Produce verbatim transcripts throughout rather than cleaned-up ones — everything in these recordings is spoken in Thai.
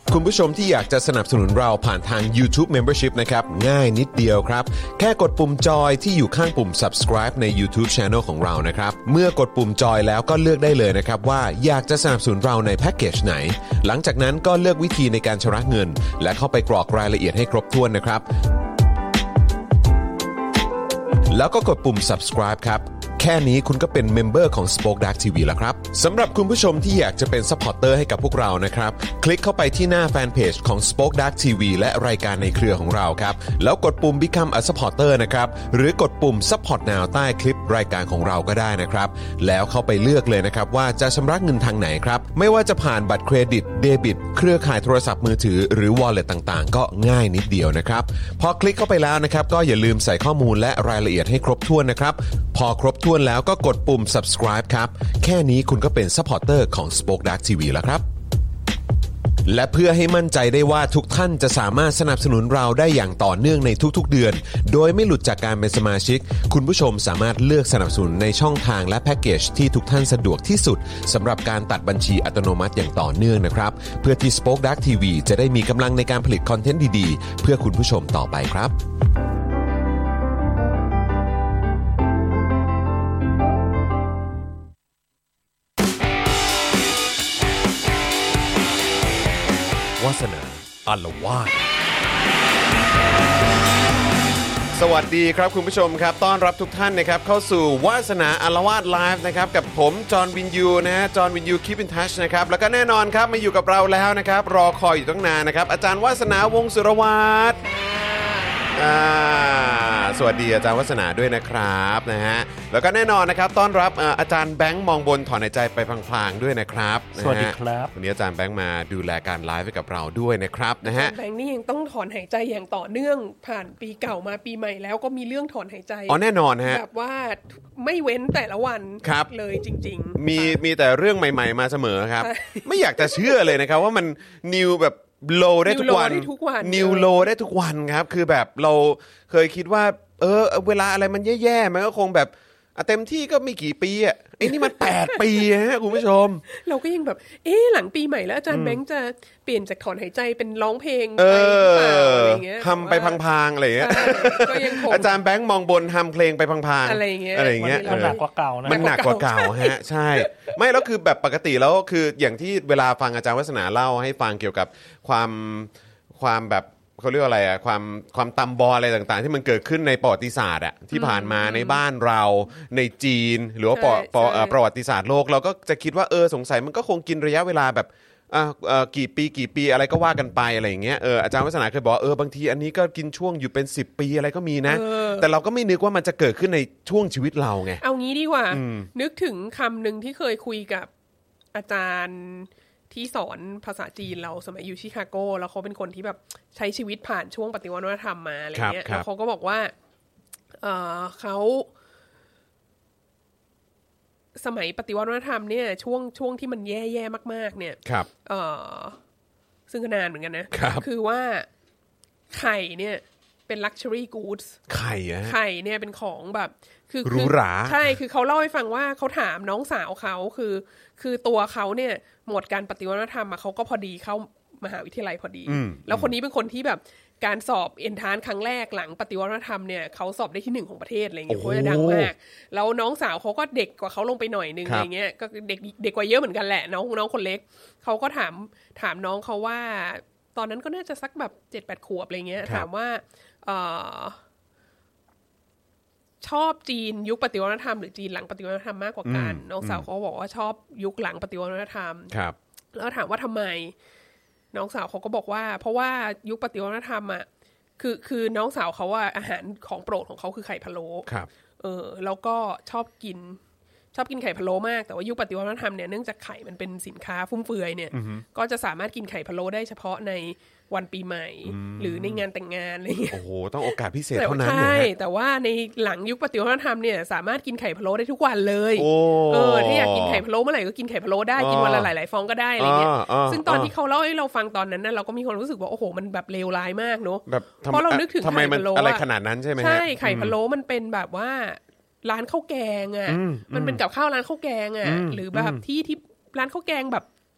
คุณผู้ชมที่อยากจะสนับสนุนเราผ่านทาง YouTube Membership นะครับง่ายนิดเดียวครับแค่กดปุ่มจอยที่อยู่ข้างปุ่ม Subscribe ใน YouTube Channel ของเรานะครับเมื่อกดปุ่มจอยแล้วก็เลือกได้เลยนะครับว่าอยากจะสนับสนุนเราในแพ็กเกจไหนหลังจากนั้นก็เลือกวิธีในการชำระเงินและเข้าไปกรอกรายละเอียดให้ครบถ้วนนะครับแล้วก็กดปุ่ม Subscribe ครับแค่นี้คุณก็เป็นเมมเบอร์ของ Spoke Dark ที วี แล้วครับสำหรับคุณผู้ชมที่อยากจะเป็นซัพพอร์ตเตอร์ให้กับพวกเรานะครับคลิกเข้าไปที่หน้าแฟนเพจของ Spoke Dark ที วี และรายการในเครือของเราครับแล้วกดปุ่ม Become a supporter นะครับหรือกดปุ่ม Support Now ใต้คลิปรายการของเราก็ได้นะครับแล้วเข้าไปเลือกเลยนะครับว่าจะชำระเงินทางไหนครับไม่ว่าจะผ่านบัตรเครดิตเดบิตเครือข่ายโทรศัพท์มือถือหรือ Wallet ต่างๆก็ง่ายนิดเดียวนะครับพอคลิกเข้าไปแล้วนะครับก็อย่าลืมใส่ข้อมูลและรายละเอียดให้ครบถ้วนนะครับพอครบถ้วนแล้วก็กดปุ่ม Subscribe ครับแค่นี้คุณก็เป็นซัพพอร์ตเตอร์ของ Spoke Dark ที วี แล้วครับและเพื่อให้มั่นใจได้ว่าทุกท่านจะสามารถสนับสนุนเราได้อย่างต่อเนื่องในทุกๆเดือนโดยไม่หลุดจากการเป็นสมาชิกคุณผู้ชมสามารถเลือกสนับสนุนในช่องทางและแพ็กเกจที่ทุกท่านสะดวกที่สุดสำหรับการตัดบัญชีอัตโนมัติอย่างต่อเนื่องนะครับเพื่อที่ Spoke Dark ที วี จะได้มีกำลังในการผลิตคอนเทนต์ดีๆเพื่อคุณผู้ชมต่อไปครับวาสนาอารวาสสวัสดีครับคุณผู้ชมครับต้อนรับทุกท่านนะครับเข้าสู่วาสนาอารวาสไลฟ์นะครับกับผมจอห์นวินยูนะฮะจอห์นวินยูคีปอินทัชนะครับแล้วก็แน่นอนครับมาอยู่กับเราแล้วนะครับรอคอยอยู่ตั้งนานนะครับอาจารย์วาสนาวงศ์สุรวัตรอ่าสวัสดีอาจารย์วาสนาด้วยนะครับนะฮะแล้วก็แน่นอนนะครับต้อนรับอาจารย์แบงค์มองบนถอนหายใจไปพลางๆด้วยนะครับสวัสดีครับวันนี้อาจารย์แบงค์มาดูแลการไลฟ์ให้กับเราด้วยนะครับนะฮะแบงค์นี่ยังต้องถอนหายใจอย่างต่อเนื่องผ่านปีเก่ามาปีใหม่แล้วก็มีเรื่องถอนหายใจอ๋อแน่นอนฮะแบบว่าไม่เว้นแต่ละวันเลยจริงๆมีมีแต่เรื่องใหม่ๆมาเสมอครับไม่อยากจะเชื่อเลยนะครับว่ามันนิวแบบโลได้ทุกวันนิวโลได้ทุกวันครับคือแบบเราเคยคิดว่าเออเวลาอะไรมันแย่ๆมันก็คงแบบเต็มที่ก็ไม่กี่ปีอ่ะไอ้นี่มันแปดปีฮะคุณผู้ชมเราก็ยังแบบเอ๊ะหลังปีใหม่แล้วอาจารย์แบงค์จะเปลี่ยนจากถอนหายใจเป็นร้องเพลงไปหรือเปล่าอะไรเงี้ยทำไปพังๆอะไรเงี้ยอาจารย์แบงค์มองบนทำเพลงไปพังๆอะไรเงี้ยอะไรเงี้ยมันหนักกว่าเก่านะมันหนักกว่าเก่าฮะใช่ไม่แล้วคือแบบปกติแล้วคืออย่างที่เวลาฟังอาจารย์วัฒนาเล่าให้ฟังเกี่ยวกับความความแบบเขาเรียกว่าอะไรอ่ะความความตำบออะไรต่างๆที่มันเกิดขึ้นในประวัติศาสตร์อ่ะที่ผ่านมาในบ้านเราในจีนหรือว่าประวัติศาสตร์โลกเราก็จะคิดว่าเออสงสัยมันก็คงกินระยะเวลาแบบอ่าเอ่อกี่ปีกี่ปีอะไรก็ว่ากันไปอะไรอย่างเงี้ยเอออาจารย์วัฒนาเคยบอกเออบางทีอันนี้ก็กินช่วงอยู่เป็นสิบปีอะไรก็มีนะแต่เราก็ไม่นึกว่ามันจะเกิดขึ้นในช่วงชีวิตเราไงเอางี้ดีกว่านึกถึงคำนึงที่เคยคุยกับอาจารย์ที่สอนภาษาจีนเราสมัยอยู่ชิคาโกแล้วเขาเป็นคนที่แบบใช้ชีวิตผ่านช่วงปฏิวัติวัฒนธรรมมาอะไรเงี้ยแล้วเขาก็บอกว่าเออเขาสมัยปฏิวัติวัฒนธรรมเนี่ยช่วงช่วงที่มันแย่ๆมากๆเนี่ยเออซึ่งก็นานเหมือนกันนะคือว่าไข่เนี่ยเป็น luxury goods ไข่อะไข่เนี่ยเป็นของแบบคือหรูหราใช่คือเขาเล่าให้ฟังว่าเขาถามน้องสาวเขาคือคือตัวเขาเนี่ยหมดการปฏิวัติวัฒนธรรมมาเขาก็พอดีเข้ามหาวิทยาลัยพอดีแล้วคนนี้เป็นคนที่แบบการสอบเอนทรานซ์ครั้งแรกหลังปฏิวัติวัฒนธรรมเนี่ยเขาสอบได้ที่หนึ่งของประเทศอะไรเงี้ยเขาจะดังมากแล้วน้องสาวเขาก็เด็กกว่าเขาลงไปหน่อยนึงอะไรเงี้ยก็เด็กเด็กกว่าเยอะเหมือนกันแหละน้องน้องคนเล็กเขาก็ถามถามน้องเขาว่าตอนนั้นก็น่าจะสักแบบ เจ็ดแปด ขวบอะไรเงี้ยถามว่าเอ่อชอบจีนยุคปฏิวัติวัฒนธรรมหรือจีนหลังปฏิวัติวัฒนธรรมมากกว่ากันน้องสาวเขาบอกว่าชอบยุคหลังปฏิวัติวัฒนธรรมแล้วถามว่าทำไมน้องสาวเขาก็บอกว่าเพราะว่ายุคปฏิวัติวัฒนธรรมอ่ะคือคือน้องสาวเขาว่าอาหารของโปรดของเขาคือไข่พะโล้เออแล้วก็ชอบกินชอบกินไข่พะโล้มากแต่ว่ายุคปฏิวัติวัฒนธรรมเนี่ยเนื่องจากไข่มันเป็นสินค้าฟุ่มเฟือยเนี่ยก็จะสามารถกินไข่พะโล้ได้เฉพาะในวันปีใหม่หรือในงานแต่งงานอะไรอย่างเงี้ยโอ้โหต้องโอกาสพิเศษเท่านั้นใช่แต่ว่าในหลังยุคปฏิวัติวัฒนธรรมเนี่ยสามารถกินไข่พะโล้ได้ทุกวันเลยเออถ้าอยากกินไข่พะโล้เมื่อไหร่ก็กินไข่พะโล้ได้กินวันละหลายๆฟองก็ได้อะไรเงี้ยซึ่งตอนที่เขาเล่าให้เราฟังตอนนั้นน่ะเราก็มีความรู้สึกว่าโอ้โหมันแบบเลวร้ายมากเนอะเพราะเรานึกถึงไข่พะโล้อะไรขนาดนั้นใช่ไหมใช่ไข่พะโล้มันเป็นแบบว่าร้านข้าวแกงอ่ะมันเป็นกับข้าวร้านข้าวแกงอ่ะหรือแบบที่ที่ร้านข้าวแกงแบบ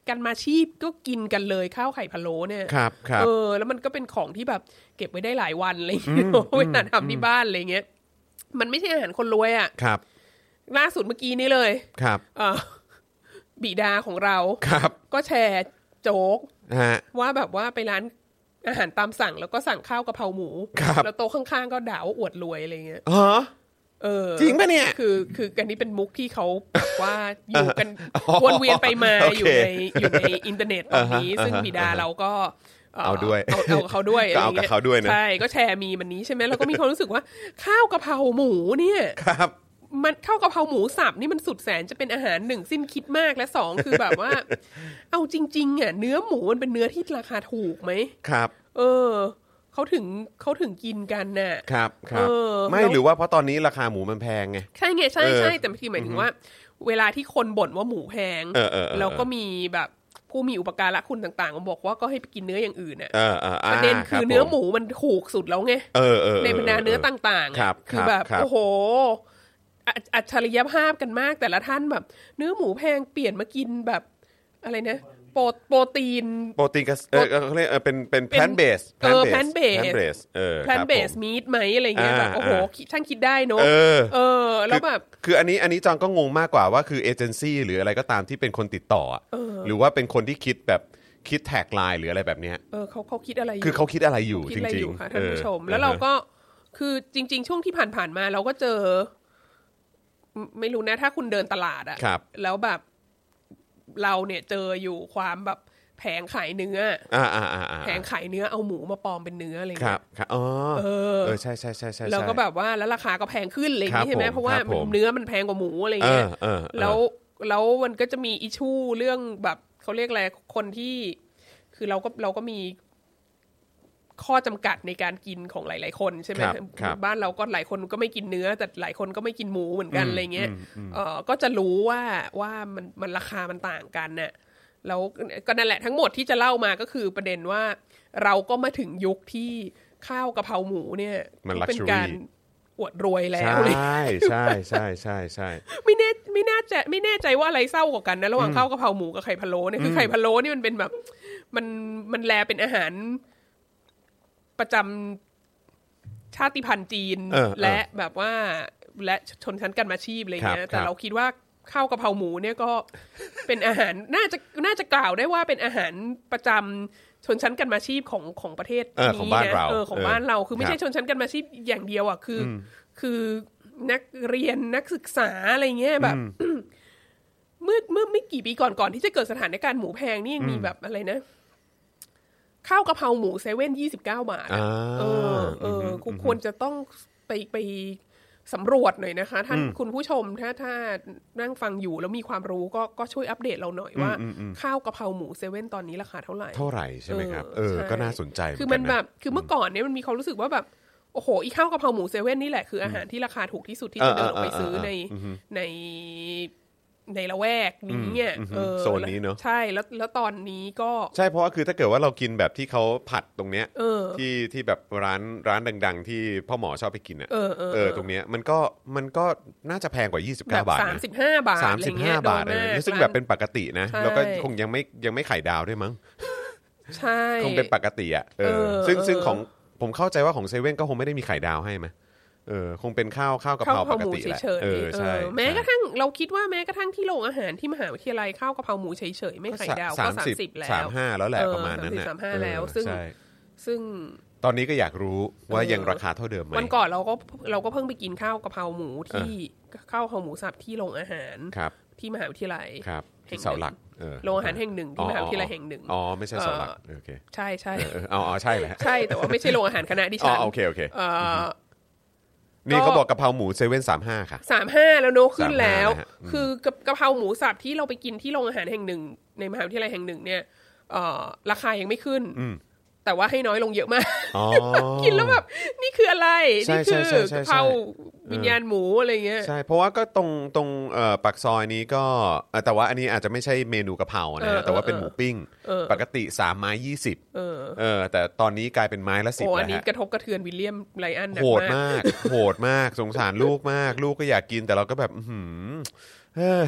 กันมาชีพก็กินกันเลยข้าวไข่พะโล้เนี่ยครับครับเออแล้วมันก็เป็นของที่แบบเก็บไว้ได้หลายวันอะไรอย่างเงี้ยเวลาทำที่บ้านอะไรเงี้ยมันไม่ใช่อาหารคนรวยอ่ะครับล่าสุดเมื่อกี้นี้เลยครับเออบิดาของเราครับก็แชร์โจ๊กฮะว่าแบบว่าไปร้านอาหารตามสั่งแล้วก็สั่งข้าวกะเพราหมูแล้วโต๊ะข้างๆก็ด่าว่าอวดรวยอะไรเงี้ยอ๋อเออจริงป่ะเนี่ยคือคือกันนี้เป็นมุกที่เขาแบบว่าอยู่กันวนเวียนไปมาอยู่ในอยู่ในอินเทอร์เน็ตตอนนี้ซึ่งบิดาเราก็เอาด้วยเอาเอาเขาด้วยก็เอากับเขาด้วยนะใช่ก็แชร์มีมันนี้ใช่ไหมแล้วก็มีความรู้สึกว่าข้าวกะเพราหมูเนี่ยครับมันข้าวกะเพราหมูสับนี่มันสุดแสนจะเป็นอาหารหนึ่งสิ้นคิดมากและสองคือแบบว่าเอาจริงๆอ่ะเนื้อหมูมันเป็นเนื้อที่ราคาถูกไหมครับเออเขาถึงเขาถึงกินกันน่ะครับครับไม่หรือว่าเพราะตอนนี้ราคาหมูมันแพงไงใช่ไงใช่ใช่แต่ที่หมายถึงว่าเวลาที่คนบ่นว่าหมูแพงแล้วก็มีแบบผู้มีอุปการะคุณต่างๆมาบอกว่าก็ให้ไปกินเนื้ออย่างอื่นน่ะประเด็นคือเนื้อหมูมันถูกสุดแล้วไงในบรรดาเนื้อต่างๆคือแบบโอ้โหอัจฉริยภาพกันมากแต่ละท่านแบบเนื้อหมูแพงเปลี่ยนมากินแบบอะไรนะโปรโปรตีนโปรตีนเออเขาเรียกเป็นเป็นแพลนเบสเออแพลนเบสเออแพลนเบสมีทไหมอะไรเงี้ยแบบโอ้โหช่างคิดได้เนอะเออแล้วแบบคืออันนี้อันนี้จองก็งงมากกว่าว่าคือเอเจนซี่หรืออะไรก็ตามที่เป็นคนติดต่อหรือว่าเป็นคนที่คิดแบบคิดแท็กไลน์หรืออะไรแบบเนี้ยเออเขาเขาคิดอะไรอยู่คือเขาคิดอะไรอยู่จริงๆค่ะท่านผู้ชมแล้วเราก็คือจริงๆช่วงที่ผ่านๆมาเราก็เจอไม่รู้นะถ้าคุณเดินตลาดอะแล้วแบบเราเนี่ยเจออยู่ความแบบแผงขายเนื้อแผงขายเนื้อเอาหมูมาปลอมเป็นเนื้ออะไรเงี้ยครับอ๋อเออใช่ใช่ใช่ใช่แล้วก็แบบว่าแล้วราคาก็แพงขึ้นอะไรอย่างนี้ใช่ไหมเพราะว่าเนื้อมันแพงกว่าหมูอะไรเงี้ยแล้วแล้วมันก็จะมีอิชชูเรื่องแบบเขาเรียกอะไรคนที่คือเราก็เราก็มีข้อจำกัดในการกินของหลายๆคนใช่ไหมบ้านเราก็หลายคนก็ไม่กินเนื้อแต่หลายคนก็ไม่กินหมูเหมือนกันอะไรเงี้ยเออก็จะรู้ว่าว่ามันมันราคามันต่างกันน่ะแล้วก็นั่นแหละทั้งหมดที่จะเล่ามาก็คือประเด็นว่าเราก็มาถึงยุคที่ข้าวกะเพราหมูเนี่ยเป็นการอวดรวยแล้วใช่ใช่ใช่ใช่ใช่ไม่แน่ไม่น่าจะไม่แน่ใจว่าอะไรเศร้ากว่ากันนะระหว่างข้าวกะเพราหมูกับไข่พะโล้เนี่ยคือไข่พะโล้นี่มันเป็นแบบมันมันแลเป็นอาหารประจำชาติพันธุ์จีนและแบบว่าและชนชั้นกันมาชีพอะไรเงี้ยแต่เราคิดว่าข้าวกะเพราหมูเนี่ยก็เป็นอาหารน่าจะน่าจะกล่าวได้ว่าเป็นอาหารประจำชนชั้นกันมาชีพของของประเทศนี้นะเออของบ้านเราคือไม่ใช่ชนชั้นกันมาชีพอย่างเดียวอ่ะคือคือนักเรียนนักศึกษาอะไรเงี้ยแบบเมื่อเมื่อไม่กี่ปีก่อนก่อนที่จะเกิดสถานการณ์หมูแพงนี่ยังมีแบบอะไรนะข้าวกะเพราหมูเซเว่นยี่สิบเก้าบาทเออเออควรจะต้องไปไปสำรวจหน่อยนะคะท่านคุณผู้ชมถ้าถ้านั่งฟังอยู่แล้วมีความรู้ก็ก็ช่วยอัปเดตเราหน่อยว่าข้าวกะเพราหมูเซเว่นตอนนี้ราคาเท่าไหร่เท่าไหร่ใช่ไหมครับเออก็น่าสนใจคือมันแบบคือเมื่อก่อนเนี่ยมันมีความรู้สึกว่าแบบโอ้โหอีข้าวกะเพราหมูเซเว่นนี่แหละคืออาหารที่ราคาถูกที่สุดที่จะเดินออกไปซื้อในในในละแวกนี้เนี่ยโซนนี้เนอะใช่แล้วแล้วตอนนี้ก็ใช่เพราะว่าคือถ้าเกิดว่าเรากินแบบที่เขาผัดตรงเนี้ยที่ที่แบบร้านร้านดังๆที่พ่อหมอชอบไปกินอ่ะเออตรงเนี้ยมันก็มันก็น่าจะแพงกว่ายี่สิบเก้าบาทนะสามสิบห้าบาทสามสิบห้าบาทเลยซึ่งแบบเป็นปกตินะแล้วก็คงยังไม่ยังไม่ไข่ดาวด้วยมั้งใช่คงเป็นปกติอ่ะเออซึ่งซึ่งของผมเข้าใจว่าของเซเว่นก็คงไม่ได้มีไข่ดาวให้ไหมเออคงเป็นข้าวข้าวกะเพราปกติแหละเออใช่แม้กระทั่งเราคิดว่าแม้กระทั่งที่โรงอาหารที่มหาวิทยาลัยข้าวกะเพราหมูเฉยๆไม่ไข่ดาวก็สามสิบแล้วสามสิบห้าแล้วแหละประมาณนั้นน่ะสามสิบห้าแล้วซึ่งซึ่งตอนนี้ก็อยากรู้ว่ายังราคาเท่าเดิมไหมวันก่อนเราก็เราก็เพิ่งไปกินข้าวกะเพราหมูที่ข้าวกะเพราหมูสับที่โรงอาหารที่มหาวิทยาลัยที่เสาหลักโรงอาหารแห่งหนึ่งที่มหาวิทยาลัยแห่งหนึ่งอ๋อไม่ใช่เสาหลักโอเคใช่ใช่อ๋อใช่แหละใช่แต่ว่าไม่ใช่โรงอาหารคณะดิฉันอ๋อโอเคโอเคนี่เขาบอกกะเพราหมูเซเว่นสามห้าค่ะสามห้าแล้วโนขึ้นแล้วคือกะเพราหมูสับที่เราไปกินที่โรงอาหารแห่งหนึ่งในมหาวิทยาลัยแห่งหนึ่งเนี่ยราคายังไม่ขึ้นแต่ว่าให้น้อยลงเยอะมากกินแล้วแบบนี่คืออะไรนี่คือกะเพราวิญญาณหมูอะไรเงี้ยใช่เพราะว่าก็ตรงตรงปากซอยนี้ก็แต่ว่าอันนี้อาจจะไม่ใช่เมนูกะเพรานะแต่ว่าเป็นหมูปิ้งปกติสามไม้ยี่สิบเออแต่ตอนนี้กลายเป็นไม้ละสิบแล้วฮะอันนี้กระทบกระเทือนวิลเลียมไลอันโหดมากโหดมากสงสารลูกมากลูกก็อยากกินแต่เราก็แบบอือ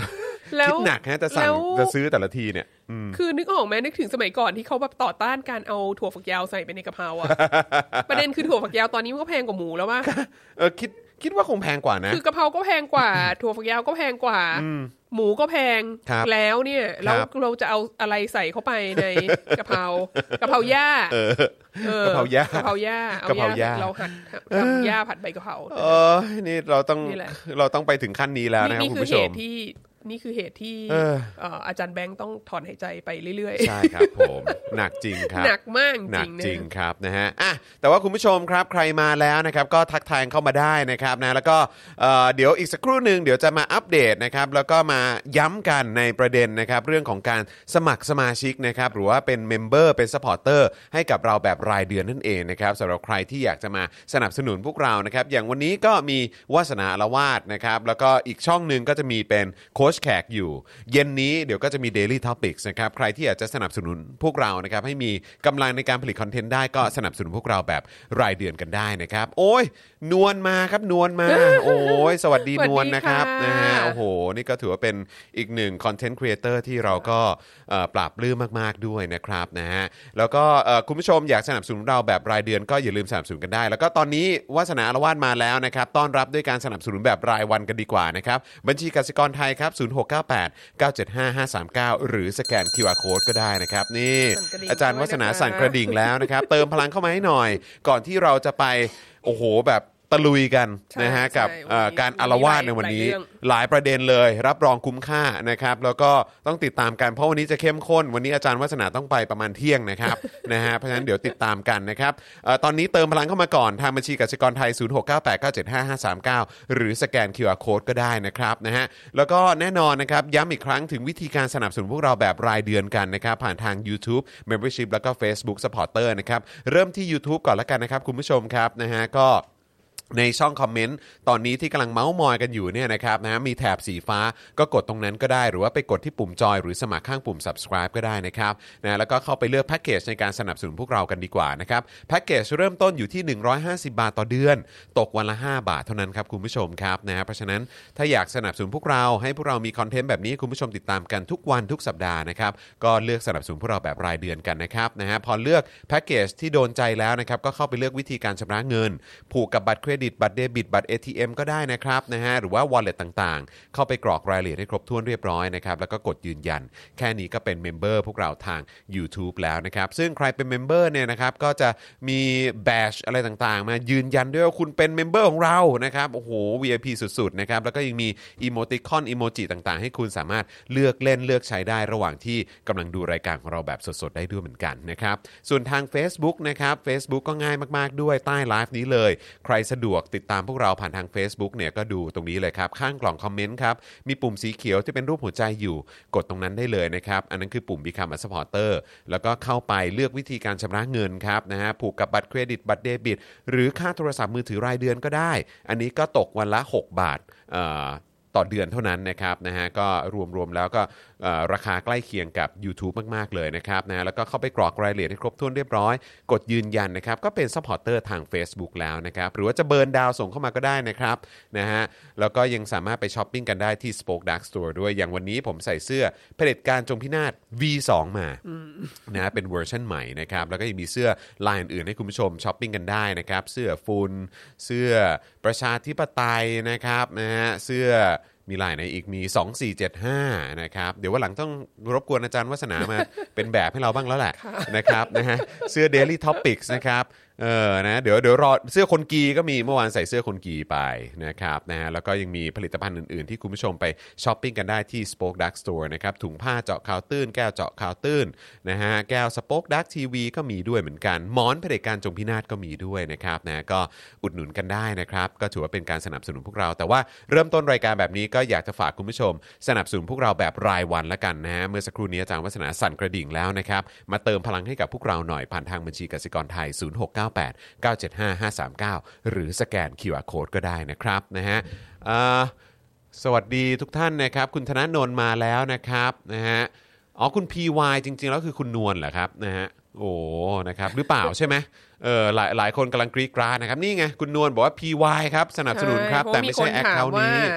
คิดหนักฮะจะสั่งจะซื้อแต่ละทีเนี่ยคือนึกออกไหมนึกถึงสมัยก่อนที่เขาแบบต่อต้านการเอาถั่วฝักยาวใส่ไปในกะเพราอะ ประเด็นคือถั่วฝักยาวตอนนี้มันก็แพงกว่าหมูแล้วว่ะเออคิดคิดว่าคงแพงกว่านะคือกะเพราก็แพงกว่าถั่วฝักยาวก็แพงกว่าหมูก็แพงแล้วเนี่ยแล้วเราจะเอาอะไรใส่เข้าไปในกะเพรากะเพราหญ้ากะเพราหญ้ากะเพราหญ้าเอาหญ้าเราหั่นทำหญ้าผัดใบกะเพราเออนี่เราต้องเราต้องไปถึงขั้นนี้แล้วนะครับคุณผู้ชมที่นี่คือเหตุที่อาจารย์แบงค์ต้องถอนหายใจไปเรื่อยๆใช่ครับผมหนักจริงครับหนักมากจริงจริงครับนะฮะอ่ะแต่ว่าคุณผู้ชมครับใครมาแล้วนะครับก็ทักทายเข้ามาได้นะครับนะแล้วก็เดี๋ยวอีกสักครู่นึงเดี๋ยวจะมาอัปเดตนะครับแล้วก็มาย้ำกันในประเด็นนะครับเรื่องของการสมัครสมาชิกนะครับหรือว่าเป็นเมมเบอร์เป็นซัพพอร์เตอร์ให้กับเราแบบรายเดือนนั่นเองนะครับสำหรับใครที่อยากจะมาสนับสนุนพวกเรานะครับอย่างวันนี้ก็มีวาสนาอารวาสนะครับแล้วก็อีกช่องนึงก็จะมีเป็นโค้ชแขกอยู่เย็นนี้เดี๋ยวก็จะมี Daily Topics นะครับใครที่อยากจะสนับสนุนพวกเรานะครับให้มีกำลังในการผลิตคอนเทนต์ได้ก็สนับสนุนพวกเราแบบรายเดือนกันได้นะครับโอ้ยนวลมาครับนวลมาโอ้ยสวัสดีนวลนะครับนะฮะโอ้โหนี่ก็ถือว่าเป็นอีกหนึ่งคอนเทนต์ครีเอเตอร์ที่เราก็ปราบปลื้มมากๆด้วยนะครับนะฮะแล้วก็คุณผู้ชมอยากสนับสนุนเราแบบรายเดือนก็อย่าลืมสนับสนุนกันได้แล้วก็ตอนนี้วาสนาอารวาสมาแล้วนะครับต้อนรับด้วยการสนับสนุนแบบรายวันกันดีกว่านะครับบัญชีกสิกรไทยครับศูนย์ หก เก้า แปด เก้า เจ็ด ห้า ห้า สาม เก้าหรือสแกน คิว อาร์ Code ก็ได้นะครับนี่อาจารย์วาสนาสั่นกระดิ่งแล้วนะครับเติมพลังเข้ามาให้หน่อยก่อนที่เราจะไปโอ้โหแบบตะลุยกันนะฮะกับการอาละวาดในวันนี้หลายประเด็นเลยรับรองคุ้มค่านะครับแล้วก็ต้องติดตามกันเพราะวันนี้จะเข้มข้นวันนี้อาจารย์วัฒนาต้องไปประมาณเที่ยงนะครับ นะฮะเพราะฉะนั้นเดี๋ยวติดตามกันนะครับตอนนี้เติมพลังเข้ามาก่อนทางบัญชีกสิกรไทยศูนย์ หก เก้า แปด เก้า เจ็ด ห้า ห้า สาม เก้าหรือสแกน คิว อาร์ Code ก็ได้นะครับนะฮะแล้วก็แน่นอนนะครับย้ำอีกครั้งถึงวิธีการสนับสนุนพวกเราแบบรายเดือนกันนะครับผ่านทาง YouTube Membership แล้วก็ Facebook Supporter นะครับเริ่มที่ YouTube ก่อนละกันนะครับคุณผู้ชมครับนะฮะก็ในช่องคอมเมนต์ตอนนี้ที่กำลังเมาส์มอยกันอยู่เนี่ยนะครับนะมีแถบสีฟ้าก็กดตรงนั้นก็ได้หรือว่าไปกดที่ปุ่มจอยหรือสมัครข้างปุ่ม Subscribe ก็ได้นะครับนะแล้วก็เข้าไปเลือกแพ็คเกจในการสนับสนุนพวกเรากันดีกว่านะครับแพ็คเกจเริ่มต้นอยู่ที่หนึ่งร้อยห้าสิบบาทต่อเดือนตกวันละห้าบาทเท่านั้นครับคุณผู้ชมครับนะเพราะฉะนั้นถ้าอยากสนับสนุนพวกเราให้พวกเรามีคอนเทนต์แบบนี้คุณผู้ชมติดตามกันทุกวันทุกสัปดาห์นะครับก็เลือกสนับสนุนพวกเราแบบรายเดือนกันนะครับนะฮะพอเลือกแพ็คเกจที่โดนใจแล้วนะครับก็เข้าไปเลือกวิธีการชำระเงินผูกกับบัตรเครดิตบัตรเดบิตบัตร เอ ที เอ็ม ก็ได้นะครับนะฮะหรือว่า wallet ต่างๆเข้าไปกรอกรายละเอียดให้ครบถ้วนเรียบร้อยนะครับแล้วก็กดยืนยันแค่นี้ก็เป็นเมมเบอร์พวกเราทาง YouTube แล้วนะครับซึ่งใครเป็นเมมเบอร์เนี่ยนะครับก็จะมีแบชอะไรต่างๆมายืนยันด้วยว่าคุณเป็นเมมเบอร์ของเรานะครับโอ้โห วี ไอ พี สุดๆนะครับแล้วก็ยังมีอีโมติคอนอีโมจิต่างๆให้คุณสามารถเลือกเล่นเลือกใช้ได้ระหว่างที่กำลังดูรายการของเราแบบสดๆได้ด้วยเหมือนกันนะครับส่วนทาง Facebook นะครับ Facebook ก็ง่ายมากๆด้วยใต้ไลฟ์นี้เลยใครสะดวกติดตามพวกเราผ่านทาง Facebook เนี่ยก็ดูตรงนี้เลยครับข้างกล่องคอมเมนต์ครับมีปุ่มสีเขียวที่เป็นรูปหัวใจอยู่กดตรงนั้นได้เลยนะครับอันนั้นคือปุ่ม Become a Supporter แล้วก็เข้าไปเลือกวิธีการชำระเงินครับนะฮะผูกกับบัตรเครดิตบัตรเดบิตหรือค่าโทรศัพท์มือถือรายเดือนก็ได้อันนี้ก็ตกวันละหกบาทเอ่อต่อเดือนเท่านั้นนะครับนะฮะก็รวมๆแล้วก็ราคาใกล้เคียงกับ YouTube มากๆเลยนะครับนะแล้วก็เข้าไปกรอกรายละเอียดให้ครบถ้วนเรียบร้อยกดยืนยันนะครับก็เป็นซัพพอร์เตอร์ทาง Facebook แล้วนะครับหรือว่าจะเบิร์นดาวส่งเข้ามาก็ได้นะครับนะฮะแล้วก็ยังสามารถไปช้อปปิ้งกันได้ที่ Spoke Dark Store ด้วยอย่างวันนี้ผมใส่เสื้อเผด็จการจงพินาศ วี สอง มานะเป็นเวอร์ชันใหม่นะครับแล้วก็ยังมีเสื้อลายอื่นๆให้คุณผู้ชมช้อปปิ้งกันได้นะครับเสื้อฝุ่นเสื้อประชาธิปไตยนะครับนะฮะเสื้อมีลายไหนอีกมีสอง สี่ เจ็ด ห้านะครับเดี๋ยววันหลังต้องรบกวนอาจารย์วัฒนามา เป็นแบบให้เราบ้างแล้วแหละนะครับนะฮะเสื้อ Daily Topics นะครับเออนะเดี๋ยวเดี๋ยวรอเสื้อคนกีก็มีเมื่อวานใส่เสื้อคนกีไปนะครับนะฮะแล้วก็ยังมีผลิตภัณฑ์อื่นๆที่คุณผู้ชมไปช้อปปิ้งกันได้ที่ Spoke Dark Store นะครับถุงผ้าเจาะข่าวตื้นแก้วเจาะข่าวตื้นนะฮะแก้ว Spoke Dark ที วี ก็มีด้วยเหมือนกันหมอนเผด็จการจงพินาศก็มีด้วยนะครับนะก็อุดหนุนกันได้นะครับก็ถือว่าเป็นการสนับสนุนพวกเราแต่ว่าเริ่มต้นรายการแบบนี้ก็อยากจะฝากคุณผู้ชมสนับสนุนพวกเราแบบรายวันละกันนะฮะเมื่อสักครู่นี้อาจารย์วัฒนาสั่นกระดิ่งแล้วนะครับมาเติมพลังให้กับพวกเราหน่อยผ่านทางบัญชีกสิกรไทยศูนย์ หก เก้า แปด เก้า เจ็ด ห้า ห้า สาม เก้าหรือสแกน คิว อาร์ Code ก็ได้นะครับนะฮะสวัสดีทุกท่านนะครับคุณธนนนท์มาแล้วนะครับนะฮะอ๋อคุณ พี วาย จริงๆแล้วคือคุณนวลเหรอครับนะฮะโอ้นะครับหรือเปล่าใช่ไหมเออหลายหลายคนกำลังกรี๊ดกราดนะครับนี่ไงคุณนวลบอกว่า พี วาย ครับสนับสนุนครับแต่ไม่ใช่แอคเคาท์นี้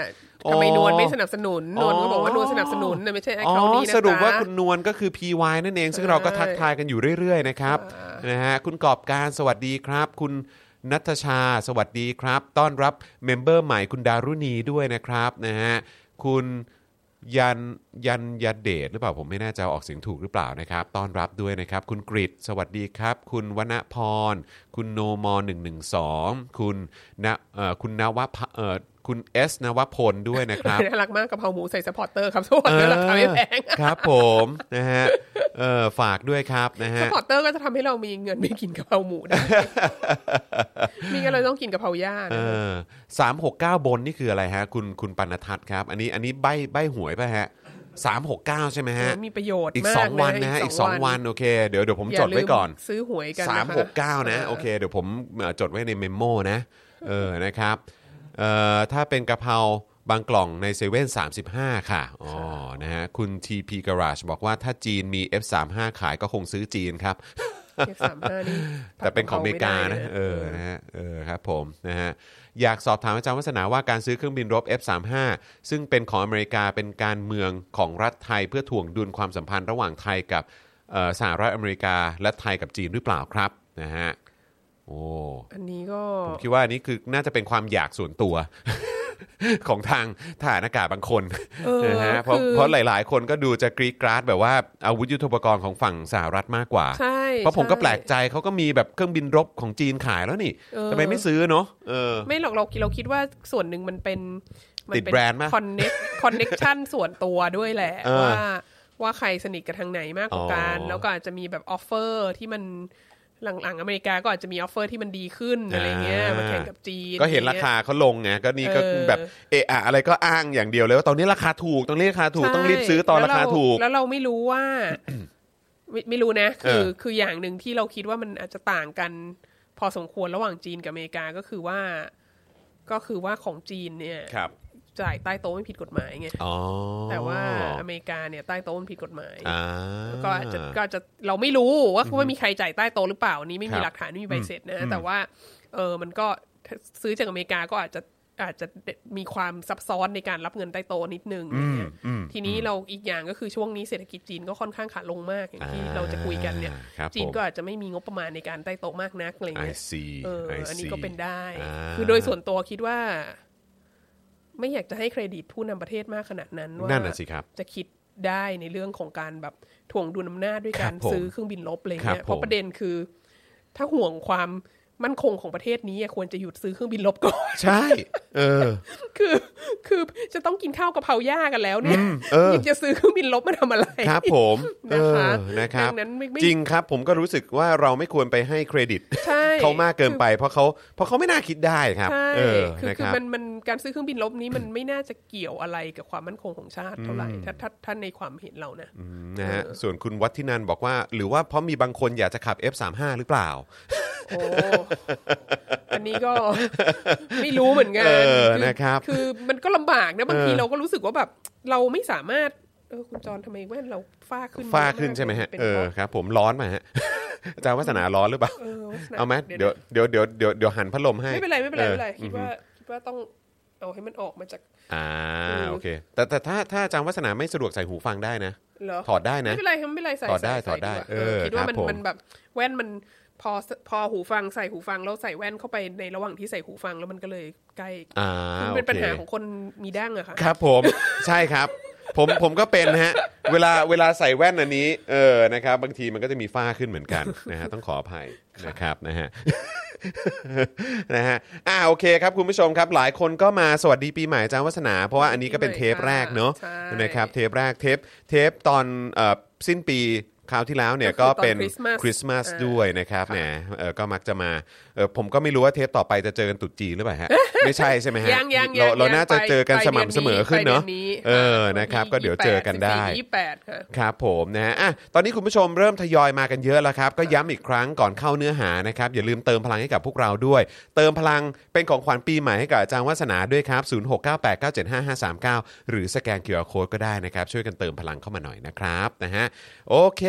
ทำไมนวลไม่สนับสนุนนวลก็บอกว่านวลสนับสนุนนะไม่ใช่ไอ้เขานี่นะสรุปว่าคุณนวลก็คือ พี วาย นั่นเองซึ่งเราก็ทักทายกันอยู่เรื่อยๆนะครับนะฮะคุณกอบการสวัสดีครับคุณณัฐชาสวัสดีครับต้อนรับเมมเบอร์ใหม่คุณดารุณีด้วยนะครับนะฮะคุณยันยันยเดชหรือเปล่าผมไม่แน่ใจออกเสียงถูกหรือเปล่านะครับต้อนรับด้วยนะครับคุณกฤษสวัสดีครับคุณวณพรคุณโนมหนึ่งหนึ่งสองคุณณเอ่อคุณนวพเอ่อคุณเอสนวพลด้วยนะครับน่ารักมากกะเพราหมูใส่สปอร์เตอร์ครับสวัสดีราคาไม่แพงครับผมนะฮะเออฝากด้วยครับนะฮะสปอร์เตอร์ก็จะทำให้เรามีเงินไปกินกะเพราหมูได้มีก็เลยต้องกินกะเพราย่างเออสามหกเก้าบนนี่คืออะไรฮะคุณคุณปณทัศน์ครับอันนี้อันนี้ใบใบหวยป่ะฮะสามหกเก้าใช่ไหมฮะมีประโยชน์อีกสองวันนะฮะอีกสองวันโอเคเดี๋ยวเดี๋ยวผมจดไว้ก่อนซื้อหวยกันสามหกเก้านะโอเคเดี๋ยวผมจดไว้ในเมมโมนะเออนะครับเอ่อถ้าเป็นกะเพราบางกล่องในเซเว่นสามสิบห้าค่ะอ๋อนะฮะคุณ ที พี Garage บอกว่าถ้าจีนมี เอฟ สามสิบห้า ขายก็คงซื้อจีนครับเอฟ สามสิบห้า นี่แต่เป็นของอเมริกานะเออนะฮะเออครับผมนะฮะอยากสอบถามอาจารย์วัฒนาว่าการซื้อเครื่องบินรบ เอฟ สามสิบห้า ซึ่งเป็นของอเมริกาเป็นการเมืองของรัฐไทยเพื่อถ่วงดุลความสัมพันธ์ระหว่างไทยกับสหรัฐอเมริกาและไทยกับจีนหรือเปล่าครับนะฮะโอ้อันนี้ก็ผมคิดว่าอันนี้คือน่าจะเป็นความอยากส่วนตัว ของทางทหารอากาศบางคนนะฮะเพราะเพราะหลายๆคนก็ดูจะกรี๊ดกราดแบบว่าอาวุธยุทโธปกรณ์ของฝั่งสหรัฐมากกว่าเพราะผมก็แปลกใจเขาก็มีแบบเครื่องบินรบของจีนขายแล้วนี่ทำไมไม่ซื้อเนาะไม่หรอกเราเราคิดว่าส่วนหนึ่งมันเป็นติดแบรนด์มั้ยคอนเนคคอนเนคชั่นส่วนตัวด้วยแหละว่าว่าใครสนิทกับทางไหนมากกว่ากันแล้วก็อาจจะมีแบบออฟเฟอร์ที่มันหลังๆอเมริกาก็อาจจะมีออฟเฟอร์ที่มันดีขึ้นอะไรเงี้ยมาแข่งกับจีนก็เห็นราคาเขาลงไงก็นี่ก็แบบเอะอะอะไรก็อ้างอย่างเดียวเลยว่าตอนนี้ราคาถูกตอนนี้ราคาถูกต้องรีบซื้อตอนราคาถูกแล้วเราไม่รู้ว่า ไม่ไม่รู้นะคือคืออย่างหนึ่งที่เราคิดว่ามันอาจจะต่างกันพอสมควรระหว่างจีนกับอเมริกาก็คือว่าก็คือว่าของจีนเนี่ยจ่ายใต้โต๊ะไม่ผิดกฎหมายไงแต่ว่าอเมริกาเนี่ยใต้โต๊ะมันผิดกฎหมายก็อาจจะก็จะเราไม่รู้ว่าว่ามีใครจ่ายใต้โต๊ะหรือเปล่านี้ไม่มีหลักฐานไม่มีใบเสร็จนะแต่ว่าเออมันก็ซื้อจากอเมริกาก็อาจจะอาจจะมีความซับซ้อนในการรับเงินใต้โต๊ะนิดนึงทีนี้เราอีกอย่างก็คือช่วงนี้เศรษฐกิจจีนก็ค่อนข้างขาลงมากอย่างที่เราจะคุยกันเนี่ยจีนก็อาจจะไม่มีงบประมาณในการใต้โต๊ะมากนักอะไรเงี้ยเอออันนี้ก็เป็นได้คือโดยส่วนตัวคิดว่าไม่อยากจะให้เครดิตผู้นำประเทศมากขนาดนั้นว่าจะคิดได้ในเรื่องของการแบบถ่วงดุลอำนาจด้วยการซื้อเครื่องบินรบอะไรเงี้ยเพราะประเด็นคือถ้าห่วงความมั่นคงของประเทศนี้ควรจะหยุดซื้อเครื่องบินรบก่อนใช่เออคือคือจะต้องกินข้าวกะเพราย่ากันแล้วเนี่ยยังจะซื้อเครื่องบินรบมาทำอะไรครับผมนะคะนะครับจริงครับผมก็รู้สึกว่าเราไม่ควรไปให้เครดิตเขามากเกินไปเพราะเขาเพราะเขาไม่น่าคิดได้ครับเออคือคือมันมันการซื้อเครื่องบินรบนี้มันไม่น่าจะเกี่ยวอะไรกับความมั่นคงของชาติเท่าไหร่ถ้าถ้าท่านในความเห็นเรานะนะฮะส่วนคุณวัฒนันบอกว่าหรือว่าเพราะมีบางคนอยากจะขับ เอฟ สามสิบห้า หรือเปล่าโอ้อันนี้ก็ไม่รู้เหมือนกันนะครับคือมันก็ลำบากนะบางทีเราก็รู้สึกว่าแบบเราไม่สามารถเออคุณจรทำไมแว่นเราฝ้าขึ้นฝ้าขึ้นใช่ไหมฮะเออครับผมร้อนมาฮะอาจารย์วัฒนาร้อนหรือเปล่าเอาไหมเดี๋ยวเดี๋ยวเดี๋ยวเดี๋ยวเดี๋ยวหันพัดลมให้ไม่เป็นไรไม่เป็นไรไม่เป็นไรคิดว่าคิดว่าต้องเอาให้มันออกมาจากอ่าโอเคแต่แต่ถ้าถ้าอาจารย์วัฒนาไม่สะดวกใส่หูฟังได้นะถอดได้นะไม่เป็นไรไม่เป็นไรใส่ถอดได้ถอดได้เออคิดว่ามันมันแบบแว่นมันพอพอหูฟังใส่หูฟังแล้วใส่แว่นเข้าไปในระหว่างที่ใส่หูฟังแล้วมันก็เลยใกล้มันเป็นปัญหาของคนมีดั้งอะค่ะครับผมใช่ครับผมผมก็เป็นฮะเวลาเวลาใส่แว่นอันนี้เออนะครับบางทีมันก็จะมีฝ้าขึ้นเหมือนกันนะฮะต้องขออภัยนะครับนะฮะนะฮะอ่าโอเคครับคุณผู้ชมครับหลายคนก็มาสวัสดีปีใหม่อาจารย์วัฒนาเพราะว่าอันนี้ก็เป็นเทปแรกเนาะนะครับเทปแรกเทปเทปตอนเอ่อสิ้นปีคราวที่แล้วเนี่ยก็เป็นคริสต์มาสด้วยนะครับแหมเออก็มักจะมาเออผมก็ไม่รู้ว่าเทปต่อไปจะเจอกันตุษจีนหรือเปล่าฮะไม่ใช่ใช่ไหมฮะเราเราน่าจะเจอกันสม่ำเสมอขึ้นเนาะเออนะครับก็เดี๋ยวเจอกันได้ครับผมนะฮะอ่ะตอนนี้คุณผู้ชมเริ่มทยอยมากันเยอะแล้วครับก็ย้ำอีกครั้งก่อนเข้าเนื้อหานะครับอย่าลืมเติมพลังให้กับพวกเราด้วยเติมพลังเป็นของขวัญปีใหม่ให้กับอาจารย์วาสนาด้วยครับศูนย์ หก เก้า แปด เก้า เจ็ด ห้า ห้า สาม เก้าหรือสแกน คิว อาร์ Code ก็ได้นะครับช่วยกันเติมพลังเข้ามาหน่อยนะครับนะฮะโอเค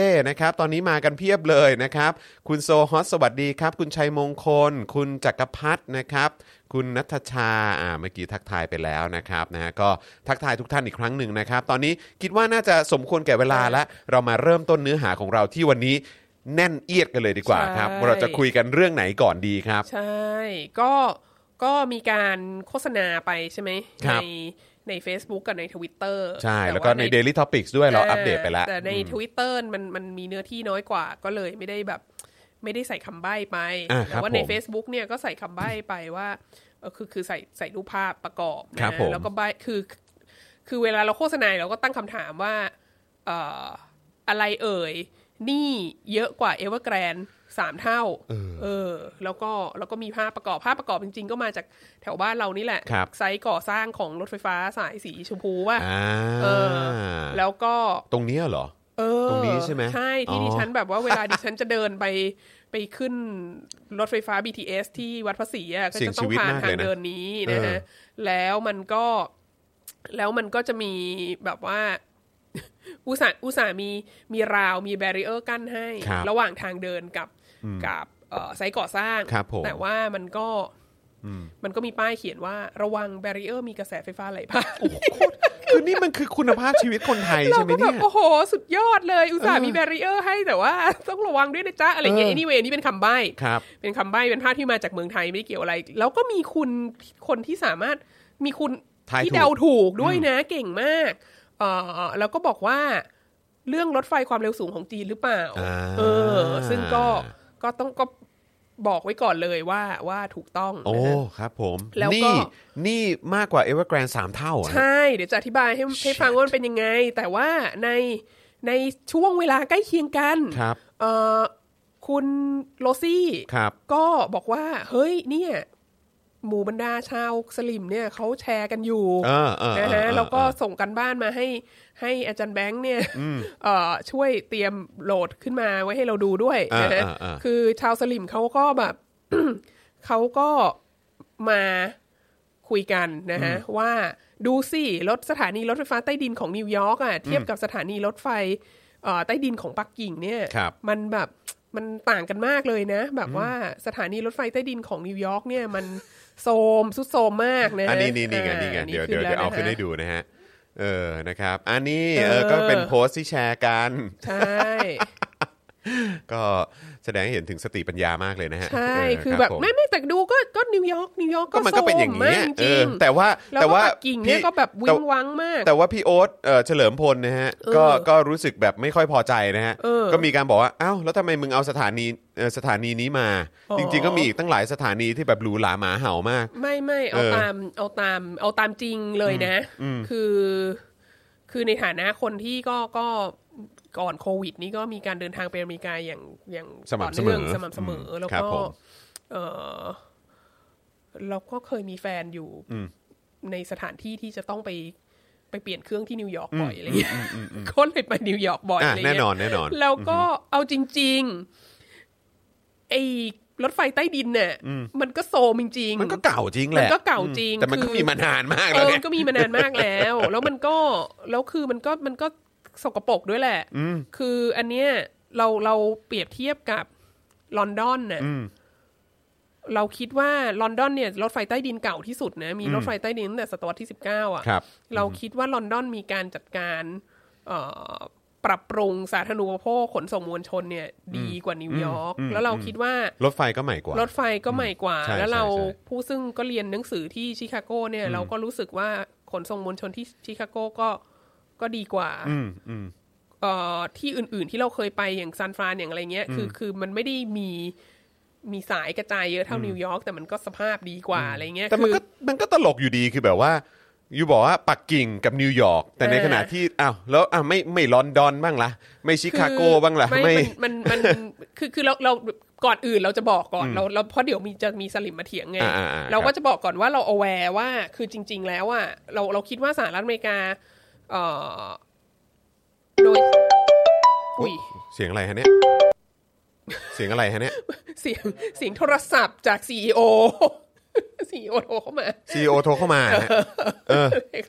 นะครับตอนนี้มากันเพียบเลยนะครับคุณโซฮอตสวัสดีครับคุณชัยมงคลคุณจักรพัฒน์นะครับคุณณัฐชาอ่าเมื่อกี้ทักทายไปแล้วนะครับนะฮะก็ทักทายทุกท่านอีกครั้งหนึ่งนะครับตอนนี้คิดว่าน่าจะสมควรแก่เวลาแล้วเรามาเริ่มต้นเนื้อหาของเราที่วันนี้แน่นเอียดกันเลยดีกว่าครับเราจะคุยกันเรื่องไหนก่อนดีครับใช่ก็ก็มีการโฆษณาไปใช่ไหมในใน Facebook กับใน Twitter ใช่แล้วก็ใน Daily Topics ด้วยเราอัปเดตไปแล้วแต่ใน Twitter มันมันมีเนื้อที่น้อยกว่าก็เลยไม่ได้แบบไม่ได้ใส่คำใบ้ไปแต่ว่าใน Facebook เนี่ยก็ใส่คำใบ้ไปว่าเออคือคือใส่ใส่รูปภาพประกอบนะแล้วก็ใบ้คือคือเวลาเราโฆษณาเราก็ตั้งคำถามว่าเอ่ออะไรเอ่ยนี่เยอะกว่า Evergrande สามเท่าเออเออแล้วก็แล้วก็มีภาพประกอบภาพประกอบจริงๆก็มาจากแถวบ้านเรานี่แหละไซต์ก่อสร้างของรถไฟฟ้าสายสีชมพูว่าเออแล้วก็ตรงนี้เหรอเออตรงนี้ใช่ไหมใช่ที่ดิฉันแบบว่าเวลาดิฉันจะเดินไปไปขึ้นรถไฟฟ้า บี ที เอส ที่วัดภาษีอ่ะก็จะต้องผ่านทางเดินนี้นะฮะแล้วมันก็แล้วมันก็จะมีแบบว่าอุตส่าห์อุตส่าห์มีมีราวมีแบรีเออร์กั้นให้ระหว่างทางเดินกับกับไซต์ก่อสร้างแต่ว่ามันก็มันก็มีป้ายเขียนว่าระวังแบรีเออร์มีกระแสไฟฟ้าไหลผ่านโอ้โหคือนี่มันคือคุณภาพชีวิตคนไทยใช่ไหมเนี่ยโอ้โหสุดยอดเลยอุตส่าห์มีแบรีเออร์ให้แต่ว่าต้องระวังด้วยนะจ๊ะอะไรเงี้ย anyway นี่เป็นคำใบ้เป็นคำใบ้เป็นภาพที่มาจากเมืองไทยไม่ได้เกี่ยวอะไรแล้วก็มีคุณคนที่สามารถมีคุณที่เดาถูกด้วยนะเก่งมากเอ่อแล้วก็บอกว่าเรื่องรถไฟความเร็วสูงของจีนหรือเปล่าเออซึ่งก็ก็ต้องก็บอกไว้ก่อนเลยว่าว่าถูกต้องโอ้ครับผมแล้วก็นี่มากกว่า Evergrande สามเท่าอ่ะใช่เดี๋ยวจะอธิบายให้ให้ฟังว่ามันเป็นยังไงแต่ว่าในในช่วงเวลาใกล้เคียงกันครับเอ่อคุณโรซี่ก็บอกว่าเฮ้ยเนี่ยหมู่บรรดาชาวสลิมเนี่ยเขาแชร์กันอยู่นะฮะแล้วก็ส่งกันบ้านมาให้ให้อาจารย์แบงค์เนี่ยช่วยเตรียมโหลดขึ้นมาไว้ให้เราดูด้วยนะฮะคือชาวสลิมเขาก็แบบ เขาก็มาคุยกันนะฮะว่าดูสิรถสถานีรถไฟฟ้าใต้ดินของนิวยอร์กอ่ะเทียบกับสถานีรถไฟใต้ดินของปักกิ่งเนี่ยมันแบบมันต่างกันมากเลยนะแบบว่าสถานีรถไฟใต้ดินของนิวยอร์กเนี่ยมันโซมสุดโซมมากนะอันนี้นี่นี่ไงนี่ไงเดี๋ยวเดี๋ยวเดี๋ยวเอาขึ้นให้ดูนะฮะเออนะครับอันนี้เออก็เป็นโพสต์ที่แชร์กันใช่ก็แสดงให้เห็นถึงสติปัญญามากเลยนะฮะใช่คือแบบไม่ไม่แต่ดูก็ก็นิวยอร์กนิวยอร์กก็มันก็เป็นอย่างนี้จริงแต่ว่าแต่ว่ากิ่งเนี่ยก็แบบวิงวังมากแต่ว่าพี่โอ๊ตเฉลิมพลนะฮะก็ก็รู้สึกแบบไม่ค่อยพอใจนะฮะก็มีการบอกว่าอ้าวแล้วทำไมมึงเอาสถานีสถานีนี้มาจริงๆก็มีอีกตั้งหลายสถานีที่แบบหรูหราหมาเห่ามากไม่ไม่เอาตามเอาตามเอาตามจริงเลยนะคือคือในฐานะคนที่ก็ก็ก่อนโควิดนี้ก็มีการเดินทางไปอเมริกาอย่างอย่างต่อเนื่องสม่ำเสมอแล้วก็เออเราก็เคยมีแฟนอยู่ในสถานที่ที่จะต้องไปไปเปลี่ยนเครื่องที่นิวยอร์กบ่อยอะไรอย่างเงี้ยก็เลยไปนิวยอร์กบ่อยอะไรแน่นอนแน่นอนแล้วก็เอาจริงๆไอ้รถไฟใต้ดินเนี่ยมันก็โซมจริงๆมันก็เก่าจริงแหละมันก็เก่าจริงแต่มันก็มีมานานมากแล้วเนี่ยมันก็มีมานานมากแล้วแล้วมันก็แล้วคือมันก็มันก็สกปรกด้วยแหละคืออันเนี้ยเราเราเปรียบเทียบกับลอนดอนเนี่ยเราคิดว่าลอนดอนเนี่ยรถไฟใต้ดินเก่าที่สุดนะมีรถไฟใต้ดินตั้งแต่ศตวรรษที่สิบเก้าอ่ะเราคิดว่าลอนดอนมีการจัดการปรับปรุงสาธารณูปโภคขนส่งมวลชนเนี่ยดีกว่านิวยอร์กแล้วเราคิดว่ารถไฟก็ใหม่กว่ารถไฟก็ใหม่กว่าแล้วเราผู้ซึ่งก็เรียนหนังสือที่ชิคาโกเนี่ยเราก็รู้สึกว่าขนส่งมวลชนที่ชิคาโกก็ก็ดีกว่าเอ่อที่อื่นๆที่เราเคยไปอย่างซานฟรานอย่างอะไรเงี้ยคือคือมันไม่ได้มีมีสายกระจายเยอะเท่านิวยอร์กแต่มันก็สภาพดีกว่าอะไรเงี้ยแต่มันก็มันก็ตลกอยู่ดีคือแบบว่าอยู่บอกว่าปักกิ่งกับนิวยอร์กแต่ในขณะที่อ้าวแล้วอ่ะไม่ไม่ลอนดอนบ้างล่ะไม่ชิคาโกบ้างล่ะไม่มันมันคือคือเราเราก่อนอื่นเราจะบอกก่อนเราเราเพราะเดี๋ยวมีจะมีสลิมมาเถียงไงเราก็จะบอกก่อนว่าเรา aware ว่าคือจริงๆแล้วอ่ะเราเราคิดว่าสหรัฐอเมริกาเอ่อโดยอุ้ยเสียงอะไรฮะเนี่ยเสียงอะไรฮะเนี่ยเสียงเสียงโทรศัพท์จาก ซี อี โอ ซี อี โอ โทรเข้ามาซี อี โอ โทรเข้ามาเออ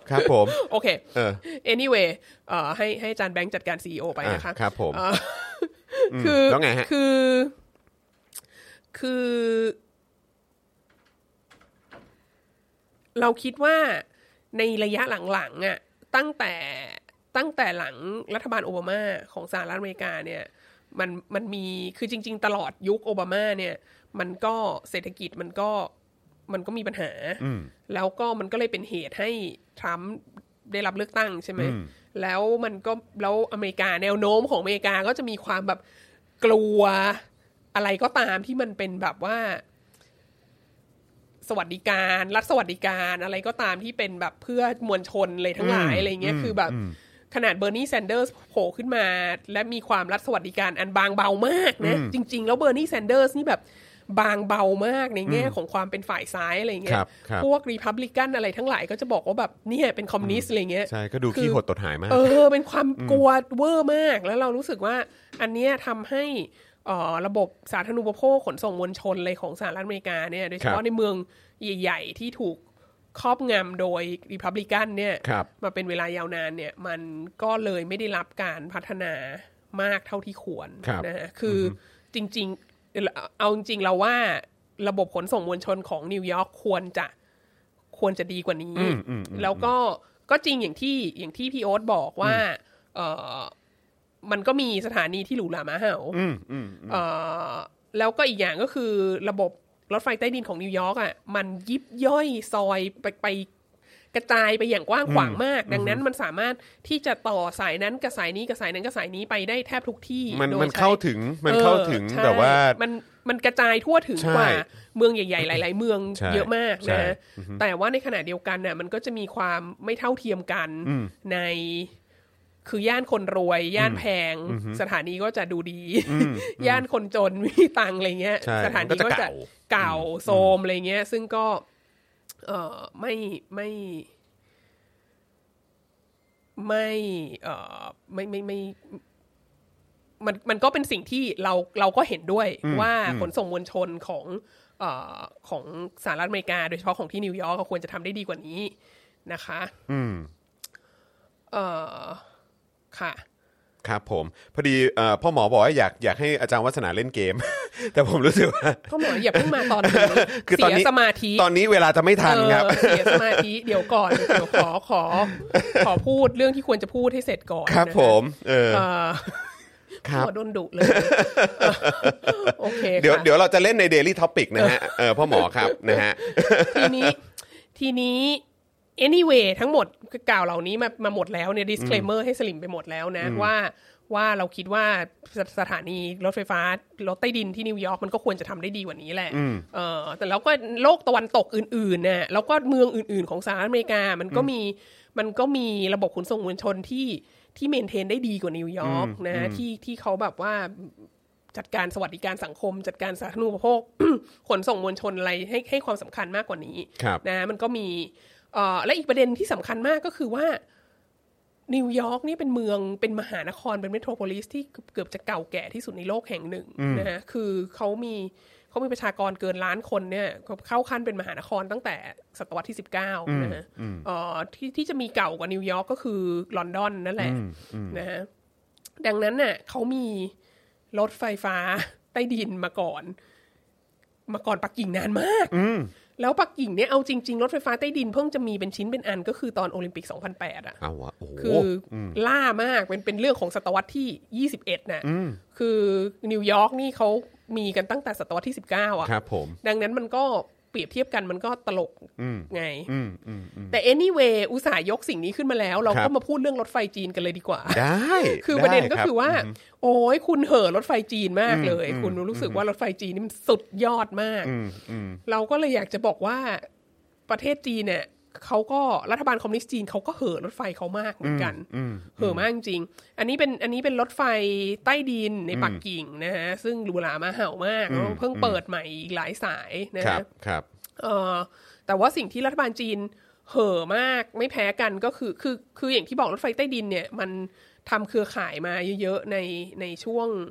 ครับผมโอเคเออ anyway เอ่อให้ให้อาจารย์แบงค์จัดการ ซี อี โอ ไปนะคะครับผมคือแล้วไงฮะคือคือเราคิดว่าในระยะหลังๆอ่ะตั้งแต่ตั้งแต่หลังรัฐบาลโอบามาของสหรัฐอเมริกาเนี่ยมันมันมีคือจริงๆตลอดยุคโอบามาเนี่ยมันก็เศรษฐกิจมันก็มันก็มีปัญหาแล้วก็มันก็เลยเป็นเหตุให้ทรัมป์ได้รับเลือกตั้งใช่ไหมแล้วมันก็แล้วอเมริกาแนวโน้มของอเมริกาก็จะมีความแบบกลัวอะไรก็ตามที่มันเป็นแบบว่าสวัสดิการรัฐสวัสดิการอะไรก็ตามที่เป็นแบบเพื่อมวลชนเลยทั้งหลายอะไรเงี้ยคือแบบขนาดเบอร์นีแซนเดอร์สโผล่ขึ้นมาและมีความรัฐสวัสดิการอันบางเบามากนะจริงๆแล้วเบอร์นีแซนเดอร์สนี่แบบบางเบามากในแง่ของความเป็นฝ่ายซ้ายอะไรเงี้ยพวกรีพับลิกันอะไรทั้งหลายก็จะบอกว่าแบบเนี่ยเป็นคอมมิวนิสต์อะไรเงี้ยใช่ก็ดูขี้หดตดหายมากเออเป็นความกลัวเวอร์มากแล้วเรารู้สึกว่าอันเนี้ยทำให้ระบบสาธารณูปโภคขนส่งมวลชนเลยของสหรัฐอเมริกาเนี่ยโดยเฉพาะในเมืองใหญ่ๆที่ถูกครอบงำโดยรีพับลิกันเนี่ยมาเป็นเวลายาวนานเนี่ยมันก็เลยไม่ได้รับการพัฒนามากเท่าที่ควรนะฮะคือจริงๆเอาจริงๆเราว่าระบบขนส่งมวลชนของนิวยอร์กควรจะควรจะดีกว่านี้แล้วก็ก็จริงอย่างที่อย่างที่พี่โอ๊ตบอกว่าเออมันก็มีสถานีที่หรูหราม้าเห่าแล้วก็อีกอย่างก็คือระบบรถไฟใต้ดินของนิวยอร์กอ่ะมันยิบย่อยซอยไปไปกระจายไปอย่างกว้างขวางมากดังนั้นมันสามารถที่จะต่อสายนั้นกับสายนี้กับสายนั้นกับสายนี้ไปได้แทบทุกที่มันมันเข้าถึงมันเข้าถึงแต่ว่ามันมันกระจายทั่วถึงกว่าเมืองใหญ่ๆหลายๆเมืองเยอะมากนะแต่ว่าในขณะเดียวกันน่ะมันก็จะมีความไม่เท่าเทียมกันในคือย่านคนรวยย่านแพงสถานีก็จะดูดีย่านคนจนมีตังอะไรเงี้ยสถานีก็จะเก่าโทรมอะไรเงี้ยซึ่งก็เอ่อไม่ไม่ไม่เอ่อไม่ไม่ไม่มันมันก็เป็นสิ่งที่เราเราก็เห็นด้วยว่าขนส่งมวลชนของเอ่อของสหรัฐอเมริกาโดยเฉพาะของที่นิวยอร์กก็ควรจะทำได้ดีกว่านี้นะคะอืมเอ่อค่ะครับผมพอดีพ่อหมอบอกว่าอยากอยากให้อาจารย์วัฒนาเล่นเกม แต่ผมรู้สึกว่าพ่อหมออย่าเพิ่งมาตอนนี้คือตอนนี้สมาธิตอนนี้เวลาจะไม่ทันครับเสียสมาธิเดี๋ยวก่อนเดี๋ยวขอขอขอพูดเรื่องที่ควรจะพูดให้เสร็จก่อนครับผมเออครับโดนดุเลยโอเคเดี๋ยวเดี๋ยวเราจะเล่นใน Daily Topic นะฮะเออพ่อหมอครับนะฮะทีนี้ทีนี้ anyway ทั้งหมดกล่าวเหล่านี้มามาหมดแล้วเนี่ย disclaimer ให้สลิมไปหมดแล้วนะว่าว่าเราคิดว่าสถานีรถไฟฟ้ารถใต้ดินที่นิวยอร์กมันก็ควรจะทำได้ดีกว่านี้แหละเออแต่แล้วก็โลกตะวันตกอื่นๆเนี่ยแล้วก็เมืองอื่นๆของสหรัฐอเมริกามันก็มีมันก็มีระบบขนส่งมวลชนที่ที่เมนเทนได้ดีกว่านิวยอร์กนะที่ที่เขาแบบว่าจัดการสวัสดิการสังคมจัดการสาธารณูปโภค ขนส่งมวลชนอะไรให้ให้ความสำคัญมากกว่านี้นะมันก็มีเอ่อและอีกประเด็นที่สำคัญมากก็คือว่านิวยอร์กนี่เป็นเมืองเป็นมหานครเป็นเมโทรโพลิสที่เกือบจะเก่าแก่ที่สุดในโลกแห่งหนึ่งนะฮะคือเขามีเขามีประชากรเกินล้านคนเนี่ยเข้าขั้นเป็นมหานครตั้งแต่ศตวรรษที่สิบเก้านะฮะเอ่อที่ที่จะมีเก่ากว่านิวยอร์กก็คือลอนดอนนั่นแหละนะฮะดังนั้นน่ะเขามีรถไฟฟ้าใต้ดินมาก่อนมาก่อนปักกิ่งนานมากแล้วปักกิ่งเนี่ยเอาจริงๆรถไฟฟ้าใต้ดินเพิ่งจะมีเป็นชิ้นเป็นอันก็คือตอนโอลิมปิกสองพันแปดอ่ะคือล่ามากเป็นเป็นเรื่องของศตวรรษที่ยี่สิบเอ็ดน่ะคือนิวยอร์กนี่เขามีกันตั้งแต่ศตวรรษที่สิบเก้าอ่ะครับผมดังนั้นมันก็เปรียบเทียบกันมันก็ตลกไงแต่ anyway อุตส่าห์ยกสิ่งนี้ขึ้นมาแล้วเราก็มาพูดเรื่องรถไฟจีนกันเลยดีกว่าได้คือประเด็นก็คือว่าโอ้ยคุณเห่อรถไฟจีนมากเลยคุณรู้สึกว่ารถไฟจีนนี่มันสุดยอดมากเราก็เลยอยากจะบอกว่าประเทศจีนเนี่ยเขาก็รัฐบาลคอมมิวนิสต์จีนเขาก็เห่อรถไฟเขามากเหมือนกันเห่อมากจริงอันนี้เป็นอันนี้เป็นรถไฟใต้ดินในปักกิ่งนะฮะซึ่งหรูหรามาเห่ามากเพิ่งเปิดใหม่อีกหลายสายนะครับครับเออแต่ว่าสิ่งที่รัฐบาลจีนเห่อมากไม่แพ้กันก็คือคือคืออย่างที่บอกรถไฟใต้ดินเนี่ยมันทำเครือข่ายมาเยอะๆในในช่วง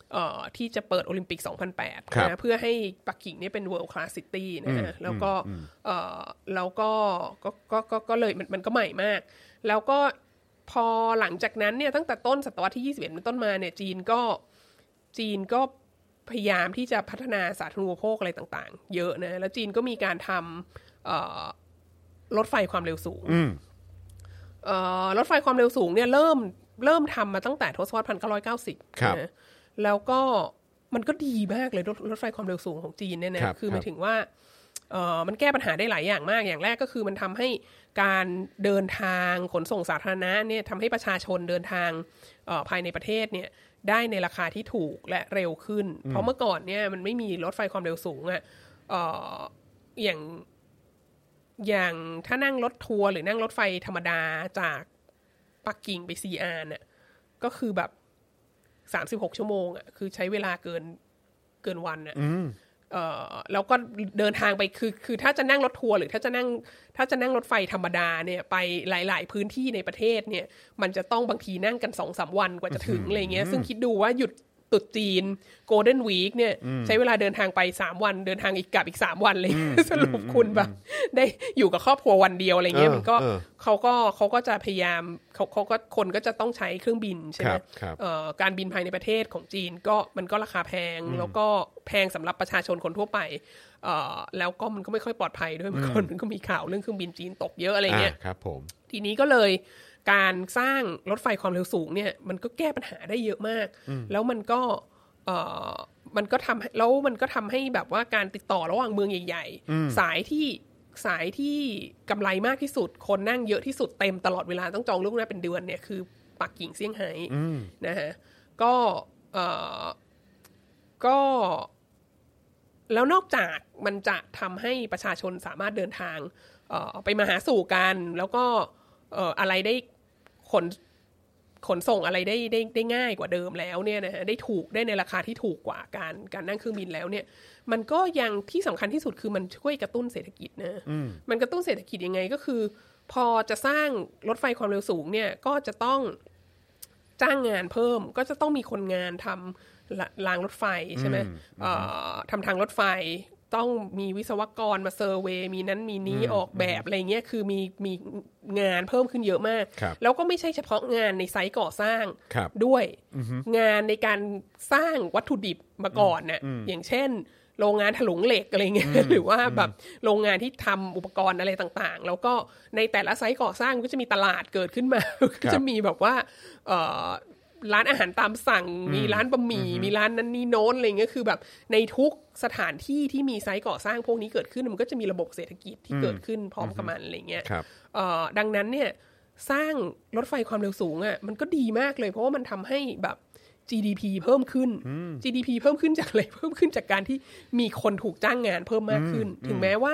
เอ่อที่จะเปิดโอลิมปิกสองพันแปดนะเพื่อให้ปักกิ่งเนี่ยเป็น world class city นะฮะแล้วก็เอ่อแล้วก็ก็ก็ก็ก็เลยมันมันก็ใหม่มากแล้วก็พอหลังจากนั้นเนี่ยตั้งแต่ต้นศตวรรษที่ยี่สิบเอ็ดเป็นต้นมาเนี่ยจีนก็จีนก็พยายามที่จะพัฒนาสาธารณูปโภคอะไรต่างๆเยอะนะแล้วจีนก็มีการทำรถไฟความเร็วสูงรถไฟความเร็วสูงเนี่ยเริ่มเริ่มทำมาตั้งแต่ทศวรรษหนึ่งพันเก้าร้อยเก้าสิบนะแล้วก็มันก็ดีมากเลยรถรถไฟความเร็วสูงของจีนเนี่ยนะคือหมายถึงว่าเอ่อมันแก้ปัญหาได้หลายอย่างมากอย่างแรกก็คือมันทำให้การเดินทางขนส่งสาธารณะเนี่ยทำให้ประชาชนเดินทางเอ่อภายในประเทศเนี่ยได้ในราคาที่ถูกและเร็วขึ้นเพราะเมื่อก่อนเนี่ยมันไม่มีรถไฟความเร็วสูงอ่ะเอ่ออย่างอย่างถ้านั่งรถทัวร์หรือนั่งรถไฟธรรมดาจากปักกิ่งไปซีอานน่ะก็คือแบบสามสิบหกชั่วโมงอ่ะคือใช้เวลาเกินเกินวันอ่ะเอ่อแล้วก็เดินทางไปคือคือถ้าจะนั่งรถทัวร์หรือถ้าจะนั่งถ้าจะนั่งรถไฟธรรมดาเนี่ยไปหลายๆพื้นที่ในประเทศเนี่ยมันจะต้องบางทีนั่งกัน สองสาม วันกว่าจะถึงอะไรเงี้ยซึ่งคิดดูว่าหยุดตรุษจีน Golden Week เนี่ยใช้เวลาเดินทางไปสามวันเดินทางอีกกลับอีกสามวันเลยสรุปคุณแบบได้อยู่กับครอบครัววันเดียวอะไรเงี้ยมันก็เขาก็เขาก็จะพยายามเขาเขาก็คนก็จะต้องใช้เครื่องบินใช่ไหมการบินภายในประเทศของจีนก็มันก็ราคาแพงแล้วก็แพงสำหรับประชาชนคนทั่วไปแล้วก็มันก็ไม่ค่อยปลอดภัยด้วยบางคนมันก็มีข่าวเรื่องเครื่องบินจีนตกเยอะอะไรเงี้ยครับผมทีนี้ก็เลยการสร้างรถไฟความเร็วสูงเนี่ยมันก็แก้ปัญหาได้เยอะมากแล้วมันก็เอ่อมันก็ทำแล้วมันก็ทำให้แบบว่าการติดต่อระหว่างเมืองใหญ่ๆสายที่สายที่กำไรมากที่สุดคนนั่งเยอะที่สุดเต็มตลอดเวลาต้องจองล่วงหน้าเป็นเดือนเนี่ยคือปักกิ่งเซี่ยงไฮ้นะฮะก็เอ่อก็แล้วนอกจากมันจะทำให้ประชาชนสามารถเดินทางเอ่อไปมาหาสู่กันแล้วก็เอ่ออะไรได้ขนขนส่งอะไรได้ได้ได้ง่ายกว่าเดิมแล้วเนี่ยนะฮะได้ถูกได้ในราคาที่ถูกกว่าการการนั่งเครื่องบินแล้วเนี่ยมันก็ยังที่สำคัญที่สุดคือมันช่วยกระตุ้นเศรษฐกิจนะมันกระตุ้นเศรษฐกิจยังไงก็คือพอจะสร้างรถไฟความเร็วสูงเนี่ยก็จะต้องจ้างงานเพิ่มก็จะต้องมีคนงานทำรางรถไฟใช่ไหมทำทางรถไฟต้องมีวิศวกรมาเซอร์เวย์มีนั้นมีนี้ออกแบบอะไรเงี้ยคือมีมีงานเพิ่มขึ้นเยอะมากแล้วก็ไม่ใช่เฉพาะงานในไซต์ก่อสร้างด้วยงานในการสร้างวัตถุดิบมาก่อนน่ะอย่างเช่นโรงงานถลุงเหล็กอะไรเงี้ยหรือว่าแบบโรงงานที่ทำอุปกรณ์อะไรต่างๆแล้วก็ในแต่ละไซต์ก่อสร้างก็จะมีตลาดเกิดขึ้นมาก็จะมีแบบว่าร้านอาหารตามสั่งมีร้านบะหมี่มีร้านนั้นนี่โน้นอะไรเงี้ยคือแบบในทุกสถานที่ที่มีไซต์ก่อสร้างพวกนี้เกิดขึ้นมันก็จะมีระบบเศรษฐกิจที่เกิดขึ้นพร้อมกับมันอะไรเงี้ยดังนั้นเนี่ยสร้างรถไฟความเร็วสูงอ่ะมันก็ดีมากเลยเพราะว่ามันทำให้แบบ จี ดี พี เพิ่มขึ้น จี ดี พี เพิ่มขึ้นจากอะไรเพิ่มขึ้นจากการที่มีคนถูกจ้างงานเพิ่มมากขึ้นถึงแม้ว่า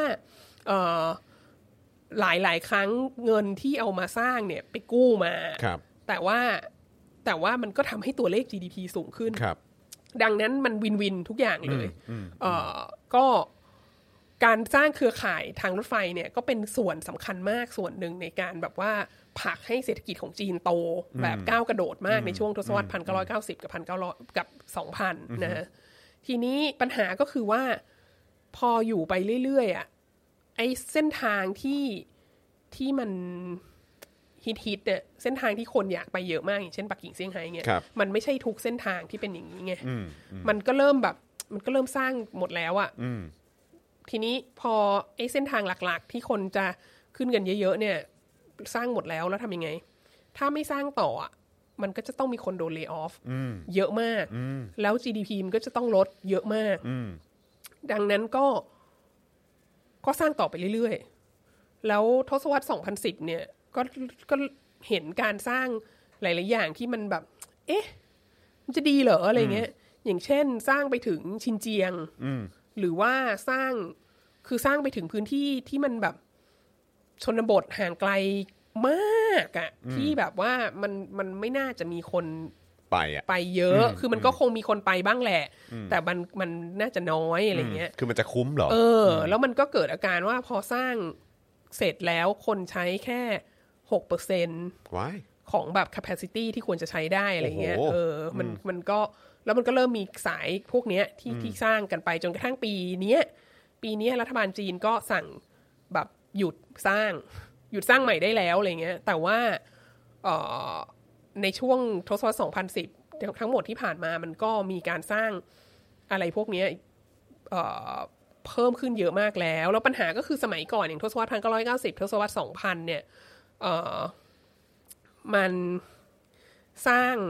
หลายหลายครั้งเงินที่เอามาสร้างเนี่ยไปกู้มาแต่ว่าแต่ว่ามันก็ทำให้ตัวเลข จี ดี พี สูงขึ้นดังนั้นมันวินวินทุกอย่างเลยเอ่อก็การสร้างเครือข่ายทางรถไฟเนี่ยก็เป็นส่วนสำคัญมากส่วนหนึ่งในการแบบว่าผลักให้เศรษฐกิจของจีนโตแบบก้าวกระโดดมากในช่วงทศวรรษหนึ่งพันเก้าร้อยเก้าสิบกับหนึ่งพันเก้าร้อยกับสองพันนะฮะทีนี้ปัญหาก็คือว่าพออยู่ไปเรื่อยๆอ่ะไอ้เส้นทางที่ที่มันฮิตๆเนี่ยเส้นทางที่คนอยากไปเยอะมากอย่างเช่นปักกิ่งเซี่ยงไฮ้เงี้ยมันไม่ใช่ทุกเส้นทางที่เป็นอย่างนี้ไงมันก็เริ่มแบบมันก็เริ่มสร้างหมดแล้วอ่ะทีนี้พอไอ้เส้นทางหลักๆที่คนจะขึ้นกันเยอะๆเนี่ยสร้างหมดแล้วแล้วทำยังไงถ้าไม่สร้างต่ออ่ะมันก็จะต้องมีคนโดนเลย์ออฟเยอะมากแล้ว จี ดี พี มันก็จะต้องลดเยอะมากดังนั้นก็ก็สร้างต่อไปเรื่อยๆแล้วทศวรรษสองพันสิบเนี่ยก็ก็เห็นการสร้างหลายๆอย่างที่มันแบบเอ๊ะมันจะดีเหรออะไรเงี้ยอย่างเช่นสร้างไปถึงชินเจียงหรือว่าสร้างคือสร้างไปถึงพื้นที่ที่มันแบบชนบทห่างไกลมากอะที่แบบว่ามันมันไม่น่าจะมีคนไปอะไปเยอะคือมันก็คงมีคนไปบ้างแหละแต่มันมันน่าจะน้อยอะไรเงี้ยคือมันจะคุ้มเหรอเออแล้วมันก็เกิดอาการว่าพอสร้างเสร็จแล้วคนใช้แค่ หกเปอร์เซ็นต์ ของแบบ capacity ที่ควรจะใช้ได้อะไรเงี้ยเออมันมันก็แล้วมันก็เริ่มมีสายพวกเนี้ยที่ที่สร้างกันไปจนกระทั่งปีนี้ปีนี้รัฐบาลจีนก็สั่งแบบหยุดสร้างหยุดสร้างใหม่ได้แล้วอะไรเงี้ยแต่ว่าในช่วงทศวรรษสองพันสิบทั้งหมดที่ผ่านมามันก็มีการสร้างอะไรพวกนี้เอ่อเพิ่มขึ้นเยอะมากแล้วแล้วปัญหาก็คือสมัยก่อนอย่างทศวรรษหนึ่งพันเก้าร้อยเก้าสิบทศวรรษสองพันเนี่ยเอ่อมันสร้าง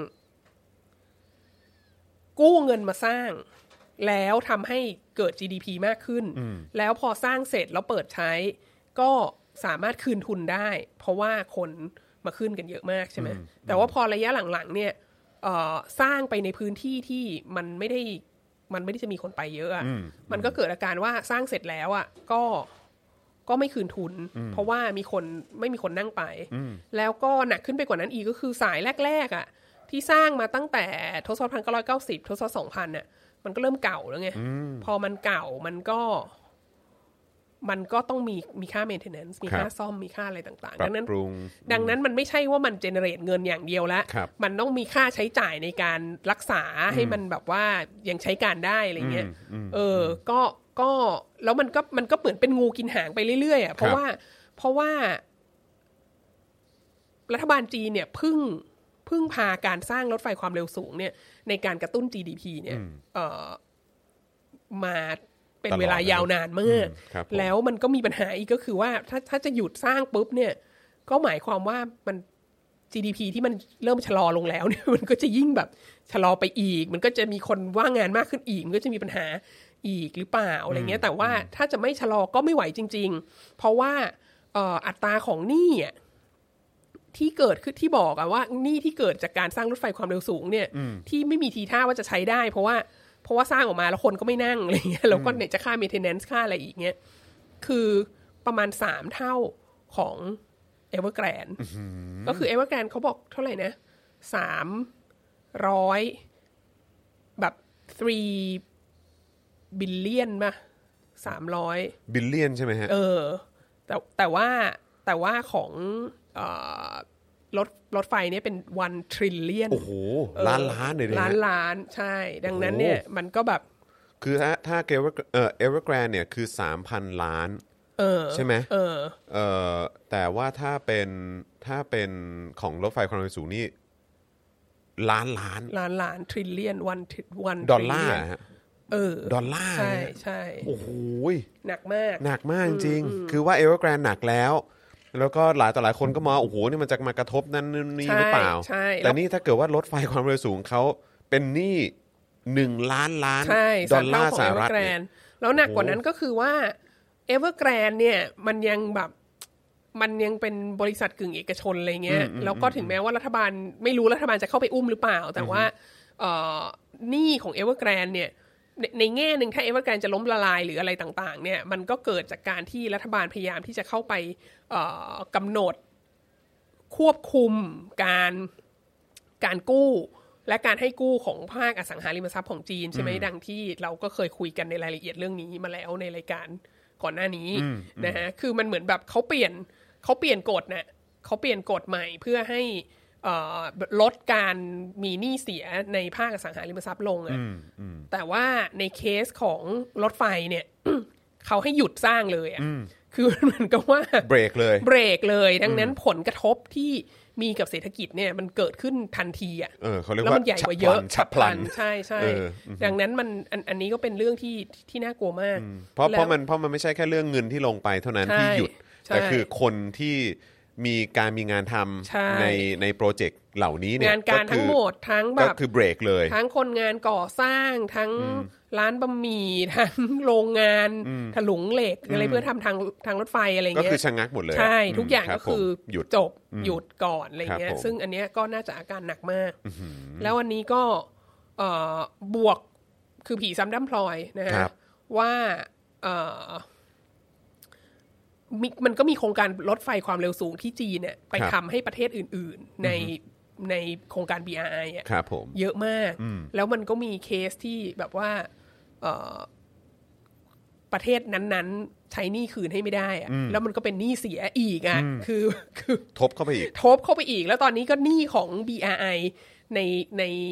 กู้เงินมาสร้างแล้วทำให้เกิด จี ดี พี มากขึ้นแล้วพอสร้างเสร็จแล้วเปิดใช้ก็สามารถคืนทุนได้เพราะว่าคนมาขึ้นกันเยอะมากใช่ไหมแต่ว่าพอระยะหลังๆเนี่ยสร้างไปในพื้นที่ที่มันไม่ได้มันไม่ได้จะมีคนไปเยอะอ่ะมันก็เกิดอาการว่าสร้างเสร็จแล้วอ่ะก็ก็ไม่คืนทุนเพราะว่ามีคนไม่มีคนนั่งไปแล้วก็หนักขึ้นไปกว่านั้นอีกก็คือสายแรกๆอ่ะที่สร้างมาตั้งแต่ทศวรรษหนึ่งพันเก้าร้อยเก้าสิบทศวรรษสองพันน่ะมันก็เริ่มเก่าแล้วไงพอมันเก่ามันก็มันก็ต้องมีมีค่า maintenance มีค่าซ่อมมีค่าอะไรต่างๆดังนั้นดังนั้นมันไม่ใช่ว่ามัน generate เงินอย่างเดียวแล้วมันต้องมีค่าใช้จ่ายในการรักษาให้มันแบบว่ายังใช้การได้อะไรเงี้ยเออก็ก็แล้วมันก็มันก็เหมือนเป็นงูกินหางไปเรื่อยๆอ่ะเพราะว่าเพราะว่ารัฐบาลจีนเนี่ยพึ่งพึ่งพาการสร้างรถไฟความเร็วสูงเนี่ยในการกระตุ้น จี ดี พี เนี่ยเอ่อมาเป็นเวลายาวนานมากแล้วมันก็มีปัญหาอีกก็คือว่าถ้าถ้าจะหยุดสร้างปุ๊บเนี่ยก็หมายความว่ามัน จี ดี พี ที่มันเริ่มชะลอลงแล้วเนี่ยมันก็จะยิ่งแบบชะลอไปอีกมันก็จะมีคนว่างงานมากขึ้นอีกมันก็จะมีปัญหาอีกหรือเปล่าอะไรเงี้ยแต่ว่าถ้าจะไม่ชะลอก็ไม่ไหวจริงๆเพราะว่าเอ่ออัตราของหนี้อ่ะที่เกิดคือที่บอกอะว่าหนี้ที่เกิดจากการสร้างรถไฟความเร็วสูงเนี่ยที่ไม่มีทีท่าว่าจะใช้ได้เพราะว่าเพราะว่าสร้างออกมาแล้วคนก็ไม่นั่งอะไรเงี้ยแล้วก็ไหนจะค่า maintenance ค่าอะไรอีกเงี้ยคือประมาณสามเท่าของ Evergrande ก็คือ Evergrande เขาบอกเท่าไหร่นะสามร้อยแบบ3 billion ป่ะสามร้อย billion ใช่ไหมฮะเออแต่แต่ว่าแต่ว่าของเอ่อรถรถไฟเนี่ยเป็นone trillion โอ้โหล้านล้านเลยนะล้านล้านใช่ดังนั้นเนี่ยมันก็แบบคือถ้าถ้าเอ่อ Evergrande เนี่ยคือ สามพัน ล้านเออใช่ไหมเออเอ่อแต่ว่าถ้าเป็นถ้าเป็นของรถไฟความเร็วสูงนี่ล้านล้านล้านล้าน trillion one one ดอลลาร์ฮะเออดอลลาร์ใช่ใช่โอ้โหหนักมากหนักมากจริงคือว่า Evergrande หนักแล้วแล้วก็หลายต่อหลายคนก็มองโอ้โหนี่มันจะมากระทบนั่นนี่หรือเปล่าแต่นี่ถ้าเกิดว่ารถไฟความเร็วสูงเขาเป็นหนี้หนึ่งล้านล้านดอลลาร์สหรัฐแล้วหนักกว่านั้นก็คือว่า Evergrande เนี่ยมันยังแบบมันยังเป็นบริษัทกึ่งเอกชนอะไรเงี้ยแล้วก็ถึงแม้ว่ารัฐบาลไม่รู้รัฐบาลจะเข้าไปอุ้มหรือเปล่าแต่ว่าหนี้ของ Evergrande เนี่ยใน, ในแง่หนึ่งถ้า Evergrande จะล้มละลายหรืออะไรต่างๆเนี่ยมันก็เกิดจากการที่รัฐบาลพยายามที่จะเข้าไปกำหนดควบคุมการการกู้และการให้กู้ของภาคอสังหาริมทรัพย์ของจีนใช่ไหมดังที่เราก็เคยคุยกันในรายละเอียดเรื่องนี้มาแล้วในรายการก่อนหน้านี้นะฮะคือมันเหมือนแบบเขาเปลี่ยนเขาเปลี่ยนกฎเนี่ยเขาเปลี่ยนกฎใหม่เพื่อให้ลดการมีหนี้เสียในภาคอสังหาริมทรัพย์ลงอ่ะแต่ว่าในเคสของรถไฟเนี่ยเขาให้หยุดสร้างเลยอ่ะคือเหมือนกับว่าเบรกเลยเบรกเลยดังนั้นผลกระทบที่มีกับเศรษฐกิจเนี่ยมันเกิดขึ้นทันทีอ่ะแล้วมันใหญ่กว่าเยอะฉับพลันใช่ใช่ดังนั้นมันอันอันนี้ก็เป็นเรื่องที่ที่น่ากลัวมากเพราะเพราะมันเพราะมันไม่ใช่แค่เรื่องเงินที่ลงไปเท่านั้นที่หยุดแต่คือคนที่มีการมีงานทำในในโปรเจกต์เหล่านี้เนี่ยงานการทั้งหมดทั้งแบบก็คือเบรกเลยทั้งคนงานก่อสร้างทั้งร้านบะหมี่ทั้งโรงงานถลุงเหล็กอะไรเพื่อทำทางทางรถไฟอะไรเงี้ยก็คือชะงักหมดเลยใช่ทุกอย่างก็คือจบหยุดก่อนอะไรเงี้ยซึ่งอันเนี้ยก็น่าจะอาการหนักมากแล้ววันนี้ก็บวกคือผีซ้ำด้ำพลอยนะฮะว่ามันก็มีโครงการรถไฟความเร็วสูงที่จีนเนี่ยไปทำให้ประเทศอื่นๆในในโครงการ บี อาร์ ไอ อ่ะเยอะมากแล้วมันก็มีเคสที่แบบว่าประเทศนั้นๆใช้หนี้คืนให้ไม่ได้อ่ะแล้วมันก็เป็นหนี้เสียอีกอ่ะคือคือทบเข้าไปอีกทบเข้าไปอีกแล้วตอนนี้ก็หนี้ของ บี อาร์ ไอ ในใน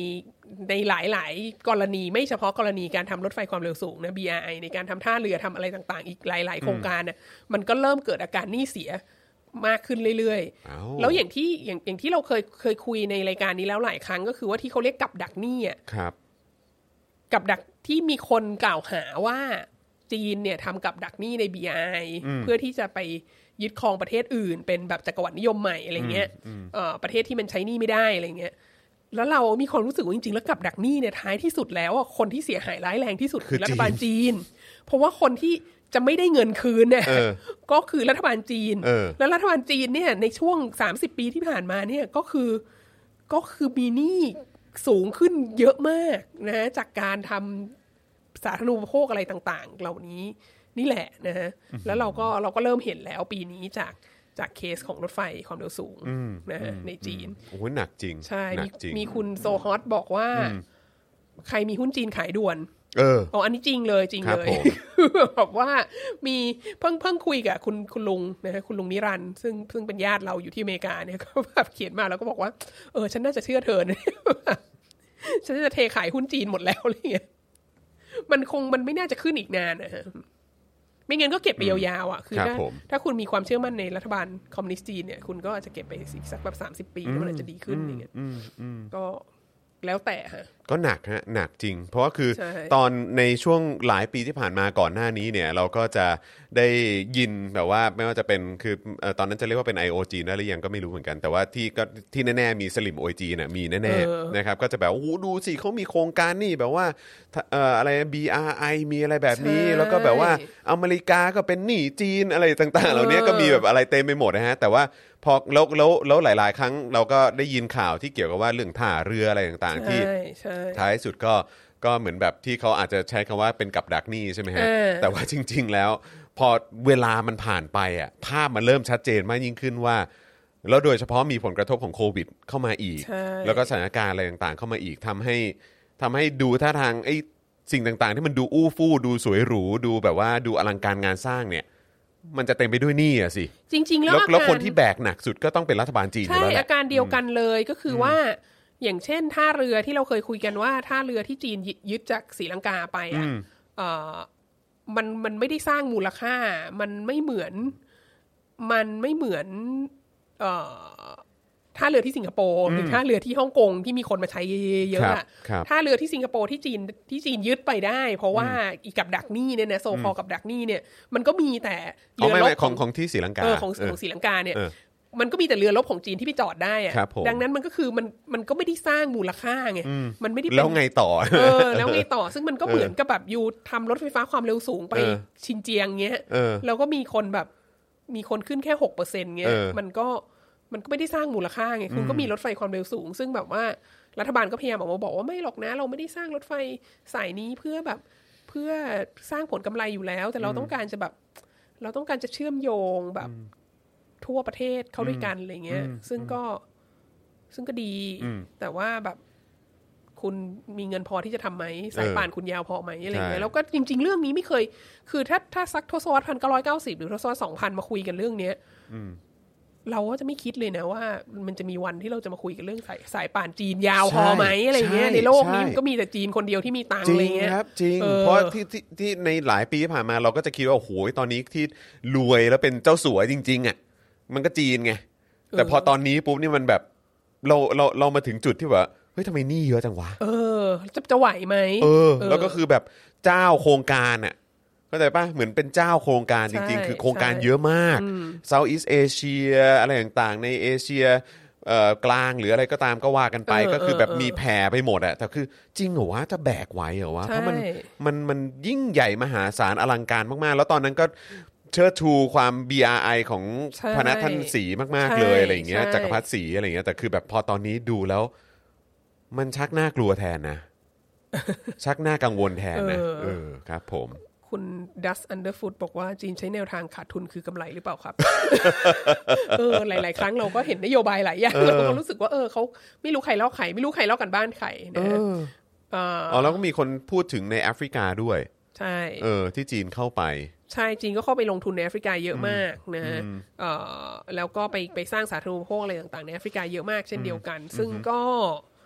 ในหลายๆกรณีไม่เฉพาะกรณีการทำรถไฟความเร็วสูงนะ บี อาร์ ไอ ในการทำท่าเรือทำอะไรต่างๆอีกหลายๆโครงการน่ะมันก็เริ่มเกิดอาการหนี้เสียมากขึ้นเรื่อยๆแล้วอย่างที่อย่างอย่างที่เราเคยเคยคุยในรายการนี้แล้วหลายครั้งก็คือว่าที่เขาเรียกกับดักหนี้อ่ะกับดักที่มีคนกล่าวหาว่าจีนเนี่ยทำกับดักหนี้ใน บี อาร์ ไอ เพื่อที่จะไปยึดครองประเทศอื่นเป็นแบบจักรวรรดินิยมใหม่อะไรเงี้ยเอ่อประเทศที่มันใช้หนี้ไม่ได้อะไรเงี้ยแล้วเรามีความรู้สึกว่าจริงๆแล้วกับดักหนี้เนี่ยท้ายที่สุดแล้วอ่ะคนที่เสียหายร้ายแรงที่สุดคือรัฐบาลจีนเพราะว่าคนที่จะไม่ได้เงินคืนเนี่ยก็คือรัฐบาลจีนแล้วรัฐบาลจีนเนี่ยในช่วงสามสิบปีที่ผ่านมาเนี่ยก็คือก็คือมีหนี้สูงขึ้นเยอะมากนะจากการทำสาธารณูปโภคอะไรต่างๆเหล่านี้นี่แหละนะฮะแล้วเราก็เราก็เริ่มเห็นแล้วปีนี้จากจากเคสของรถไฟความเร็วสูงนะฮะในจีนโอ้โหหนักจริงใช่มีคุณโซฮอตบอกว่าใครมีหุ้นจีนขายด่วนเอออ๋ออันนี้จริงเลยจริงเลยบอกว่ามีเพิ่งเพิ่งคุยกับคุณคุณลุงนะฮะคุณลุงนิรันดร์ซึ่งซึ่งเป็นญาติเราอยู่ที่อเมริกาเนี่ยก็แบบเขียนมาแล้วก็บอกว่าเออฉันน่าจะเชื่อเธอเนี่ยฉันจะเทขายหุ้นจีนหมดแล้วอะไรเงี้ยมันคงมันไม่น่าจะขึ้นอีกนานนะฮะไม่งั้นก็เก็บไปยาวๆอ่ะคือถ้าถ้าคุณมีความเชื่อมั่นในรัฐบาลคอมมิวนิสต์จีนเนี่ยคุณก็อาจจะเก็บไปสักแบบสามสิบปีแล้วมันอาจจะดีขึ้นอย่างเงี้ยก็แล้วแต่ฮะก็หนักฮะหนักจริงเพราะว่าคือตอนในช่วงหลายปีที่ผ่านมาก่อนหน้านี้เนี่ยเราก็จะได้ยินแบบว่าไม่ว่าจะเป็นคือตอนนั้นจะเรียกว่าเป็น ไอ โอ จี ได้หรือยังก็ไม่รู้เหมือนกันแต่ว่าที่ก็ที่แน่ๆมีสลิม โอ จี น่ะมีแน่ๆนะครับก็จะแบบโอ้โหดูสิเขามีโครงการนี่แบบว่าเอ่ออะไร บี อาร์ ไอ มีอะไรแบบนี้แล้วก็แบบว่าอเมริกาก็เป็นหนี้จีนอะไรต่างๆเหล่านี้ก็มีแบบอะไรเต็มไปหมดนะฮะแต่ว่าพอแล้วแล้วแล้วหลายๆครั้งเราก็ได้ยินข่าวที่เกี่ยวกับว่าเรื่องท่าเรืออะไรต่างๆที่ท้ายสุดก็ก็เหมือนแบบที่เขาอาจจะใช้คำว่าเป็นกับดักหนี้ใช่ไหมฮะแต่ว่าจริงๆแล้วพอเวลามันผ่านไปอ่ะภาพมันเริ่มชัดเจนมากยิ่งขึ้นว่าแล้วโดยเฉพาะมีผลกระทบของโควิดเข้ามาอีกแล้วก็สถานการณ์อะไรต่างๆเข้ามาอีกทำให้ทำให้ดูท่าทางไอ้สิ่งต่างๆที่มันดูอู้ฟู่ดูสวยหรูดูแบบว่าดูอลังการงานสร้างเนี่ยมันจะเต็มไปด้วยหนี้อะสิจริงๆแล้วแล้วคนที่แบกหนักสุดก็ต้องเป็นรัฐบาลจีนอยู่แล้วแหละใช่อาการเดียวกันเลยก็คือว่าอย่างเช่นท่าเรือที่เราเคยคุยกันว่าท่าเรือที่จีนยึดจากศรีลังกาไปอ่ะเอ่อมันมันไม่ได้สร้างมูลค่ามันไม่เหมือนมันไม่เหมือนเอ่อท่าเรือที่สิงคโปร์หรือท่าเรือที่ฮ่องกงที่มีคนมาใช้เยอะๆอ่ะท่าเรือที่สิงคโปร์ที่จีนที่จีนยึดไปได้เพราะว่าอีกับดักหนี้เนี่ยนะโซคอลกับดักหนี้เนี่ยมันก็มีแต่เรือรบของของที่ศรีลังกาเออของของศรีลังกาเนี่ยมันก็มีแต่เรือรบของจีนที่ไปจอดได้อะดังนั้นมันก็คือมันมันก็ไม่ได้สร้างมูลค่าไงมันไม่ได้แล้วไงต่อเออแล้วไงต่อซึ่งมันก็เหมือนกับแบบอยู่ทำรถไฟฟ้าความเร็วสูงไปชินเจียงเงี้ยแล้วก็มีคนแบบมีคนขึ้นแค่ หกเปอร์เซ็นต์ เงี้ยมันก็มันก็ไม่ได้สร้างมูลค่าไงคุณก็มีรถไฟความเร็วสูงซึ่งแบบว่ารัฐบาลก็พยายามออกมาบอกว่าไม่หรอกนะเราไม่ได้สร้างรถไฟสายนี้เพื่อแบบเพื่อสร้างผลกำไรอยู่แล้วแต่เราต้องการจะแบบเราต้องการจะเชื่อมโยงแบบทั่วประเทศเข้าด้วยกันอะไรเงี้ยซึ่งก็ซึ่งก็ดีแต่ว่าแบบคุณมีเงินพอที่จะทำไหมสายป่านคุณยาวพอไหมอะไรเงี้ยแล้วก็จริงๆเรื่องนี้ไม่เคยคือถ้าถ้าซักทศวรรษพันเก้าร้อยเก้าสิบหรือทศวรรษสองพันมาคุยกันเรื่องเนี้ยเราก็จะไม่คิดเลยนะว่ามันจะมีวันที่เราจะมาคุยกันเรื่องสายสายป่านจีนยาวพอไหมอะไรเงี้ยในโลกนี้มันก็มีแต่จีนคนเดียวที่มีตังค์อะไรเงี้ยครับจริงเพราะที่ที่ที่ในหลายปีที่ผ่านมาเราก็จะคิดว่าโอ้โหตอนนี้ที่รวยแล้วเป็นเจ้าสัวจริงๆอ่ะมันก็จีนไงแต่พอตอนนี้ปุ๊บนี่มันแบบเราเราเรามาถึงจุดที่ว่าเฮ้ยทำไมหนี้เยอะจังวะเออจะจะไหวไหมเออแล้วก็คือแบบเจ้าโครงการอ่ะเข้าใจป่ะเหมือนเป็นเจ้าโครงการจริงๆคือโครงการเยอะมาก Southeast Asia อะไรต่างๆในเอเชียเอ่อกลางหรืออะไรก็ตามก็ว่ากันไปก็คือแบบมีแผ่ไปหมดอะแต่คือจริงเหรอวะจะแบกไหวเหรอวะเพราะมันมันมันยิ่งใหญ่มหาศาลอลังการมากๆแล้วตอนนั้นก็เชิดชูความ บี อาร์ ไอ ของพระนท่านศรีมากๆเลยอะไรอย่างเงี้ยจักรพรรดิศรีอะไรอย่างเงี้ยแต่คือแบบพอตอนนี้ดูแล้วมันชักน่ากลัวแทนนะชักน่ากังวลแทนนะเออครับผมคุณดัสอันเดอร์ฟุตบอกว่าจีนใช้แนวทางขาดทุนคือกำไรหรือเปล่าครับ เออหลายๆครั้งเราก็เห็นนโยบายหลายอย่างเราก็รู้สึกว่าเออเขาไม่รู้ใครลอกใครไม่รู้ใครลอกกันบ้านใครนะอ๋อแล้วก็มีคนพูดถึงในแอฟริกาด้วยใช่เออที่จีนเข้าไปใช่จีนก็เข้าไปลงทุนในแอฟริกาเยอะมากนะเออแล้วก็ไปไปสร้างสาธารณูปโภคอะไรต่างๆในแอฟริกาเยอะมากเช่นเดียวกันซึ่งก็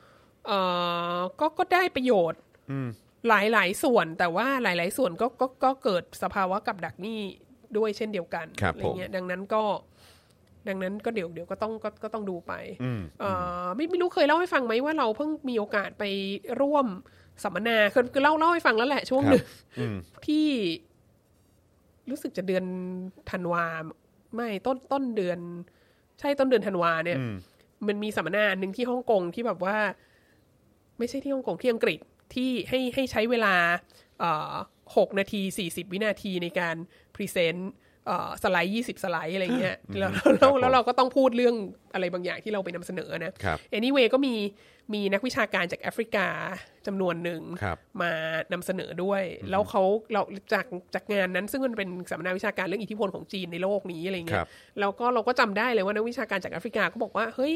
เอ่อก็ก็ได้ประโยชน์หลายๆส่วนแต่ว่าหลายๆส่วนก็ก็ก็เกิดสภาวะกับดักหนี้ด้วยเช่นเดียวกันอะไรเงี้ยดังนั้นก็ดังนั้นก็เดี๋ยวเดี๋ยวก็ต้องก็ก็ต้องดูไปเอ่อไม่ไม่รู้เคยเล่าให้ฟังไหมว่าเราเพิ่งมีโอกาสไปร่วมสัมมนาคือคือเล่าเล่าให้ฟังแล้วแหละช่วงหนึ่งที่รู้สึกจะเดือนธันวาไม่ต้นต้นเดือนใช่ต้นเดือนธันวาเนี่ยมันมีสัมมนาหนึ่งที่ฮ่องกงที่แบบว่าไม่ใช่ที่ฮ่องกงที่อังกฤษที่ให้ให้ใช้เวลาหกนาทีสี่สิบวินาทีในการพรีเซนต์สไลด์ยี่สิบสไลด์อะไรเงี้ยแล้วแล้วแล้วเราก็ต้องพูดเรื่องอะไรบางอย่างที่เราไปนำเสนอนะ anyway ก็มีมีนักวิชาการจากแอฟริกาจำนวนหนึ่งมานำเสนอด้วยแล้วเขาเราจากจากงานนั้นซึ่งมันเป็นสัมมนาวิชาการเรื่องอิทธิพลของจีนในโลกนี้อะไรเงี้ยแล้วก็เราก็จำได้เลยว่านักวิชาการจากแอฟริกาก็บอกว่าเฮ้ย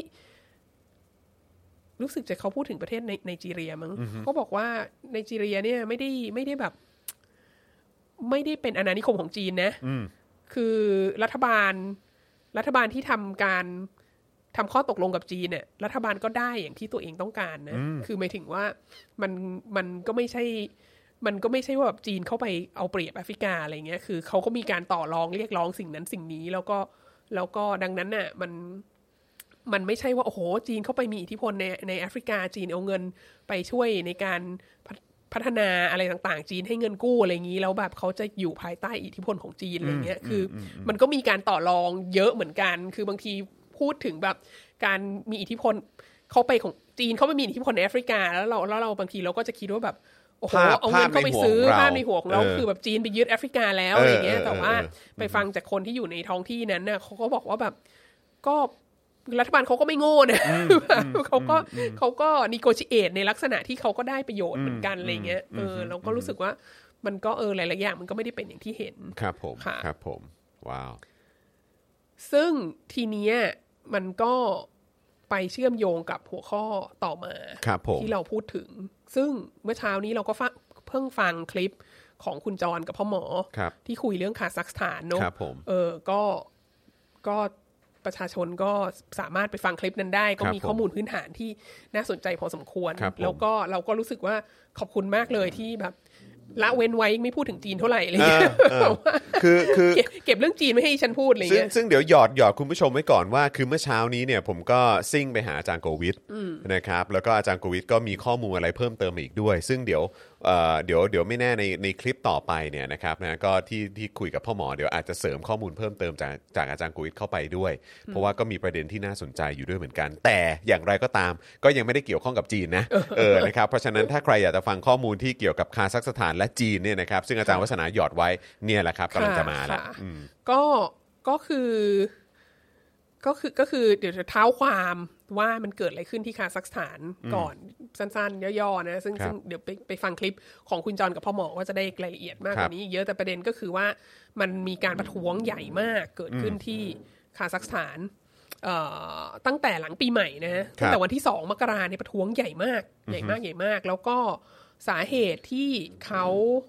รู้สึกจะเขาพูดถึงประเทศในไนจีเรียมั้งเขาบอกว่าไนจีเรียเนี่ยไม่ได้ไม่ได้แบบไม่ได้เป็นอาณานิคมของจีนนะคือรัฐบาลรัฐบาลที่ทำการทำข้อตกลงกับจีนเนี่ยรัฐบาลก็ได้อย่างที่ตัวเองต้องการนะคือหมายถึงว่ามันมันก็ไม่ใช่มันก็ไม่ใช่ว่าแบบจีนเข้าไปเอาเปรียบแอฟริกาอะไรเงี้ยคือเขาก็มีการต่อรองเรียกร้องสิ่งนั้นสิ่งนี้แล้วก็แล้วก็ดังนั้นน่ะมันมันไม่ใช่ว่าโอ้โหจีนเข้าไปมีอิทธิพลในในแอฟริกาจีนเอาเงินไปช่วยในการพัฒนาอะไรต่างๆจีนให้เงินกู้อะไรอย่างนี้แล้วแบบเขาจะอยู่ภายใต้อิทธิพลของจีนอะไรเงี้ยคือมันก็มีการต่อรองเยอะเหมือนกันคือบางทีพูดถึงแบบการมีอิทธิพลเขาไปของจีนเขาไม่มีอิทธิพลในแอฟริกาแล้วเราแล้วเราบางทีเราก็จะคิดว่าแบบโอ้โหเอาเงินเข้าไปซื้อภาพในหัวของเราคือแบบจีนไปยึดแอฟริกาแล้วอะไรเงี้ยแต่ว่าไปฟังจากคนที่อยู่ในท้องที่นั้นน่ะเขาก็บอกว่าแบบก็รัฐบาลเขาก็ไม่โง่นะเขาก็เขาก็นีโกชิเอตในลักษณะที่เขาก็ได้ประโยชน์เหมือนกันอะไรเงี้ยเออเราก็รู้สึกว่ามันก็เออหลายๆอย่างมันก็ไม่ได้เป็นอย่างที่เห็นครับผมครับผมว้าวซึ่งทีเนี้ยมันก็ไปเชื่อมโยงกับหัวข้อต่อมาที่เราพูดถึงซึ่งเมื่อเช้านี้เราก็เพิ่งฟังคลิปของคุณจรกับพ่อหมอที่คุยเรื่องคาซัคสถานเนอะเออก็ก็ประชาชนก็สามารถไปฟังคลิปนั้นได้ก็มีข้อมูลพื้นฐานที่น่าสนใจพอสมควรแล้วก็เราก็รู้สึกว่าขอบคุณมากเลยที่แบบละเว้นไว้ไม่พูดถึงจีนเท่าไหร่อะไรเงี้ยคือคือเก็บเรื่องจีนไม่ให้ฉันพูดอะไรเงี้ยซึ่งเดี๋ยวหยอดหยอดคุณผู้ชมไว้ก่อนว่าคือเมื่อเช้านี้เนี่ยผมก็ซิ่งไปหาอาจารย์โกวิทนะครับแล้วก็อาจารย์โกวิทก็มีข้อมูลอะไรเพิ่มเติมอีกด้วยซึ่งเดี๋ยวเอ่อเดี๋ยวเดี๋ยวไม่แน่ในในคลิปต่อไปเนี่ยนะครับนะก็ที่ที่คุยกับพ่อหมอเดี๋ยวอาจจะเสริมข้อมูลเพิ่มเติมจากจากอาจารย์โกวิทเข้าไปด้วยเพราะว่าก็มีประเด็นที่น่าสนใจอยู่ด้วยเหมือนกันแต่อย่างไรก็ตามก็ยังไม่ได้เกี่ยวข้องกับจีนนะเออนะครับเพราะฉะนั้นถ้าใครอยากจะฟังข้อมูลที่เกี่ยวกับคาซัคสถานและจีนเนี่ยนะครับซึ่งอาจารย์วัฒนาหยอดไว้เนี่ยแหละครับกำลังจะมาแล้วก็ก็คือก็คือก็คือเดี๋ยวจะเท้าความว่ามันเกิดอะไรขึ้นที่คาซัคสถานก่อนสั้นๆย่อๆนะซึ่งซึ่งเดี๋ยวไปไปฟังคลิปของคุณจรกับพ่อหมอว่าจะได้รายละเอียดมากกว่านี้เยอะแต่ประเด็นก็คือว่ามันมีการประท้วงใหญ่มากเกิดขึ้นที่คาซัคสถานตั้งแต่หลังปีใหม่นะตั้งแต่วันที่สองมกราคมเนี่ยประท้วงใหญ่มากใหญ่มากใหญ่มากแล้วก็สาเหตุที่เขา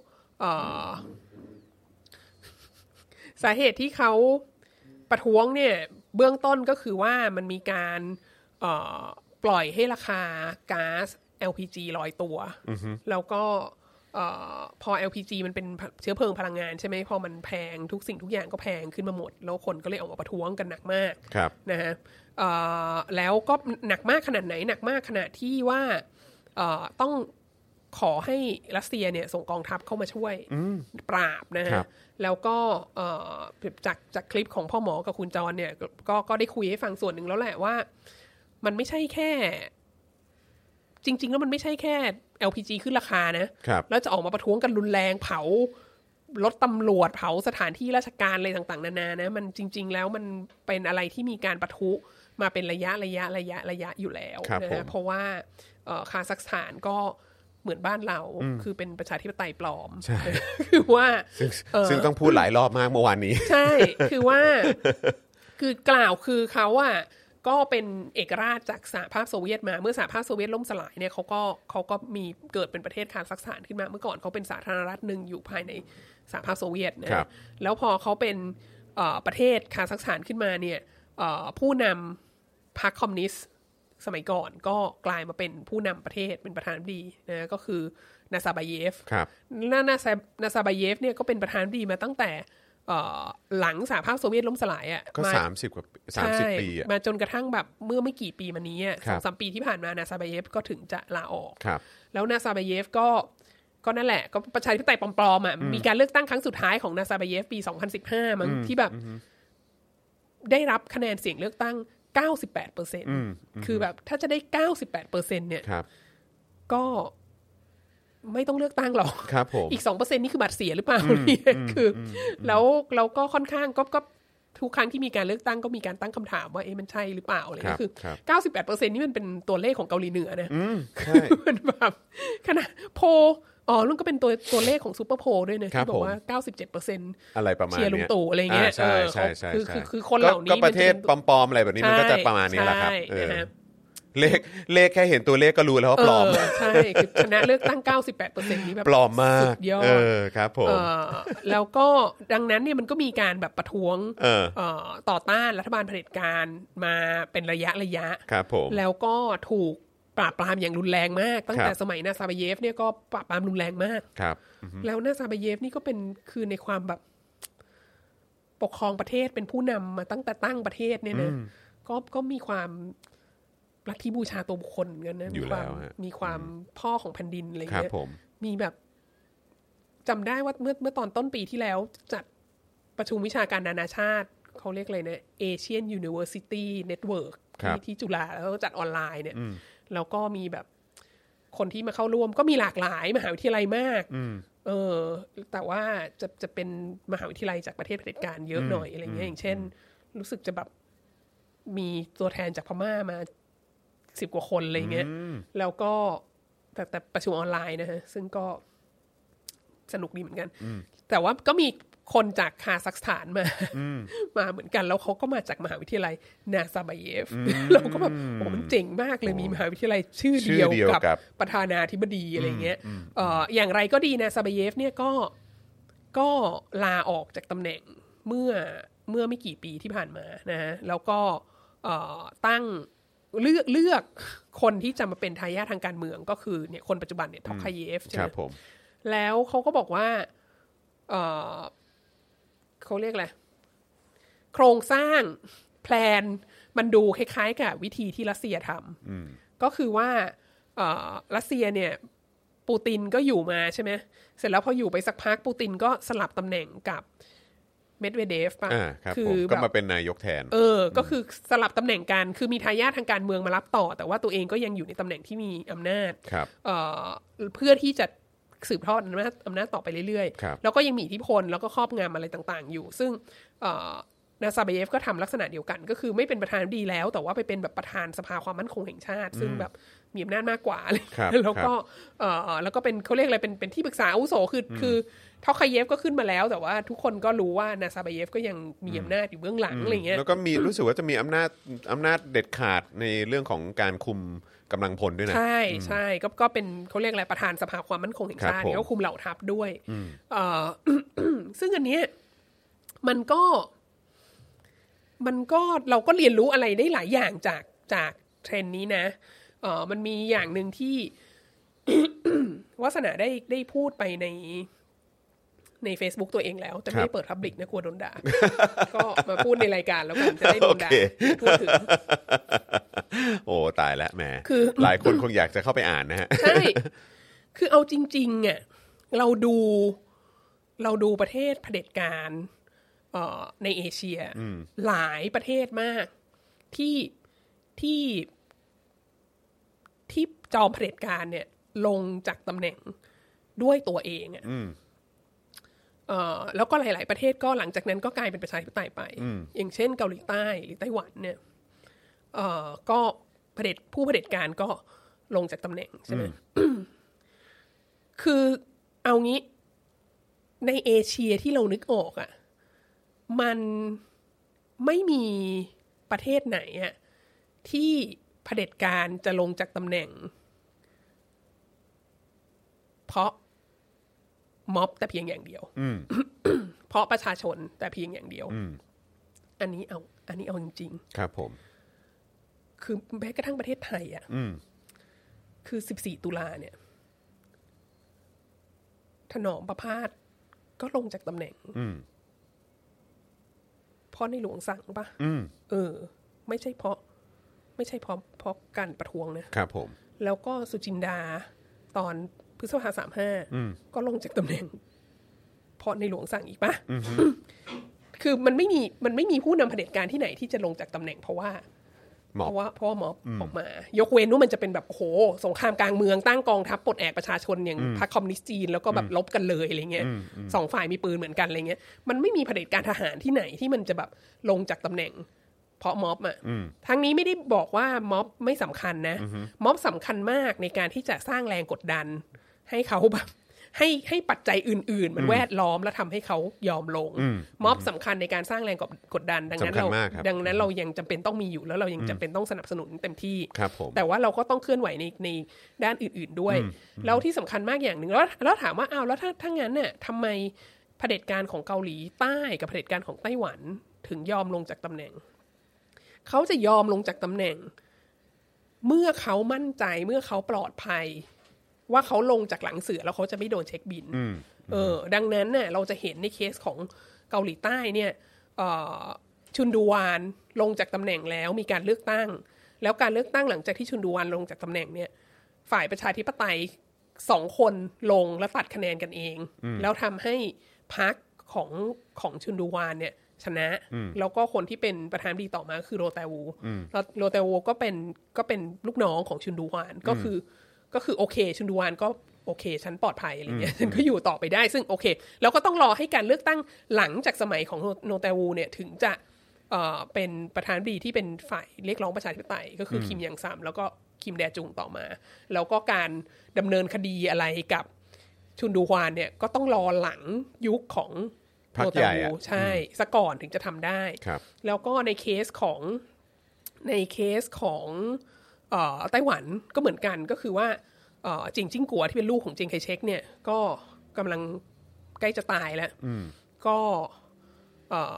สาเหตุที่เขาประท้วงเนี่ยเบื้องต้นก็คือว่ามันมีการปล่อยให้ราคาก๊าซ แอล พี จี ลอยตัวแล้วก็พอ แอล พี จี มันเป็นเชื้อเพลิงพลังงานใช่ไหมพอมันแพงทุกสิ่งทุกอย่างก็แพงขึ้นมาหมดแล้วคนก็เลยออกมาประท้วงกันหนักมากนะฮะแล้วก็หนักมากขนาดไหนหนักมากขนาดที่ว่าต้องขอให้รัสเซียเนี่ยส่งกองทัพเข้ามาช่วยปราบนะฮะแล้วก็จากจากคลิปของพ่อหมอกับคุณจรเนี่ยก็ก็ได้คุยให้ฟังส่วนหนึ่งแล้วแหละว่ามันไม่ใช่แค่จริงๆแล้วมันไม่ใช่แค่ แอล พี จี ขึ้นราคานะแล้วจะออกมาประท้วงกันรุนแรงเผารถตำรวจเผาสถานที่ราชการอะไรต่างๆนานานะมันจริงๆแล้วมันเป็นอะไรที่มีการปะทุมาเป็นระยะระยะระยะระยะอยู่แล้วนะเพราะว่าคาซัคสถานก็เหมือนบ้านเราคือเป็นประชาธิปไตยปลอมคือว่าซึ่งต้องพูดหลายรอบมากเมื่อวานนี้ใช่คือว่าคือกล่าวคือเขาอะก็เป็นเอกราชจากสหภาพโซเวียตมาเมื่อสหภาพโซเวียตล่มสลายเนี่ยเขาก็เขาก็มีเกิดเป็นประเทศคาซัคสถานขึ้นมาเมื่อก่อนเขาเป็นสาธารณรัฐหนึ่งอยู่ภายในสหภาพโซเวียตนะแล้วพอเขาเป็นประเทศคาซัคสถานขึ้นมาเนี่ยผู้นำพรรคคอมมิวนิสต์สมัยก่อนก็กลายมาเป็นผู้นำประเทศเป็นประธานาธิบดีนะก็คือนาซาบาเยฟครับนาซานาซาบาเยฟเนี่ยก็เป็นประธานาธิบดีมาตั้งแต่หลังสหภาพโซเวียตล่มสลายอ่ะก็สามสิบกว่าสามสิบปีอ่ะมาจนกระทั่งแบบเมื่อไม่กี่ปีมานี้สองสามปีที่ผ่านมานาซาบาเยฟก็ถึงจะลาออกแล้วนาซาบาเยฟก็ก็นั่นแหละก็ประชาธิปไตยปลอมๆอ่ะมีการเลือกตั้งครั้งสุดท้ายของนาซาบาเยฟปีสองพันสิบห้ามั้งที่แบบได้รับคะแนนเสียงเลือกตั้ง เก้าสิบแปดเปอร์เซ็นต์ คือแบบถ้าจะได้ เก้าสิบแปดเปอร์เซ็นต์ เนี่ยก็ไม่ต้องเลือกตั้งหรอกอีก สองเปอร์เซ็นต์ นี่คือบัตรเสียหรือเปล่าเนี่ยคือแล้วเราก็ค่อนข้างก็ก็ทุกครั้งที่มีการเลือกตั้งก็มีการตั้งคำถามว่าเอ๊ะมันใช่หรือเปล่าอะไรก็คือ เก้าสิบแปดเปอร์เซ็นต์ นี่มันเป็นตัวเลขของเกาหลีเหนือนะมันแบบขนาดโพอ๋อรุ่นก็เป็นตัวตัวเลขของซูเปอร์โพลด้วยนะที่บอกว่า เก้าสิบเจ็ดเปอร์เซ็นต์อะไรประมาณนี้เชียร์ลุงตู่อะไรเงี้ยใช่ใช่ใช่คือคือคนเหล่านี้ก็ประเทศปลอมๆอะไรแบบนี้มันก็จะประมาณนี้แหละครับเลขเลขแค่เห็นตัวเลขก็รู้แล้วว่าปลอมใช่คือชนะเลือกตั้ง เก้าสิบแปดเปอร์เซ็นต์ นี้แบบปลอมมากสุดยอดเออครับผมเออแล้วก็ดังนั้นเนี่ยมันก็มีการแบบประท้วงเออเอ่อต่อต้านรัฐบาลเผด็จการมาเป็นระยะระยะครับผมแล้วก็ถูกปราบปรามอย่างรุนแรงมากตั้งแต่สมัยนาซาบาเยฟเนี่ยก็ปราบปรามรุนแรงมากครับแล้วนาซาบาเยฟนี่ก็เป็นคือในความแบบปกครองประเทศเป็นผู้นำมาตั้งแต่ตั้งประเทศเนี่ยนะก็ก็มีความลัทธิบูชาตัวบุคคลเหมือนกันนะมีความมีความพ่อของแผ่นดินอะไรเงี้ยมีแบบจำได้ว่าเมื่อเมื่อตอนต้นปีที่แล้วจัดประชุมวิชาการนานาชาติเขาเรียกอะไรนะ Asian University Network ที่ที่จุฬาแล้วจัดออนไลน์เนี่ยแล้วก็มีแบบคนที่มาเข้าร่วมก็มีหลากหลายมหาวิทยาลัยมากเออแต่ว่าจะจะเป็นมหาวิทยาลัยจากประเทศเผด็จการเยอะหน่อยอะไรเงี้ยอย่างเช่นรู้สึกจะแบบมีตัวแทนจากพม่ามาสิบกว่าคนอะไรเงี้ยแล้วก็แต่แต่ประชุมออนไลน์นะฮะซึ่งก็สนุกดีเหมือนกันแต่ว่าก็มีคนจากคาซัคสถานมามาเหมือนกันแล้วเขาก็มาจากมหาวิทยาลัยนาซาบาเยฟเราก็แบบโอ้มันเจ๋งมากเลยมีมหาวิทยาลัยชื่อเดียวกับประธานาธิบดีอะไรเงี้ยเอ่ออย่างไรก็ดีนาซาบาเยฟเนี่ยก็ก็ลาออกจากตำแหน่งเมื่อเมื่อไม่กี่ปีที่ผ่านมานะฮะแล้วก็เอ่อตั้งเลือกเลือกคนที่จะมาเป็นทายาททางการเมืองก็คือเนี่ยคนปัจจุบันเนี่ยทอคาเยฟใช่ไหมแล้วเขาก็บอกว่าเอ่อเขาเรียกอะไรโครงสร้างแพลนมันดูคล้ายๆกับวิธีที่รัสเซียทำก็คือว่าเอ่อรัสเซียเนี่ยปูตินก็อยู่มาใช่ไหมเสร็จแล้วพออยู่ไปสักพักปูตินก็สลับตำแหน่งกับเมดเวเดฟป่ะคือก็มาเป็นนายกแทนเออก็คือสลับตำแหน่งกันคือมีทายาททางการเมืองมารับต่อแต่ว่าตัวเองก็ยังอยู่ในตำแหน่งที่มีอำนาจเอ่อเพื่อที่จะสืบทอดอำนาจอำนาจต่อไปเรื่อยๆแล้วก็ยังมีอิทธิพลแล้วก็ครอบงำอะไรต่างๆอยู่ซึ่งนาซาบาเยฟก็ทำลักษณะเดียวกันก็คือไม่เป็นประธานาธิบดีแล้วแต่ว่าไปเป็นแบบประธานสภาความมั่นคงแห่งชาติซึ่งแบบมีอำนาจมากกว่าเลยแล้วก็แล้วก็เป็นเขาเรียกอะไรเป็นเป็นที่ปรึกษาอาวุโสคือคือทอคาเยฟก็ขึ้นมาแล้วแต่ว่าทุกคนก็รู้ว่านาซาบาเยฟก็ยังมีอำนาจอยู่เบื้องหลังอะไรเงี้ยแล้วก็มีรู้สึกว่าจะมีอำนาจอำนาจเด็ดขาดในเรื่องของการคุมกำลังพลด้วยนะใช่ใช่ก็ก็เป็นเขาเรียกอะไรประธานสภาความมั่นคงแห่งชาติก็คุมเหล่าทัพด้วยซึ่งอันเนี้ยมันก็มันก็เราก็เรียนรู้อะไรได้หลายอย่างจากจากเทรนด์นี้นะเออมันมีอย่างหนึ่งที่ วาสนาได้ได้พูดไปในใน Facebook ตัวเองแล้วแต่ไม่ได้เปิด Public นะกลัวโดนด่า ก็มาพูดในรายการแล้วกันจะได้โดนด่าพูดถึงโอ้ตายแล้วแหมคือหลายคนคงอยากจะเข้าไปอ่านนะฮะใช่คือเอาจริงๆอ่ะเราดูเราดูประเทศเผด็จการเอ่อในเอเชียหลายประเทศมากที่ที่ที่จอมเผด็จการเนี่ยลงจากตำแหน่งด้วยตัวเองอ่ะเอ่อแล้วก็หลายๆประเทศก็หลังจากนั้นก็กลายเป็นประชาธิปไตยไปอย่างเช่นเกาหลีใต้หรือไต้หวันเนี่ยเอ่อก็เผด็จผู้เผด็จการก็ลงจากตำแหน่งใช่ไหม คือเอางี้ในเอเชียที่เรานึกออกอ่ะมันไม่มีประเทศไหนอ่ะที่เผด็จการจะลงจากตำแหน่งเพราะม็อบแต่เพียงอย่างเดียว เพราะประชาชนแต่เพียงอย่างเดียวอันนี้เอาอันนี้เอาจริงๆครับผมคือแม้กระทั่งประเทศไทยอ่ะคือสิบสี่ตุลาเนี่ยถนอมประพาสก็ลงจากตำแหน่งเพราะในหลวงสั่งปะเออไม่ใช่เพราะไม่ใช่เพราะเพราะการประท้วงนะครับผมแล้วก็สุจินดาตอนพฤษภาสามห้าก็ลงจากตำแหน่งเพราะในหลวงสั่งอีกปะคือมันไม่มีมันไม่มีผู้นำเผด็จการที่ไหนที่จะลงจากตำแหน่งเพราะว่าเพราะว่าเพราะว่าม็อบออกมายกเว้นว่ามันจะเป็นแบบโอ้โหสงครามกลางเมืองตั้งกองทัพปลดแอกประชาชนอย่างพรรคคอมมิวนิสต์จีนแล้วก็แบบลบกันเลยอะไรเงี้ยสองฝ่ายมีปืนเหมือนกันอะไรเงี้ยมันไม่มีเผด็จการทหารที่ไหนที่มันจะแบบลงจากตำแหน่งเพราะม็อบอ่ะทั้งนี้ไม่ได้บอกว่าม็อบไม่สำคัญนะม็อบสำคัญมากในการที่จะสร้างแรงกดดันให้เขาแบบให้ให้ปัจจัยอื่นๆมันแวดล้อมแล้วทำให้เขายอมลงม็อบสำคัญในการสร้างแรงกดดันดังนั้นเราดังนั้นเรายังจำเป็นต้องมีอยู่แล้วเรายังจำเป็นต้องสนับสนุนเต็มที่แต่ว่าเราก็ต้องเคลื่อนไหวในในด้านอื่นๆด้วยแล้วที่สำคัญมากอย่างหนึ่งแล้วแล้วถามว่าอ้าวแล้วถ้าถ้างั้นเนี่ยทำไมเผด็จการของเกาหลีใต้กับเผด็จการของไต้หวันถึงยอมลงจากตำแหน่งเขาจะยอมลงจากตำแหน่งเมื่อเขามั่นใจเมื่อเขาปลอดภัยว่าเขาลงจากหลังเสือแล้วเขาจะไม่โดนเช็คบินเออดังนั้นเนี่ยเราจะเห็นในเคสของเกาหลีใต้เนี่ยชุนดูวานลงจากตำแหน่งแล้วมีการเลือกตั้งแล้วการเลือกตั้งหลังจากที่ชุนดูวานลงจากตำแหน่งเนี่ยฝ่ายประชาธิปไตยสองคนลงและตัดคะแนนกันเองแล้วทำให้พรรคของของชุนดูวานเนี่ยชนะแล้วก็คนที่เป็นประธานาธิบดีต่อมาคือโรแตวูแล้วโรแตวูก็เป็นก็เป็นลูกน้องของชุนดูวานก็คือก็คือโอเคชุนดูวานก็โอเคฉันปลอดภัยอะไรเงี้ยฉันก็อยู่ต่อไปได้ซึ่งโอเคแล้วก็ต้องรอให้การเลือกตั้งหลังจากสมัยของโรแตวูเนี่ยถึงจะเอ่อเป็นประธานาธิบดีที่เป็นฝ่ายเรียกร้องประชาธิปไตยก็คือคิมยังซัมแล้วก็คิมแดจุงต่อมาแล้วก็การดำเนินคดีอะไรกับชุนดูฮวานเนี่ยก็ต้องรอหลังยุคของพรรคใหญ่ใช่ซะก่อนถึงจะทำได้แล้วก็ในเคสของในเคสของเอ่อไต้หวันก็เหมือนกันก็คือว่าเอ่อจิงจิ้งกัวที่เป็นลูกของเจิงไคเชกเนี่ยก็กำลังใกล้จะตายแล้วก็เอ่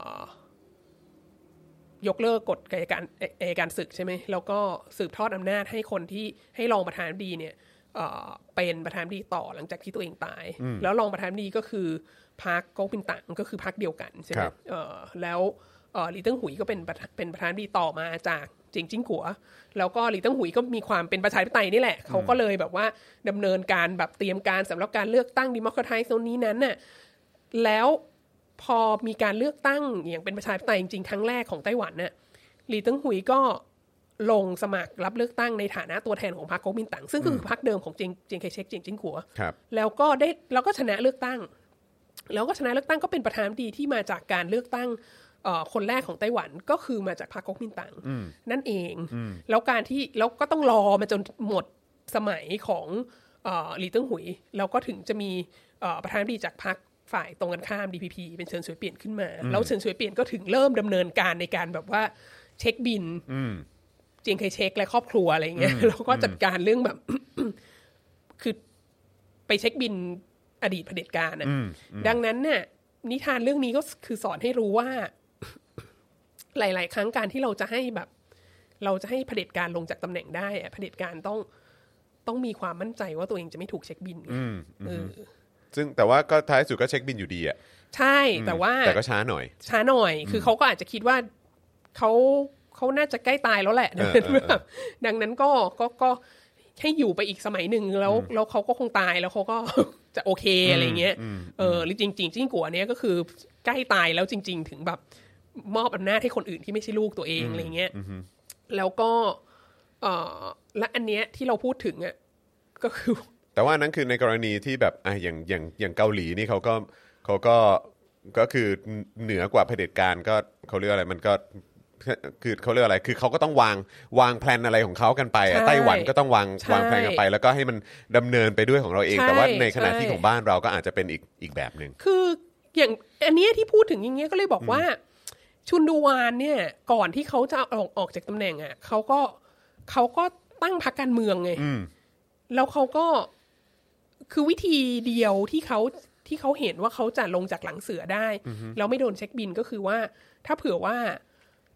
อยกเลิกกฎอัยการอัยการศึกใช่ไหมแล้วก็สืบทอดอำนาจให้คนที่ให้รองประธานาธิบดีเนี่ยเอ่อเป็นประธานาธิบดีต่อหลังจากที่ตัวเองตายแล้วรองประธานาธิบดีก็คือพรรคก๊กมินตั๋งก็คือพรรคเดียวกันใช่ไหมเอ่อแล้วเอ่อหลีเติ้งหุยก็เป็นเป็นประธานาธิบดีต่อมาจากเจิงจิ้งกัวแล้วก็หลีเติ้งหุยก็มีความเป็นประชาธิปไตยนี่แหละเขาก็เลยแบบว่าดำเนินการแบบเตรียมการสำหรับการเลือกตั้งดิโมแครไทซ์โซนนี้นั้นน่ะแล้วพอมีการเลือกตั้งอย่างเป็นประชาธิปไตยจริงๆครั้งแรกของไต้หวันน่ะหลีเติ้งหุยก็ลงสมัครรับเลือกตั้งในฐานะตัวแทนของพรรคก๊กมินตั๋งซึ่งคือพรรคเดิมของเจิงเจิงไคเชกเจิงจิ้งกัวแล้วก็ได้แล้วก็ชนะเลือกตั้งแล้วก็ชนะเลือกตั้งก็เป็นประธานาธิบดีที่มาจากการเลือกตั้งคนแรกของไต้หวันก็คือมาจากพรรคก๊กมินตั๋งนั่นเองแล้วการที่แล้วก็ต้องรอมาจนหมดสมัยของหลีเติ้งหุยแล้วก็ถึงจะมีประธานาธิบดีจากพรรคฝ่ายตรงกันข้าม ดี พี พี เป็นเฉินสวยเปี่ยนขึ้นมาแล้วเฉินสวยเปี่ยนก็ถึงเริ่มดำเนินการในการแบบว่าเช็คบินเจียงไคเชกและครอบครัวอะไรเงี้ยแล้วก็จัดการเรื่องแบบ คือไปเช็คบินอดีตเผด็จการอ่ะดังนั้นเนี่ยนิทานเรื่องนี้ก็คือสอนให้รู้ว่า หลายๆครั้งการที่เราจะให้แบบเราจะให้เผด็จการลงจากตำแหน่งได้อะเผด็จการต้องต้องมีความมั่นใจว่าตัวเองจะไม่ถูกเช็คบินเออซึ่งแต่ว่าก็ท้ายสุดก็เช็คบินอยู่ดีอ่ะใช่แต่ว่าแต่ก็ช้าหน่อยช้าหน่อยคือเขาก็อาจจะคิดว่าเขาเขาน่าจะใกล้ตายแล้วแหละดังนั้นแบบดังนั้นก็ก็ก็ให้อยู่ไปอีกสมัยหนึ่งแล้วแล้วเขาก็คงตายแล้วเขาก็จะโอเคอะไรเงี้ยเออหรือจริงจริงจิ้งกัวเนี้ยก็คือใกล้ตายแล้วจริงๆถึงแบบมอบอำนาจให้คนอื่นที่ไม่ใช่ลูกตัวเองอะไรเงี้ยแล้วก็เออและอันเนี้ยที่เราพูดถึงอ่ะก็คือแต่ว่านั้นคือในกรณีที่แบบอ่ะอย่างอย่างอย่างเกาหลีนี่เขาก็เขาก็ก็คือเหนือกว่าเผด็จการก็เขาเรียกอะไรมันก็คือเขาเรียกอะไรคือเขาก็ต้องวางวางแผนอะไรของเขากันไปไต้หวันก็ต้องวางวางแผนกันไปแล้วก็ให้มันดำเนินไปด้วยของเราเองแต่ว่าในขณะที่ของบ้านเราก็อาจจะเป็นอีกอีกแบบนึงคืออย่างอันนี้ที่พูดถึงอย่างเงี้ยก็เลยบอกว่าชุนดูวานเนี่ยก่อนที่เขาจะออกออกจากตำแหน่งอ่ะเขาก็เขาก็ตั้งพรรคการเมืองไงแล้วเขาก็คือวิธีเดียวที่เขาที่เขาเห็นว่าเขาจะลงจากหลังเสือได้แล้วไม่โดนเช็คบินก็คือว่าถ้าเผื่อว่า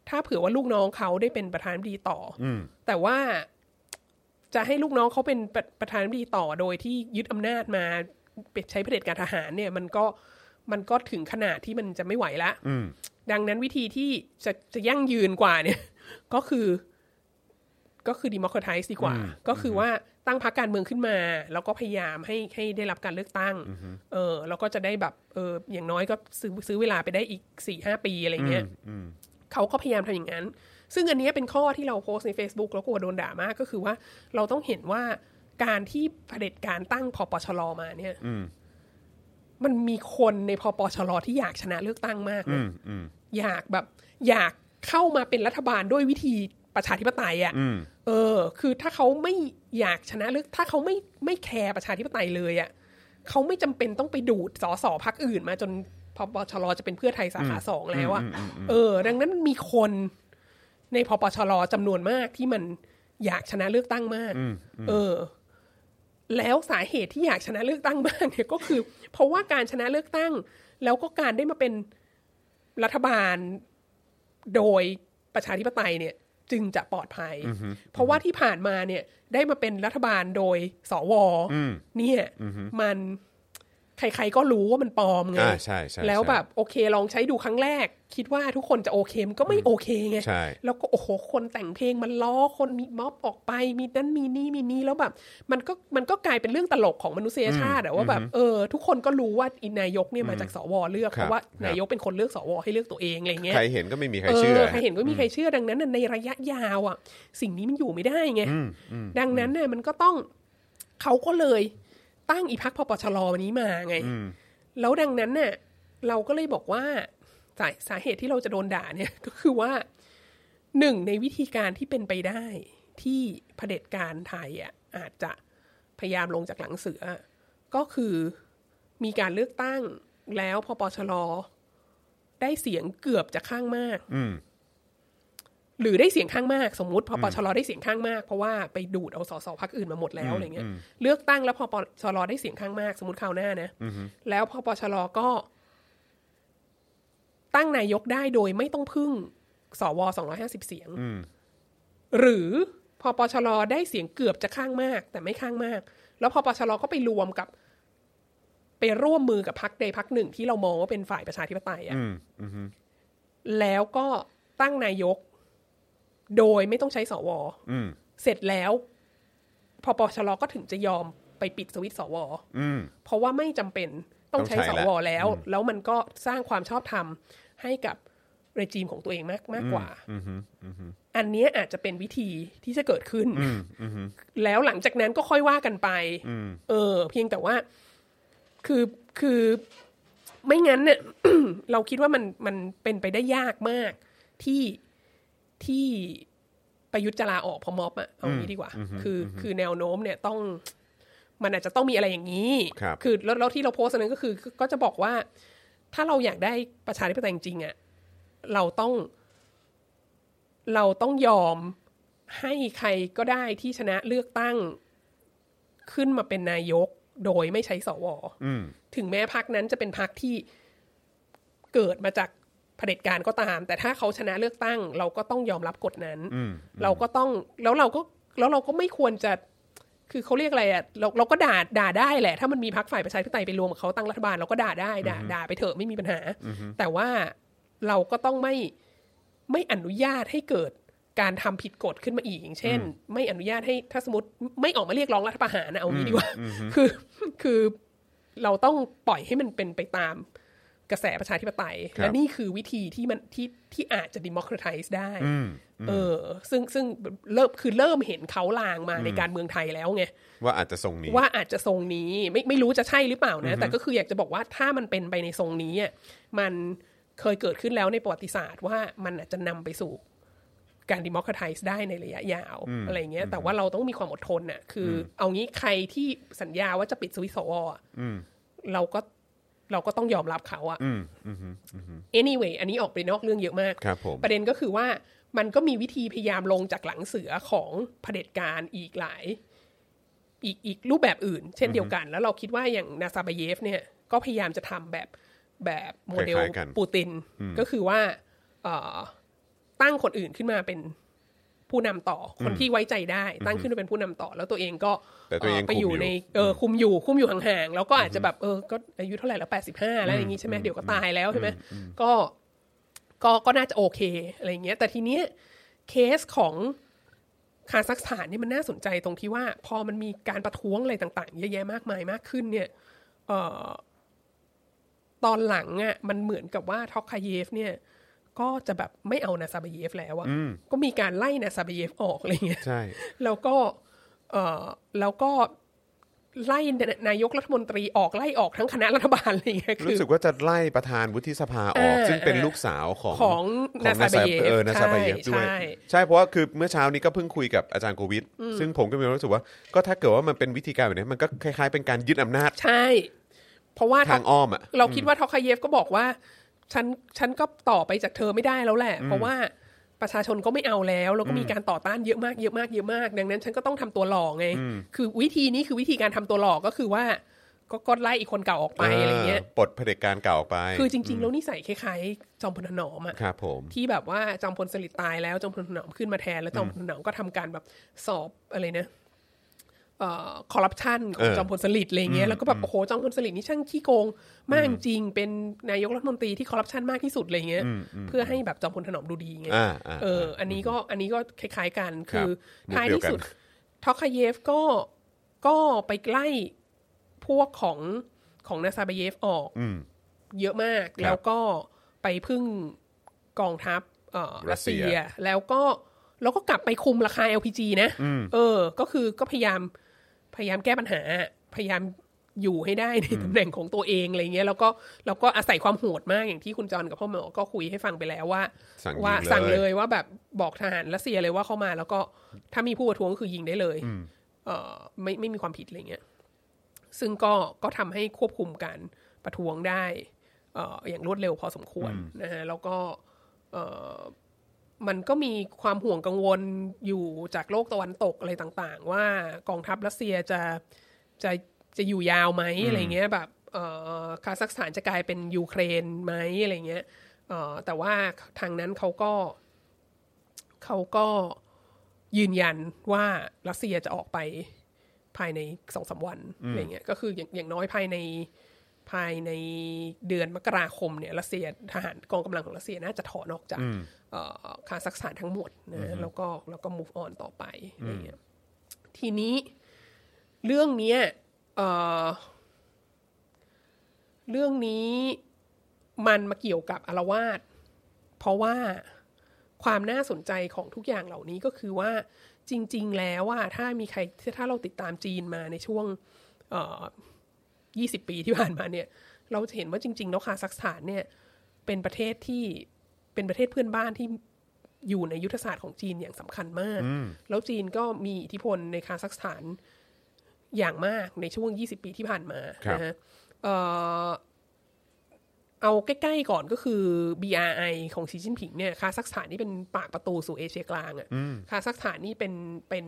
ถ้าเผื่อว่าลูกน้องเขาได้เป็นประธานาธิบดีต่อแต่ว่าจะให้ลูกน้องเขาเป็นประธานาธิบดีต่อโดยที่ยึดอำนาจมาใช้เผด็จการทหารเนี่ยมันก็มันก็ถึงขนาดที่มันจะไม่ไหวละดังนั้นวิธีที่จะจะยั่งยืนกว่าเนี่ยก็คือก็คือ democratize ดีกว่าก็คือว่าตั้งพรรคการเมืองขึ้นมาแล้วก็พยายามให้ให้ได้รับการเลือกตั้งเออแล้วก็จะได้แบบเอออย่างน้อยก็ซื้อซื้อเวลาไปได้อีก สี่ห้า ปีอะไรเงี้ยเขาก็พยายามทำอย่างนั้นซึ่งอันนี้เป็นข้อที่เราโพสต์ใน Facebook แล้วก็โดนด่ามากก็คือว่าเราต้องเห็นว่าการที่เผด็จการตั้งพปชรมาเนี่ยมันมีคนในพปชรที่อยากชนะเลือกตั้งมากเลยอยากแบบอยากเข้ามาเป็นรัฐบาลด้วยวิธีประชาธิปไตยอ่ะเออคือถ้าเขาไม่อยากชนะเลือกถ้าเขาไม่ไม่แคร์ประชาธิปไตยเลยอ่ะเขาไม่จำเป็นต้องไปดูดสสพรรคอื่นมาจนพปชรจะเป็นเพื่อไทยสาขาสองแล้วอ่ะเออดังนั้นมีคนในพปชรจำนวนมากที่มันอยากชนะเลือกตั้งมากเออแล้วสาเหตุที่อยากชนะเลือกตั้งมากเนี่ยก็คือเพราะว่าการชนะเลือกตั้งแล้วก็การได้มาเป็นรัฐบาลโดยประชาธิปไตยเนี่ยจึงจะปลอดภัยเพราะว่าที่ผ่านมาเนี่ยได้มาเป็นรัฐบาลโดยสวเนี่ยมันใครๆก็รู้ว่ามันปลอมไงแล้วแบบโอเคลองใช้ดูครั้งแรกคิดว่าทุกคนจะโอเคมันก็ไม่โอเคไงแล้วก็โอ้โหคนแต่งเพลงมันล้อคนมีม็อบออกไปมีนั้นมีนี่มีนี่แล้วแบบมันก็มันก็กลายเป็นเรื่องตลกของมนุษยชาติอะว่าแบบเออทุกคนก็รู้ว่าอินายกเนี่ยมาจากสวเลือกเพราะว่านายกเป็นคนเลือกสวให้เลือกตัวเองอะไรเงี้ยใครเห็นก็ไม่มีใครเชื่อใครเห็นก็ไม่มีใครเชื่อดังนั้นในระยะยาวอ่ะสิ่งนี้มันอยู่ไม่ได้ไงดังนั้นเนี่ยมันก็ต้องเขาก็เลยตั้งอีพักพปชรนี้มาไงแล้วดังนั้นเนี่ยเราก็เลยบอกว่าสาสาเหตุที่เราจะโดนด่าเนี่ยก็คือว่าหนึ่งในวิธีการที่เป็นไปได้ที่เผด็จการไทยอ่ะอาจจะพยายามลงจากหลังเสือก็คือมีการเลือกตั้งแล้วพปชรได้เสียงเกือบจะข้างมากหรือได้เสียงข้างมากสมมุติพปชรได้เสียงข้างมากเพราะว่าไปดูดเอาสสพรรคอื่นมาหมดแล้วอะไรเงี้ยเลือกตั้งแล้วพปชรได้เสียงข้างมากสมมุติคราวหน้านะแล้วพปชรก็ตั้งนายกได้โดยไม่ต้องพึ่งสวสองร้อยห้าสิบเสียงหรือพปชรได้เสียงเกือบจะข้างมากแต่ไม่ข้างมากแล้วพปชรก็ไปรวมกับไปร่วมมือกับพรรคใดพรรคหนึ่งที่เรามองว่าเป็นฝ่ายประชาธิปไตยอ่ะแล้วก็ตั้งนายกโดยไม่ต้องใช้สวเสร็จแล้วพปชรก็ถึงจะยอมไปปิดสวิตช์สวเพราะว่าไม่จำเป็นต้องใช้สวแล้วแล้วมันก็สร้างความชอบธรรมให้กับเรจิมของตัวเองมากมากกว่าอันนี้อาจจะเป็นวิธีที่จะเกิดขึ้นแล้วหลังจากนั้นก็ค่อยว่ากันไปเออเพียงแต่ว่าคือคือไม่งั้นเนี่ย เราคิดว่ามันมันเป็นไปได้ยากมากที่ที่ประยุทธ์จะลาออกเพราะม็อบอะเอาอย่างนี้ดีกว่าคือคือแนวโน้มเนี่ยต้องมันอาจจะต้องมีอะไรอย่างนี้คือแล้วแล้วที่เราโพสต์นั้นก็คือก็จะบอกว่าถ้าเราอยากได้ประชาธิปไตยจริงๆอะเราต้องเราต้องยอมให้ใครก็ได้ที่ชนะเลือกตั้งขึ้นมาเป็นนายกโดยไม่ใช้สวถึงแม้พรรคนั้นจะเป็นพรรคที่เกิดมาจากเผด็จการก็ตามแต่ถ้าเขาชนะเลือกตั้งเราก็ต้องยอมรับกฎนั้นเราก็ต้องแล้วเราก็แล้วเราก็ไม่ควรจะคือเขาเรียกอะไรอ่ะเราเราก็ด่าด่าได้แหละถ้ามันมีพรรคฝ่ายประชาธิปไตยไปรวมกับเขาตั้งรัฐบาลเราก็ด่าได้ด่าด่าไปเถอะไม่มีปัญหาแต่ว่าเราก็ต้องไม่ไม่อนุญาตให้เกิดการทำผิดกฎขึ้นมาอีกอย่างเช่นไม่อนุญาตให้ถ้าสมมติไม่ออกมาเรียกร้องรัฐประหารนะเอางี้ดีกว่าคือคือเราต้องปล่อยให้มันเป็นไปตามกระแสประชาธิปไตยและนี่คือวิธีที่มันที่ที่อาจจะ democratize ได้เออซึ่งซึ่งเริ่มคือเริ่มเห็นเขาลางมาในการเมืองไทยแล้วไงว่าอาจจะทรงนี้ว่าอาจจะทรงนี้ไม่ไม่รู้จะใช่หรือเปล่านะแต่ก็คืออยากจะบอกว่าถ้ามันเป็นไปในทรงนี้อ่ะมันเคยเกิดขึ้นแล้วในประวัติศาสตร์ว่ามันอาจจะนำไปสู่การ democratize ได้ในระยะยาวอะไรเงี้ยแต่ว่าเราต้องมีความอดทนน่ะคือเอางี้ใครที่สัญญาว่าจะปิดสวิตช์สวเราก็เราก็ต้องยอมรับเขาอะ anyway อันนี้ออกไปนอกเรื่องเยอะมากประเด็นก็คือว่ามันก็มีวิธีพยายามลงจากหลังเสือของเผด็จการอีกหลายอีกอีกรูปแบบอื่นเช่นเดียวกันแล้วเราคิดว่าอย่างนาซาบาเยฟเนี่ยก็พยายามจะทำแบบแบบโมเดลปูตินก็คือว่าตั้งคนอื่นขึ้นมาเป็นผู้นำต่อคนที่ไว้ใจได้ตั้งขึ้นมาเป็นผู้นำต่อแล้วตัวเองก็ไปอยู่ในเออคุมอยู่คุมอยู่ห่างๆแล้วก็อาจจะแบบเออก็อายุเท่าไหร่แล้วแปดสิบห้าแล้วอย่างงี้ใช่ไหมเดี๋ยวก็ตายแล้วใช่ไหมก็ก็ก็น่าจะโอเคอะไรเงี้ยแต่ทีเนี้ยเคสของคาซัคสถานนี่มันน่าสนใจตรงที่ว่าพอมันมีการประท้วงอะไรต่างๆเยอะแยะมากมายมากขึ้นเนี่ยเอ่อตอนหลังอ่ะมันเหมือนกับว่าทอคาเยฟเนี่ยก็จะแบบไม่เอานาซาบาเยฟแล้วอ่ะก็มีการไล่นาซาบาเยฟออกอะไรเงี้ยใช่แล้วก็เอ่อแล้วก็ไล่นายกรัฐมนตรีออกไล่ออกทั้งคณะรัฐบาลอะไรเงี้ยคือรู้สึกว่าจะไล่ประธานวุฒิสภาออกซึ่งเป็นลูกสาวของของนาซาบาเยฟเออนาซาบาเยฟด้วยใช่เพราะว่าคือเมื่อเช้านี้ก็เพิ่งคุยกับอาจารย์โควิดซึ่งผมก็มีความรู้สึกว่าก็ถ้าเกิดว่ามันเป็นวิธีการแบบนี้มันก็คล้ายๆเป็นการยึดอำนาจใช่เพราะว่าทางอ้อมอ่ะเราคิดว่าทอคาเยฟก็บอกว่าฉันฉันก็ต่อไปจากเธอไม่ได้แล้วแหละเพราะว่าประชาชนก็ไม่เอาแล้วแล้วก็มีการต่อต้านเยอะมากเยอะมากเยอะมากดังนั้นฉันก็ต้องทำตัวหล่อไงคือวิธีนี้คือวิธีการทำตัวหล่อก็คือว่าก็กดไล่อีกคนเก่าออกไปอะไรเงี้ยปลดเผด็จการเก่าออกไปคือจริงๆแล้วนิสัยคล้ายๆจอมพลถนอมอ่ะครับผมที่แบบว่าจอมพลสฤษดิ์ตายแล้วจอมพลถนอมขึ้นมาแทนแล้วจอมพลถนอมก็ทำการแบบสอบอะไรนะเอ่อคอร์รัปชันของจอมพลสฤษดิ์อะไรเงี้ยแล้วก็แบบโอ้โหจอมพลสฤษดิ์นี่ช่างขี้โกงมากจริงเป็นนายกรัฐมนตรีที่คอร์รัปชันมากที่สุดอะไรเงี้ยเพื่อให้แบบจอมพลถนอมดูดีไงเอออันนี้ก็อันนี้ก็คล้ายๆกันคือท้ายที่สุดทอคาเยฟก็ก็ไปไล่พวกของของนาซาบาเยฟออกเยอะมากแล้วก็ไปพึ่งกองทัพเอ่อรัสเซียแล้วก็แล้วก็กลับไปคุมราคา แอล พี จี นะเออก็คือก็พยายามพยายามแก้ปัญหาพยายามอยู่ให้ได้ในตำแหน่งของตัวเองอะไรเงี้ยแล้วก็แล้วก็อาศัยความโหดมากอย่างที่คุณจอนกับพ่อหมอก็คุยให้ฟังไปแล้วว่าว่าสั่งเลยว่าแบบบอกทหารรัสเซียเลยว่าเข้ามาแล้วก็ถ้ามีผู้ประท้วงก็คือยิงได้เลยเออไม่ไม่มีความผิดอะไรเงี้ยซึ่งก็ก็ทำให้ควบคุมการประท้วงได้เอ่ออย่างรวดเร็วพอสมควรนะฮะแล้วก็เอ่อมันก็มีความห่วงกังวลอยู่จากโลกตะวันตกอะไรต่างๆว่ากองทัพรัสเซียจะจะจะอยู่ยาวไหมอะไรเงี้ยแบบเอ่อคาซัคสถานจะกลายเป็นยูเครนไหมอะไรเงี้ยเอ่อแต่ว่าทางนั้นเขาก็เขาก็ยืนยันว่ารัสเซียจะออกไปภายใน สองถึงสาม วันอะไรเงี้ยก็คืออย่างอย่างน้อยภายในภายในเดือนมกราคมเนี่ยรัสเซียทหารกองกำลังของรัสเซียน่าจะถอนออกจากคาซัคสถานทั้งหมดนะแล้วก็แล้วก็ move on ต่อไปอะไรเงี้ยทีนี้เรื่องนี้เอ่อเรื่องนี้มันมาเกี่ยวกับอาละวาดเพราะว่าความน่าสนใจของทุกอย่างเหล่านี้ก็คือว่าจริงๆแล้วว่าถ้ามีใครถ้าเราติดตามจีนมาในช่วงเอ่อยี่สิบปีที่ผ่านมาเนี่ยเราจะเห็นว่าจริงๆแล้วคาซัคสถานเนี่ยเป็นประเทศที่เป็นประเทศเพื่อนบ้านที่อยู่ในยุทธศาสตร์ของจีนอย่างสำคัญมากแล้วจีนก็มีอิทธิพลในคาซัคสถานอย่างมากในช่วงยี่สิบปีที่ผ่านมานะฮะ เอ่อเอาใกล้ๆก่อนก็คือ บี อาร์ ไอ ของสีจิ้นผิงเนี่ยคาซัคสถานนี่เป็นปากประตูสู่เอเชียกลางอ่ะคาซัคสถานนี่เป็นเป็น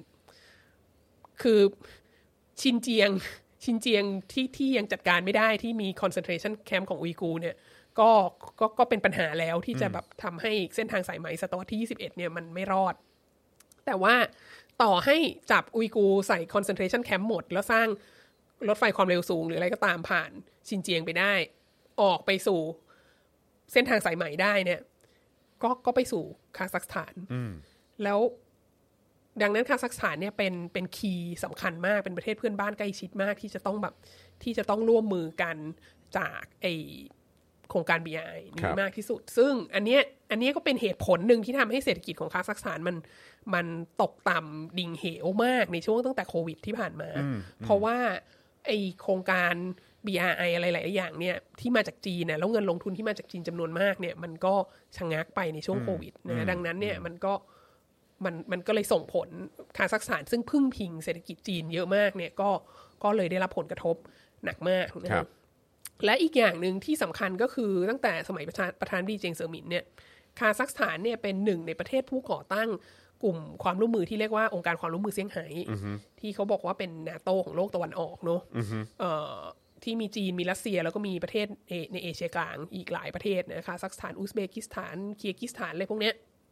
คือชินเจียงชินเจียงที่ที่ยังจัดการไม่ได้ที่มี concentration camp ของอุยกูร์เนี่ยก็ก็ก็เป็นปัญหาแล้วที่จะแบบทำให้เส้นทางสายไหมศตวรรษที่ยี่สิบเอ็ดเนี่ยมันไม่รอดแต่ว่าต่อให้จับอุยกูร์ใส่ concentration camp หมดแล้วสร้างรถไฟความเร็วสูงหรืออะไรก็ตามผ่านชินเจียงไปได้ออกไปสู่เส้นทางสายไหมได้เนี่ยก็ก็ไปสู่คาซัคสถานแล้วดังนั้นคาซัคสถานเนี่ยเป็นเป็นคีย์สำคัญมากเป็นประเทศเพื่อนบ้านใกล้ชิดมากที่จะต้องแบบที่จะต้องร่วมมือกันจากไอโครงการ บี อาร์ ไอ นี้มากที่สุดซึ่งอันเนี้ยอันเนี้ยก็เป็นเหตุผลหนึ่งที่ทำให้เศรษฐกิจของคาซัคสถานมันมันตกต่ำดิ่งเหวมากในช่วงตั้งแต่โควิดที่ผ่านมาเพราะว่าไอโครงการ บี อาร์ ไอ อะไรหลายอย่างเนี่ยที่มาจากจีนเนี่ยแล้วเงินลงทุนที่มาจากจีนจำนวนมากเนี่ยมันก็ชะงักไปในช่วงโควิดนะดังนั้นเนี่ยมันก็มันมันก็เลยส่งผลคาซัคสถานซึ่งพึ่งพิงเศรษฐกิจจีนเยอะมากเนี่ยก็ก็เลยได้รับผลกระทบหนักมากนะครับและอีกอย่างหนึ่งที่สำคัญก็คือตั้งแต่สมัยประธานประธานดีเจงเซอร์มินเนี่ยคาซัคสถานเนี่ยเป็นหนึ่งในประเทศผู้ก่อตั้งกลุ่มความร่วมมือที่เรียกว่าองค์การความร่วมมือเซี่ยงไฮ้ uh-huh. ที่เขาบอกว่าเป็นนาโตของโลกตะวันออกเนอะ uh-huh. เอ่อที่มีจีนมีรัสเซียแล้วก็มีประเทศในเอเชียกลางอีกหลายประเทศนะคาซัคสถานอุซเบกิสถานคีร์กิสถานอะไรพวกเนี้ย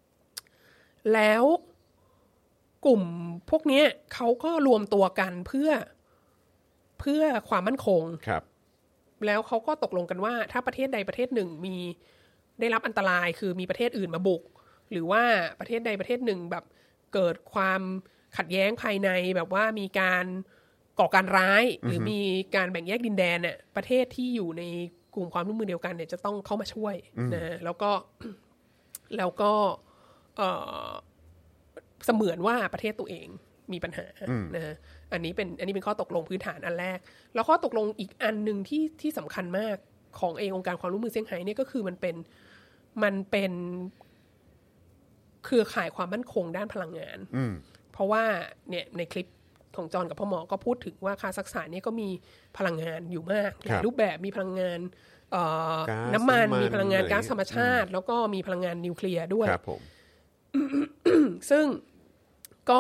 แล้วกลุ่มพวกนี้เขาก็รวมตัวกันเพื่อเพื่อความมั่นคงครับแล้วเขาก็ตกลงกันว่าถ้าประเทศใดประเทศหนึ่งมีได้รับอันตรายคือมีประเทศอื่นมาบุกหรือว่าประเทศใดประเทศหนึ่งแบบเกิดความขัดแย้งภายในแบบว่ามีการก่อการร้ายหรือมีการแบ่งแยกดินแดนเนี่ยประเทศที่อยู่ในกลุ่มความร่วมมือเดียวกันเนี่ยจะต้องเข้ามาช่วยนะแล้วก็แล้วก็เอ่อเสมือนว่าประเทศตัวเองมีปัญหานะฮะอันนี้เป็นอันนี้เป็นข้อตกลงพื้นฐานอันแรกแล้วข้อตกลงอีกอันนึงที่ที่สำคัญมากของเององค์การความร่วมมือเซี่ยงไฮ้เนี่ยก็คือมันเป็นมันเป็นเครือข่ายความมั่นคงด้านพลังงานเพราะว่าเนี่ยในคลิปของจอนกับพ่อหมอก็พูดถึงว่าคาซัคสถานเนี่ยก็มีพลังงานอยู่มากหลายรูปแบบมีพลังงานน้ำมันมีพลังงานก๊าซธรรมชาติแล้วก็มีพลังงานนิวเคลียร์ด้วยซึ่งก็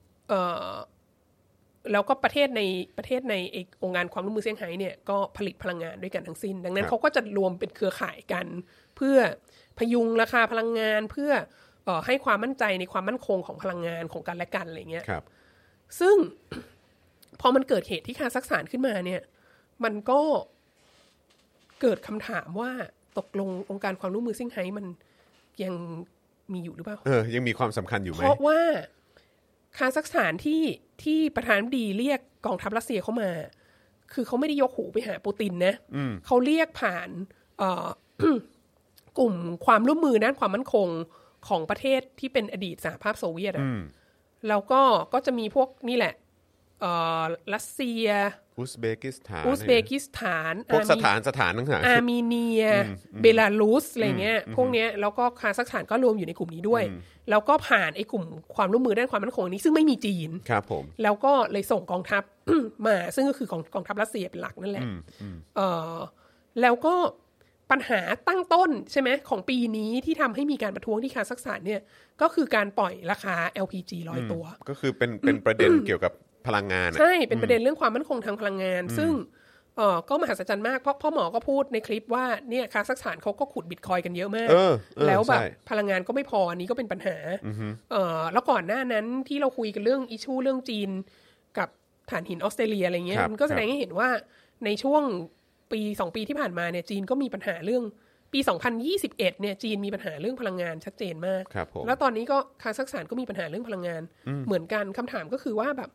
แล้วก็ประเทศในประเทศในองค์การความร่วมมือเซี่ยงไฮ้เนี่ยก็ผลิตพลังงานด้วยกันทั้งสิ้นดังนั้นเขาก็จะรวมเป็นเครือข่ายกันเพื่อพยุงราคาพลังงานเพื่อเอ่อให้ความมั่นใจในความมั่นคงของพลังงานของกันและกันอะไรเงี้ยซึ่งพอมันเกิดเหตุที่คาซัคสถานขึ้นมาเนี่ยมันก็เกิดคำถามว่าตกลงองค์การความร่วมมือเซี่ยงไฮ้มันยังมีอยู่หรือเปล่าเออยังมีความสำคัญอยู่ไหมเพราะว่าคาซัคสถานที่ที่ประธานาธิบดีเรียกกองทัพรัสเซียเข้ามาคือเขาไม่ได้ยกหูไปหาปูตินนะเขาเรียกผ่านกลุ่มความร่วมมือด้านความมั่นคงของประเทศที่เป็นอดีตสหภาพโซเวียตอ่ะแล้วก็ก็จะมีพวกนี่แหละรัสเซียอุซเบกิสถานอุซเบกิสถานพวกสถานสถานต่างๆอาร์เมเนียเบลารุสอะไรเงี้ยพวกเนี้ยแล้วก็คาซัคสถานก็รวมอยู่ในกลุ่มนี้ด้วยแล้วก็ผ่านไอ้กลุ่มความร่วมมือด้านความมั่นคงนี้ซึ่งไม่มีจีนครับผมแล้วก็เลยส่งกองทัพ มาซึ่งก็คือกองกองทัพรัสเซียเป็นหลักนั่นแหละเอ่อแล้วก็ปัญหาตั้งต้นใช่ไหมของปีนี้ที่ทำให้มีการประท้วงที่คาซัคสถานเนี่ยก็คือการปล่อยราคา แอล พี จี ลอยตัวก็คือเป็นเป็นประเด็นเกี่ยวกับพลังงานใช่เป็นประเด็นเรื่องความมั่นคงทางพลังงานซึ่งเอ่อก็มหัศจรรย์มากเพราะพ่อหมอก็พูดในคลิปว่าเนี่ยคาซัคสถานเขาก็ขุดบิตคอยกันเยอะมากแล้วแบบพลังงานก็ไม่พออันนี้ก็เป็นปัญหาเอ่อแล้วก่อนหน้านั้นที่เราคุยกันเรื่องอิชชูเรื่องจีนกับถ่านหินออสเตรเลียอะไรเงี้ยมันก็แสดงให้เห็นว่าในช่วงปีสองปีที่ผ่านมาเนี่ยจีนก็มีปัญหาเรื่องปีสองพันยี่สิบเอ็ดเนี่ยจีนมีปัญหาเรื่องพลังงานชัดเจนมากแล้วตอนนี้ก็คาซัคสถานก็มีปัญหาเรื่องพลังงานเหมือนกันคำถามก็คือว่าแบบ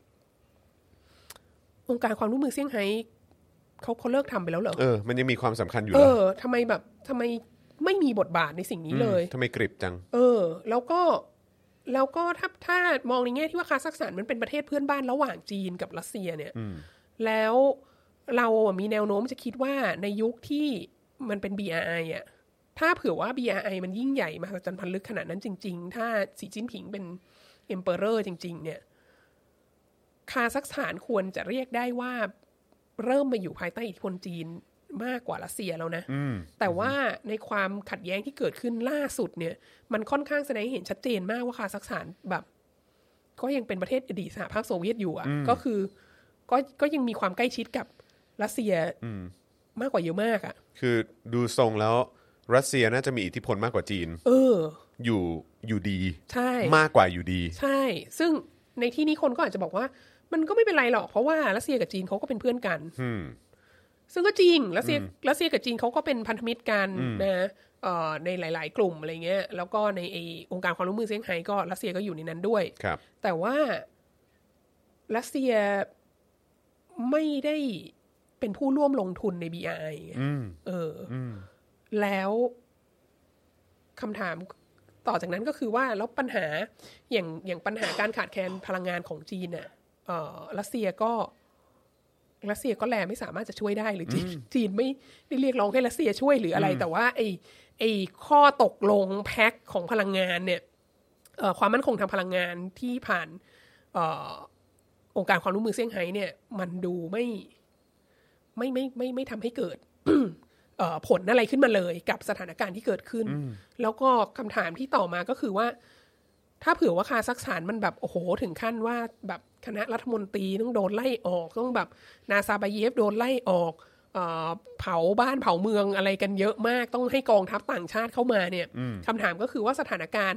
องค์การความร่วมมือเซี่ยงไฮ้เขาเขาเลิกทำไปแล้วเหรอเออมันยังมีความสำคัญอยู่เออทำไมแบบทำไมไม่มีบทบาทในสิ่งนี้เลยทำไมกริบจังเออแล้วก็แล้วก็ถ้าถ้ามองในแง่ที่ว่าคาซัคสถานมันเป็นประเทศเพื่อนบ้านระหว่างจีนกับรัสเซียเนี่ยแล้วเรามีแนวโน้มจะคิดว่าในยุคที่มันเป็น บี อาร์ ไอ อ่ะถ้าเผื่อว่า บี อาร์ ไอ มันยิ่งใหญ่มหัศจรรย์พันลึกขนาดนั้นจริงๆถ้าสีจิ้นผิงเป็นเอ็มเปอเรอร์จริงๆเนี่ยคาซัคสถานควรจะเรียกได้ว่าเริ่มมาอยู่ภายใต้อิทธิพลจีนมากกว่ารัสเซียแล้วนะแต่ว่าในความขัดแย้งที่เกิดขึ้นล่าสุดเนี่ยมันค่อนข้างแสดงให้เห็นชัดเจนมากว่าคาซัคสถานแบบก็ยังเป็นประเทศอดีตสหภาพโซเวียตอยู่อ่ะก็คือก็ก็ยังมีความใกล้ชิดกับรัสเซียมากกว่าเยอะมากอ่ะคือดูทรงแล้วรัสเซียน่าจะมีอิทธิพลมากกว่าจีนเอออยู่อยู่ดีใช่มากกว่าอยู่ดีใช่ซึ่งในที่นี้คนก็อาจจะบอกว่ามันก็ไม่เป็นไรหรอกเพราะว่ารัสเซียกับจีนเขาก็เป็นเพื่อนกันซึ่งก็จริงรัสเซียรัสเซียกับจีนเขาก็เป็นพันธมิตรกันนะในหลายๆกลุ่มอะไรเงี้ยแล้วก็ในองค์การความร่วมมือเซี่ยงไฮ้ก็รัสเซียก็อยู่ในนั้นด้วยแต่ว่ารัสเซียไม่ได้เป็นผู้ร่วมลงทุนใน บี อาร์ ไอ เออแล้วคำถามต่อจากนั้นก็คือว่าแล้วปัญหาอย่างอย่างปัญหาการขาดแคลนพลังงานของจีนเนี่ยเอ่อรัสเซียก็รัสเซียก็แลไม่สามารถจะช่วยได้หรือจีนจีนไม่ได้เรียกร้องให้รัสเซียช่วยหรืออะไรแต่ว่าไอ้ไอ้ข้อตกลงแพ็คของพลังงานเนี่ยเอ่อความมั่นคงทางพลังงานที่ผ่านเอ่อองค์การความร่วมมือเซี่ยงไฮ้เนี่ยมันดูไม่ไม่ไม่ไม่ไม่ทำให้เกิด ผลอะไรขึ้นมาเลยกับสถานการณ์ที่เกิดขึ้นแล้วก็คำถามที่ต่อมาก็คือว่าถ้าเผื่อว่าคาซัคสถานมันแบบโอ้โหถึงขั้นว่าแบบคณะรัฐมนตรีต้องโดนไล่ออกต้องแบบนาซาบาเยฟโดนไล่ออกเอ่อเผาบ้านเผาเมืองอะไรกันเยอะมากต้องให้กองทัพต่างชาติเข้ามาเนี่ยคำถามก็คือว่าสถานการณ์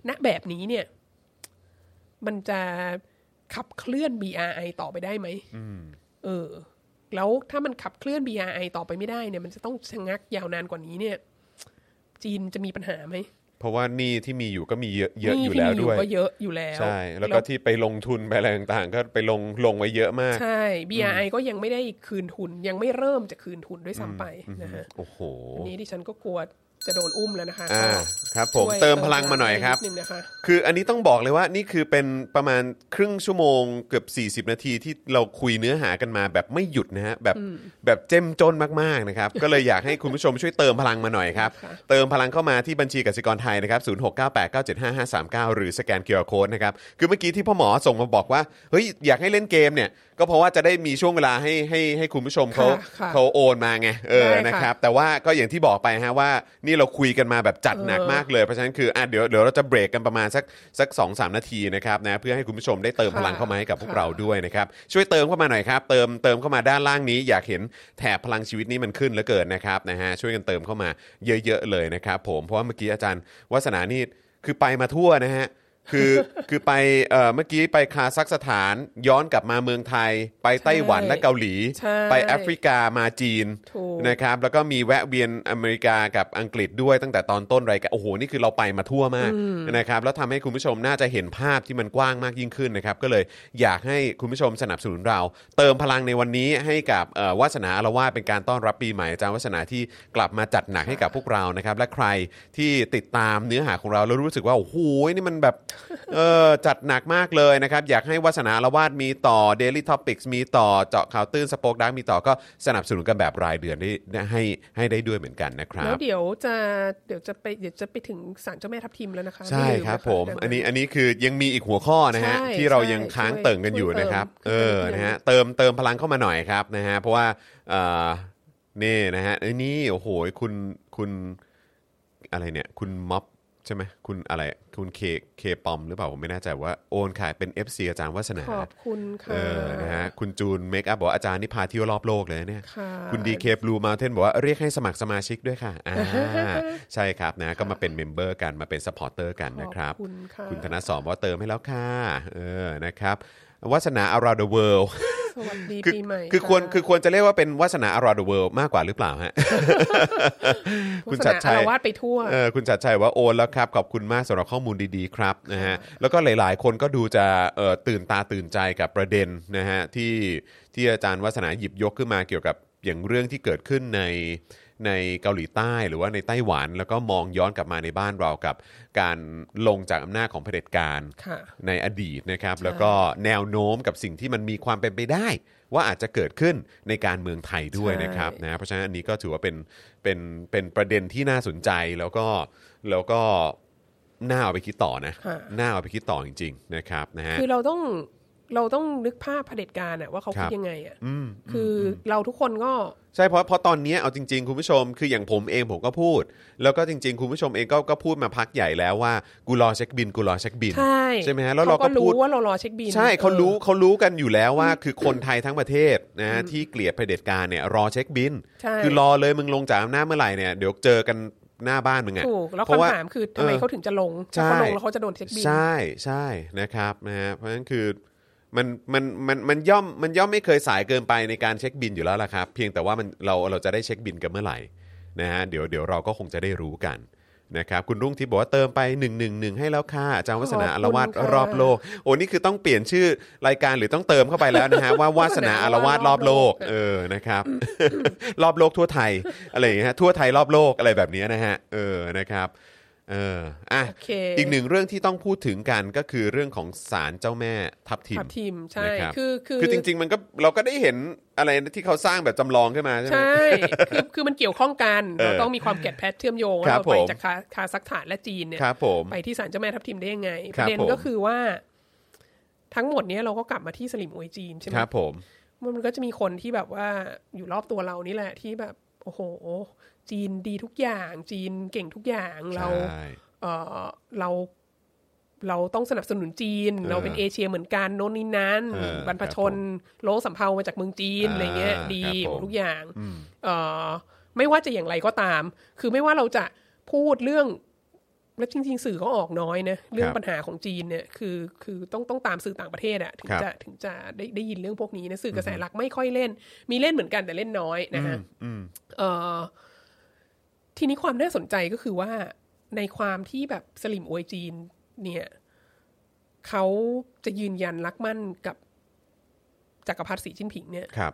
ณแบบนี้เนี่ยมันจะขับเคลื่อน บี อาร์ ไอ ต่อไปได้ไหมเออแล้วถ้ามันขับเคลื่อน บี อาร์ ไอ ต่อไปไม่ได้เนี่ยมันจะต้องชะงักยาวนานกว่านี้เนี่ยจีนจะมีปัญหาไหมเพราะว่านี่ที่มีอยู่ก็มีเยอะเยอะอยู่แล้วด้วยก็เยอะอยู่แล้วใช่แล้วก็ที่ไปลงทุนไปอะไรต่างๆก็ไปลงลงไว้เยอะมากใช่ บี อาร์ ไอ ก็ยังไม่ได้คืนทุนยังไม่เริ่มจะคืนทุนด้วยซ้ำไปนะฮะโอ้โหอันนี้ดิฉันก็กลัวจะโดนอุ้มแล้วนะคะอ่าครับผมเติมพลังมาหน่อยครับคืออันนี้ต้องบอกเลยว่านี่คือเป็นประมาณครึ่งชั่วโมงเกือบสี่สิบนาทีที่เราคุยเนื้อหากันมาแบบไม่หยุดนะฮะแบบแบบเจ้มจนมากๆนะครับก็เลยอยากให้คุณผู้ชมช่วยเติมพลังมาหน่อยครับเติมพลังเข้ามาที่บัญชีกสิกรไทยนะครับศูนย์ หก เก้า แปด เก้า เจ็ด ห้า ห้า สาม เก้าหรือสแกน คิว อาร์ Code นะครับคือเมื่อกี้ที่พ่อหมอส่งมาบอกว่าเฮ้ยอยากให้เล่นเกมเนี่ยก็เพราะว่าจะได้มีช่วงเวลาให้ให้ให้คุณผู้ชมเขาเขาโอนมาไงเออนะครับแต่ว่าก็อย่างที่บอกไปฮะว่านี่เราคุยกันมาแบบจัดหนักมากเลยเพราะฉะนั้นคืออ่ะเดี๋ยวเดี๋ยวเราจะเบรกกันประมาณสักสัก สองถึงสาม นาทีนะครับนะเพื่อให้คุณผู้ชมได้เติมพลังเข้ามาให้กับพวกเราด้วยนะครับช่วยเติมเข้ามาหน่อยครับเติมเติมเข้ามาด้านล่างนี้อยากเห็นแถบพลังชีวิตนี้มันขึ้นเหลือเกินนะครับนะฮะช่วยกันเติมเข้ามาเยอะๆเลยนะครับผมเพราะว่าเมื่อกี้อาจารย์วาสนานี่คือไปมาทั่วนะฮะคือคือไปเอ่อเมื่อกี้ไปคาซัคสถานย้อนกลับมาเมืองไทยไปไต้หวันและเกาหลีไปแอฟริกามาจีนนะครับแล้วก็มีแวะเวียนอเมริกากับอังกฤษด้วยตั้งแต่ตอนต้นรายการโอ้โหนี่คือเราไปมาทั่วมากนะครับแล้วทำให้คุณผู้ชมน่าจะเห็นภาพที่มันกว้างมากยิ่งขึ้นนะครับก็เลยอยากให้คุณผู้ชมสนับสนุนเราเติมพลังในวันนี้ให้กับเอ่อวาสนาอารวาสเป็นการต้อนรับปีใหม่อาจารย์วาสนาที่กลับมาจัดหนักให้กับพวกเรานะครับและใครที่ติดตามเนื้อหาของเราแล้วรู้สึกว่าโอ้โหนี่มันแบบเออจัดหนักมากเลยนะครับอยากให้วาสนาอารวาสมีต่อ Daily Topics มีต่อเจาะข่าวตื้น Spoke Dark มีต่อก็สนับสนุนกันแบบรายเดือนได้ให้ให้ได้ด้วยเหมือนกันนะครับแล้วเดี๋ยวจะเดี๋ยวจะไปเดี๋ยวจะไปถึงศาลเจ้าแม่ทับทิมแล้วนะคะใช่ครับผมอันนี้อันนี้คือยังมีอีกหัวข้อนะฮะที่เรายังค้างเติ่งกันอยู่นะครับเออนะฮะเติมเติมพลังเข้ามาหน่อยครับนะฮะเพราะว่าเอ่อนี่นะฮะนี่โอ้โหคุณคุณอะไรเนี่ยคุณม็อบใช่ไหมคุณอะไรคุณเคเคปอมหรือเปล่าผมไม่แน่ใจว่าโอนขายเป็น เอฟ ซี อาจารย์วาสนาขอบคุณค่ะเออนะฮะคุณจูนเมคอัพบอกอาจารย์นี่พาเที่ยวรอบโลกเลยเนี่ยคุณดีเคบลูมาเทนบอกว่าเรียกให้สมัครสมาชิกด้วยค่ะอ่าใช่ครับนะก็มาเป็นเมมเบอร์กันมาเป็นซัพพอร์เตอร์กันนะครับคุณธนสอนว่าเติมให้แล้วค่ะเออนะครับวาสนา around the world สวัสดีปีใหม่คือควรคือควรจะเรียกว่าเป็นวาสนา around the world มากกว่าหรือเปล่าฮะคุณชัดชัยวาดไปทั่วเออคุณชัดชัยว่าโอนแล้วครับขอบคุณมากสำหรับข้อมูลดีๆครับนะฮะแล้วก็หลายๆคนก็ดูจะเอ่อตื่นตาตื่นใจกับประเด็นนะฮะที่ที่อาจารย์วาสนาหยิบยกขึ้นมาเกี่ยวกับอย่างเรื่องที่เกิดขึ้นในในเกาหลีใต้หรือว่าในไต้หวันแล้วก็มองย้อนกลับมาในบ้านเรากับการลงจากอำนาจของเผด็จการในอดีตนะครับแล้วก็แนวโน้มกับสิ่งที่มันมีความเป็นไปได้ว่าอาจจะเกิดขึ้นในการเมืองไทยด้วยนะครับนะเพราะฉะนั้นอันนี้ก็ถือว่าเป็นเป็นเป็นประเด็นที่น่าสนใจแล้วก็แล้วก็น่าเอาไปคิดต่อนะน่าเอาไปคิดต่อจริงๆนะครับนะฮะคือเราต้องเราต้องนึกภาพเผด็จการอะว่าเขาคิดยังไงอะคือเราทุกคนก็ใช่เพราะเพราะตอนนี้เอาจริงๆคุณผู้ชมคืออย่างผมเองผมก็พูดแล้วก็จริงๆคุณผู้ชมเองก็ก็พูดมาพักใหญ่แล้วว่ากูรอเช็คบินกูรอเช็คบินใช่ใช่ไหมฮะแล้วเราก็พูดว่าเรารอเช็คบินใช่เขารู้เขารู้กันอยู่แล้วว่าคือคนไทยทั้งประเทศนะที่เกลียดเผด็จการเนี่ยรอเช็คบินคือรอเลยมึงลงจากอำนาจเมื่อไหร่เนี่ยเดี๋ยวเจอกันหน้าบ้านมึงอ่ะถูกแล้วคำถามคือทำไมเขาถึงจะลงถ้าเขาลงแล้วเขาจะโดนเช็คบินใช่ใช่นะครับนะฮะเพราะฉะนั้นคือมันมันมันมันย่อมมันย่อมไม่เคยสายเกินไปในการเช็คบินอยู่แล้วล่ะครับเพียงแต่ว่ามันเราเราจะได้เช็คบินกันเมื่อไหร่นะฮะเดี๋ยวเดี๋ยวเราก็คงจะได้รู้กันนะครับคุณรุ่งทิพย์บอกว่าเติมไปหนึ่งหนึ่งหนึ่งให้แล้วค่ะอาจารย์วาสนาอารวาสรอบโลกโอ้นี่คือต้องเปลี่ยนชื่อรายการหรือต้องเติมเข้าไปแล้วนะฮะว่าวาสนาอารวาสรอบโลกเออนะครับ รอบโลกทั่วไทยอะไรอย่างเงี้ยทั่วไทยรอบโลกอะไรแบบนี้นะฮะเออนะครับเอออ่ะ okay. อีกหนึ่งเรื่องที่ต้องพูดถึงกันก็คือเรื่องของศาลเจ้าแม่ทับทิมทับทิมใช่คือคือคือจริงๆมันก็เราก็ได้เห็นอะไรที่เขาสร้างแบบจำลองขึ้นมาใช่ไหมใช่คือคือมันเกี่ยวข้องกันเราต้องมีความแกะแพทเชื่อมโยงเราไปจากคาซัคสถานและจีนเนี่ยไปที่ศาลเจ้าแม่ทับทิมได้ยังไงประเด็นก็คือว่าทั้งหมดนี้เราก็กลับมาที่สลิมอวยจีนใช่ไหมครับผมมันก็จะมีคนที่แบบว่าอยู่รอบตัวเรานี่แหละที่แบบโอ้โหจีนดีทุกอย่างจีนเก่งทุกอย่างเราเออเราเราต้องสนับสนุนจีนเราเป็นเอเชียเหมือนกันโน่นนี่นั้นบรรพชนโลสัมเภามาจากเมืองจีนอะไรเงี้ยดีหมดทุกอย่างเออไม่ว่าจะอย่างไรก็ตามคือไม่ว่าเราจะพูดเรื่องแล้วจริงๆสื่อก็ออกน้อยนะเรื่องปัญหาของจีนเนี่ยคือคือต้องต้องตามสื่อต่างประเทศอะถึงจะถึงจะได้ได้ยินเรื่องพวกนี้นะสื่อกระแสหลักไม่ค่อยเล่นมีเล่นเหมือนกันแต่เล่นน้อยนะฮะเอ่อทีนี้ความน่าสนใจก็คือว่าในความที่แบบสลิมอวยจีนเนี่ยเขาจะยืนยันรักมั่นกับจักรพรรดิสีจิ้นผิงเนี่ยครับ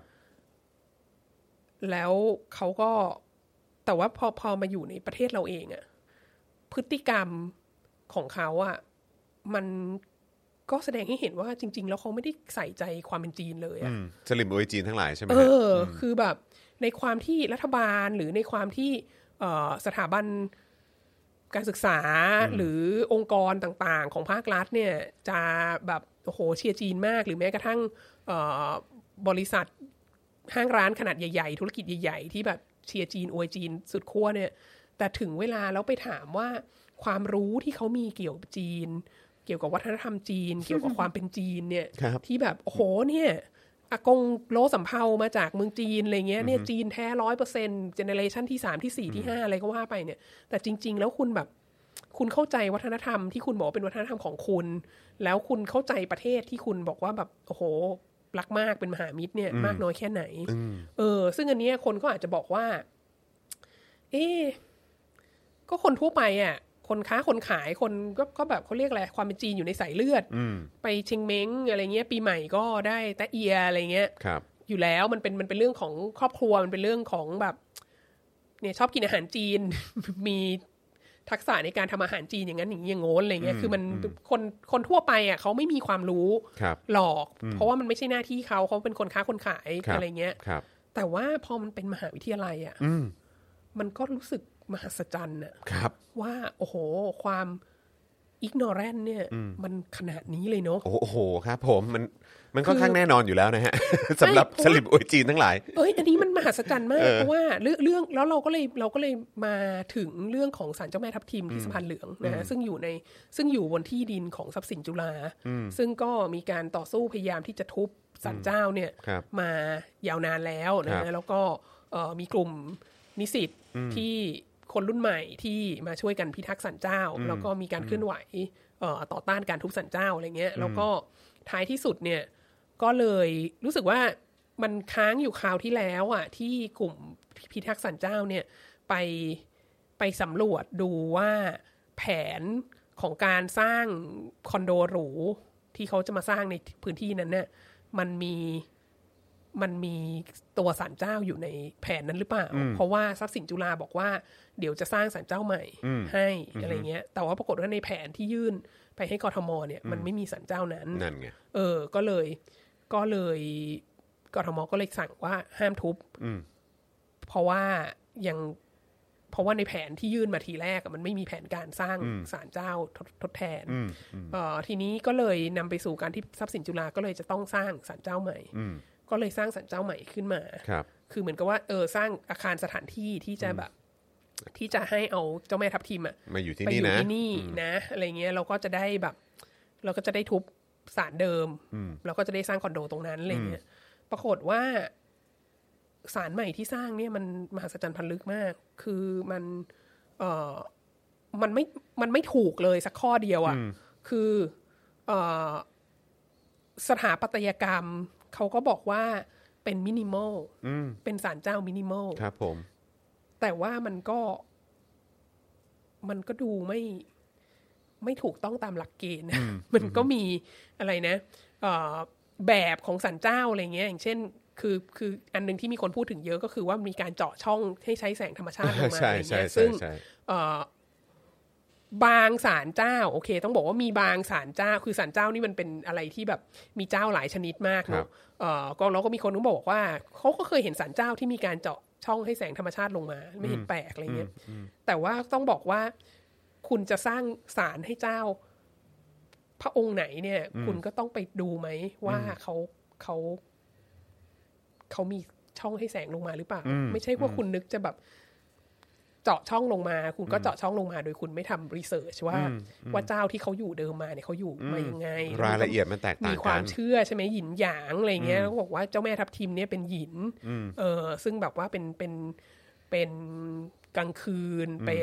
แล้วเขาก็แต่ว่าพอพอมาอยู่ในประเทศเราเองอะพฤติกรรมของเขาอะมันก็แสดงให้เห็นว่าจริงๆแล้วเขาไม่ได้ใส่ใจความเป็นจีนเลยอะสลิมอวยจีนทั้งหลายใช่ไหมเออคือแบบในความที่รัฐบาลหรือในความที่สถาบันการศึกษาหรือองค์กรต่างๆของภาครัฐเนี่ยจะแบบโอ้โหเชียร์จีนมากหรือแม้กระทั่งบริษัทห้างร้านขนาดใหญ่ๆธุรกิจใหญ่ๆที่แบบเชียร์จีนอวยจีนสุดขั้วเนี่ยแต่ถึงเวลาแล้วไปถามว่าความรู้ที่เขามีเกี่ยวกับจีนเกี่ยวกับวัฒนธรรมจีนเกี่ยวกับความเป็นจีนเนี่ยที่แบบโอ้โหเนี่ยอากงโลสำเภามาจากเมืองจีนอะไรเงี้ยเนี่ยจีนแท้ร้อยเปอร์เซ็นต์เจเนเรชันที่สามที่สี่ที่ห้าอะไรก็ว่าไปเนี่ยแต่จริงๆแล้วคุณแบบคุณเข้าใจวัฒนธรรมที่คุณบอกเป็นวัฒนธรรมของคุณแล้วคุณเข้าใจประเทศที่คุณบอกว่าแบบโอ้โหรักมากเป็นมหามิตรเนี่ยมากน้อยแค่ไหนเออซึ่งอันนี้คนก็อาจจะบอกว่าเอ๊ะก็คนทั่วไปอ่ะคนค้าคนขายคนก็ก็แบบเขาเรียกอะไรความเป็นจีนอยู่ในสายเลือดไปเชงเม้งอะไรเงี้ยปีใหม่ก็ได้แตะเอียอะไรเงี้ยอยู่แล้วมันเป็นมันเป็นเรื่องของครอบครัวมันเป็นเรื่องของแบบเนี่ยชอบกินอาหารจีน มีทักษะในการทำอาหารจีนอย่างนั้นอย่างนี้อย่างโน้นอะไรเงี้ยคือมันคนคนทั่วไปอ่ะเขาไม่มีความรู้หรอกเพราะว่ามันไม่ใช่หน้าที่เขาเขาเป็นคนค้าคนขายอะไรเงี้ยแต่ว่าพอมันเป็นมหาวิทยาลัยอ่ะมันก็รู้สึกมหัศจรรย์น่ะว่าโอ้โหความอิกโนแรนต์เนี่ยมันขนาดนี้เลยเนาะโอ้โหครับผมมันมันค่อนข้างแน่นอนอยู่แล้วนะฮะสำหรับสลิมอวยจีนทั้งหลายเอ้ยอันนี้มันมหัศจรรย์มากเพราะว่าเรื่องเรื่องแล้วเราก็เลยเราก็เลยมาถึงเรื่องของศาลเจ้าแม่ทับทิมที่สะพานเหลืองนะฮะซึ่งอยู่ในซึ่งอยู่บนที่ดินของทรัพย์สินจุฬาซึ่งก็มีการต่อสู้พยายามที่จะทุบศาลเจ้าเนี่ยมายาวนานแล้วนะแล้วก็มีกลุ่มนิสิตที่คนรุ่นใหม่ที่มาช่วยกันพิทักษ์ศาลเจ้าแล้วก็มีการเคลื่อนไหวต่อต้านการทุบศาลเจ้าอะไรเงี้ยแล้วก็ท้ายที่สุดเนี่ยก็เลยรู้สึกว่ามันค้างอยู่คราวที่แล้วอ่ะที่กลุ่มพิทักษ์ศาลเจ้าเนี่ยไปไปสำรวจดูว่าแผนของการสร้างคอนโดหรูที่เขาจะมาสร้างในพื้นที่นั้นเนี่ยมันมีมันมีตัวศาลเจ้าอยู่ในแผนนั้นหรือเปล่าเพราะว่าทรัพย์สินจุฬาบอกว่าเดี๋ยวจะสร้างศาลเจ้าใหม่ให้อะไรเงี้ยแต่ว่าปรากฏว่าในแผนที่ยื่นไปให้กทมเนี่ยมันไม่มีศาลเจ้านั้นนั่นไงเออก็เลยก็เลยกทมก็เลยสั่งว่าห้ามทุบเพราะว่ายังเพราะว่าในแผนที่ยื่นมาทีแรกมันไม่มีแผนการสร้างศาลเจ้าทดแทนเอ่อทีนี้ก็เลยนำไปสู่การที่ทรัพย์สินจุฬาก็เลยจะต้องสร้างศาลเจ้าใหม่ก็เลยสร้างศาลเจ้าใหม่ขึ้นมาคือเหมือนกับว่าเออสร้างอาคารสถานที่ที่จะแบบที่จะให้เอาเจ้าแม่ทับทิมอะมาอยู่ที่นี่นะที่นี่นะอะไรเงี้ยเราก็จะได้แบบเราก็จะได้ทุบศาลเดิมเราก็จะได้สร้างคอนโดตรงนั้นอะไรเงี้ยปรากฏว่าศาลใหม่ที่สร้างเนี่ยมันมหัศจรรย์พันลึกมากคือมันเอ่อมันไม่มันไม่ถูกเลยสักข้อเดียวอ่ะคือเอ่อสถาปัตยกรรมเขาก็บอกว่าเป็นมินิมอลเป็นศาลเจ้ามินิมอลครับผมแต่ว่ามันก็มันก็ดูไม่ไม่ถูกต้องตามหลักเกณฑ์นะมันก็มีอะไรนะแบบของศาลเจ้าอะไรเงี้ยอย่างเช่นคือคืออันนึงที่มีคนพูดถึงเยอะก็คือว่ามีการเจาะช่องให้ใช้แสงธรรมชาติลงมาอะไรเงี้ยซึ่งบางศาลเจ้าโอเคต้องบอกว่ามีบางศาลเจ้าคือศาลเจ้านี่มันเป็นอะไรที่แบบมีเจ้าหลายชนิดมากเนาะเอ่อก็แล้วก็มีคนก็บอกว่าเขาก็เคยเห็นศาลเจ้าที่มีการเจาะช่องให้แสงธรรมชาติลงมาไม่เห็นแปลกอะไรเงี้ยแต่ว่าต้องบอกว่าคุณจะสร้างศาลให้เจ้าพระองค์ไหนเนี่ยคุณก็ต้องไปดูไหมว่าเขาเขาเขามีช่องให้แสงลงมาหรือเปล่าไม่ใช่ว่าคุณนึกจะแบบเจาะช่องลงมาคุณก็เจาะช่องลงมาโดยคุณไม่ทำรีเสิร์ชว่าว่าเจ้าที่เขาอยู่เดิมมาเนี่ยเขาอยู่มายังไงรายละเอียดมันแตกต่างกันมีความเชื่อใช่ไหมหยินหยางอะไรเงี้ยเขาบอกว่าเจ้าแม่ทับทิมเนี่ยเป็นหยินเออซึ่งแบบว่าเป็นเป็นเป็นกลางคืนเป็นพ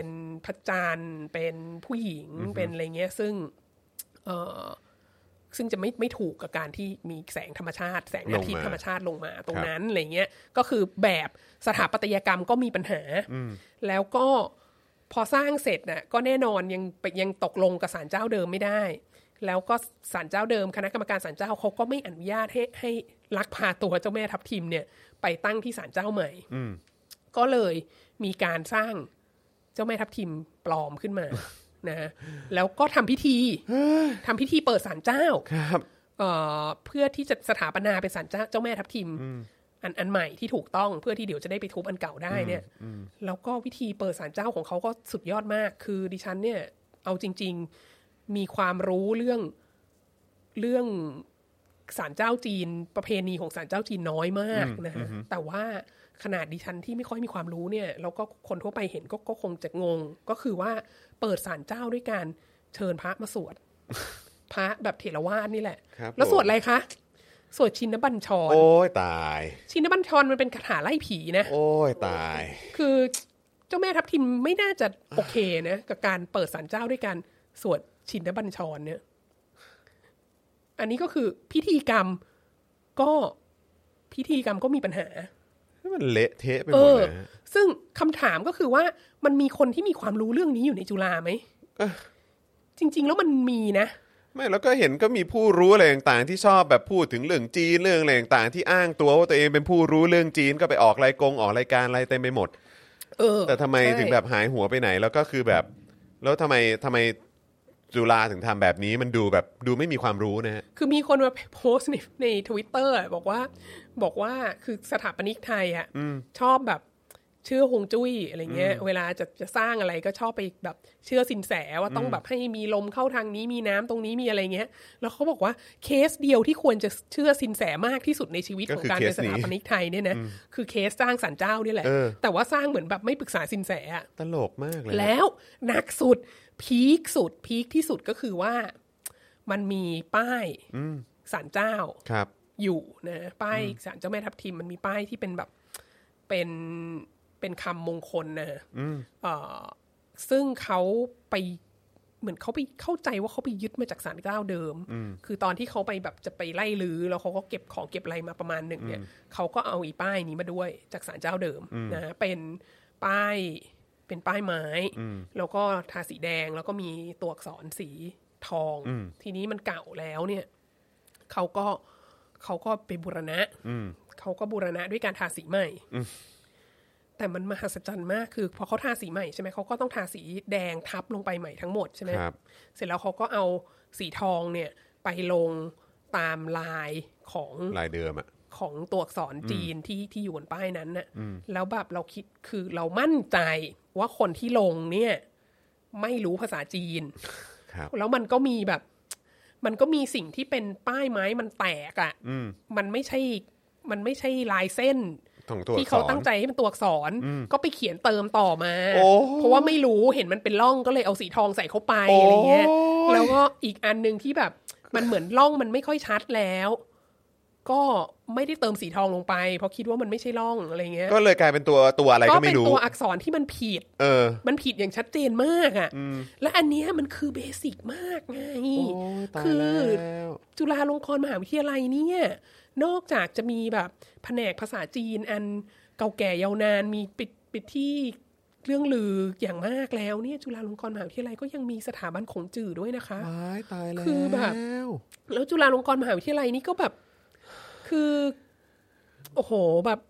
พระจันทร์เป็นผู้หญิงเป็นอะไรเงี้ยซึ่งเอ่อซึ่งจะไม่ไม่ถูกกับการที่มีแสงธรรมชาติแสงอาทิตย์ธรรมชาติลงมาตรงนั้นอะไรเงี้ยก็คือแบบสถาปัตยกรรมก็มีปัญหาแล้วก็พอสร้างเสร็จน่ะก็แน่นอนยังยังตกลงกับศาลเจ้าเดิมไม่ได้แล้วก็ศาลเจ้าเดิมคณะกรรมการศาลเจ้าเขาก็ไม่อนุญาตให้ให้ลักพาตัวเจ้าแม่ทับทิมเนี่ยไปตั้งที่ศาลเจ้าใหม่ก็เลยมีการสร้างเจ้าแม่ทับทิมปลอมขึ้นมานะแล้วก็ทำพิธีทำพิธีเปิดศาลเจ้าเอ่อเพื่อที่จะสถาปนาเป็นศาลเจ้าเจ้าแม่ทับทิมอันอันใหม่ที่ถูกต้องเพื่อที่เดี๋ยวจะได้ไปทุบอันเก่าได้เนี่ยแล้วก็วิธีเปิดศาลเจ้าของเขาก็สุดยอดมากคือดิฉันเนี่ยเอาจริงๆมีความรู้เรื่องเรื่องศาลเจ้าจีนประเพณีของศาลเจ้าจีนน้อยมากนะฮะแต่ว่าขนาดดิฉันที่ไม่ค่อยมีความรู้เนี่ยแล้วก็คนทั่วไปเห็นก็ก็คงจะงงก็คือว่าเปิดศาลเจ้าด้วยการเชิญพระมาสวด พระแบบเถรวาทนี่แหละแล้วสวดอะไรคะสวดชินบัญชรโอ้ยตายชินบัญชรมันเป็นคาถาไล่ผีนะโอ้ยตายคือเจ้าแม่ทับทิมไม่น่าจะโอเคนะกับการเปิดศาลเจ้าด้วยการสวดชินบัญชรเนี่ยอันนี้ก็คือพิธีกรรมก็พิธีกรรมก็มีปัญหามันเละเทะไปหมดเลยซึ่งคำถามก็คือว่ามันมีคนที่มีความรู้เรื่องนี้อยู่ในจุฬาไหมจริงๆแล้วมันมีนะไม่แล้วก็เห็นก็มีผู้รู้อะไรต่างๆที่ชอบแบบพูดถึงเรื่องจีนเรื่องอะไรต่างๆที่อ้างตัวว่าตัวเองเป็นผู้รู้เรื่องจีนก็ไปออกรายกงออกรายการอะไรเต็มไปหมดเออแต่ทำไมถึงแบบหายหัวไปไหนแล้วก็คือแบบแล้วทำไมทำไมจุฬาถึงทำแบบนี้มันดูแบบดูไม่มีความรู้นะฮะคือมีคนมาโพสต์ในใน Twitter บอกว่าบอกว่าคือสถาปนิกไทยอ่ะชอบแบบเชื่อฮวงจุ้ยอะไรเงี้ยเวลาจะจะสร้างอะไรก็ชอบไปแบบเชื่อสินแสว่าต้องแบบให้มีลมเข้าทางนี้มีน้ำตรงนี้มีอะไรเงี้ยแล้วเขาบอกว่าเคสเดียวที่ควรจะเชื่อสินแสมากที่สุดในชีวิตของการเป็นสถาปนิกไทยเนี่ยนะคือเคสสร้างศาลเจ้านี่แหละแต่ว่าสร้างเหมือนแบบไม่ปรึกษาสินแสอะตลกมากเลยแล้วหนักสุดพีคสุดพีคที่สุดก็คือว่ามันมีป้ายศาลเจ้าอยู่นะป้ายศาลเจ้าแม่ทับทิมมันมีป้ายที่เป็นแบบเป็นเป็นคำมงคลนะฮะซึ่งเขาไปเหมือนเขาไปเข้าใจว่าเขาไปยึดมาจากศาลเจ้าเดิมคือตอนที่เขาไปแบบจะไปไล่ลื้อแล้วเขาก็เก็บของเก็บอะไรมาประมาณหนึ่งเนี่ยเขาก็เอาอีป้ายนี้มาด้วยจากศาลเจ้าเดิมนะเป็นป้ายเป็นป้ายไม้แล้วก็ทาสีแดงแล้วก็มีตัวอักษรสีทองทีนี้มันเก่าแล้วเนี่ยเขาก็เขาก็ไปบูรณะเขาก็บูรณะด้วยการทาสีใหม่แต่มันมหัศจรรย์มากคือพอเขาทาสีใหม่ใช่ไหมเขาก็ต้องทาสีแดงทับลงไปใหม่ทั้งหมดใช่ไหมเสร็จแล้วเขาก็เอาสีทองเนี่ยไปลงตามลายของลายเดิมอะของตัวอักษรจีนที่ที่อยู่บนป้ายนั้นน่ะแล้วแบบเราคิดคือเรามั่นใจว่าคนที่ลงเนี่ยไม่รู้ภาษาจีนแล้วมันก็มีแบบมันก็มีสิ่งที่เป็นป้ายไม้มันแตกอ่ะมันไม่ใช่มันไม่ใช่ลายเส้นที่เขาตั้งใจให้เป็นตัวอักษรก็ไปเขียนเติมต่อมาเพราะว่าไม่รู้เห็นมันเป็นร่องก็เลยเอาสีทองใส่เข้าไปอะไรเงี้ยแล้วก็อีกอันนึงที่แบบมันเหมือนร่องมันไม่ค่อยชัดแล้วก็ไม่ได้เติมสีทองลงไปเพราะคิดว่ามันไม่ใช่ร่องอะไรเงี้ยก็เลยกลายเป็นตัวตัวอะไรก็ไม่รู้ก็เป็นตัวอักษรที่มันผิดเออมันผิดอย่างชัดเจนมากอ่ะและอันเนี้ยมันคือเบสิกมากไงคือจุฬาลงกรณ์มหาวิทยาลัยเนี่ยนอกจากจะมีแบบแผนกภาษาจีนอันเก่าแก่ยาวนานมีปิดปิดที่เรื่องลืออย่างมากแล้วเนี่ยจุฬาลงกรณ์มหาวิทยาลัยก็ยังมีสถาบันของจื่อด้วยนะคะตายตายแล้วคือแบบแล้วจุฬาลงกรณ์มหาวิทยาลัยนี่ก็แบบคือโอ้โหแบบ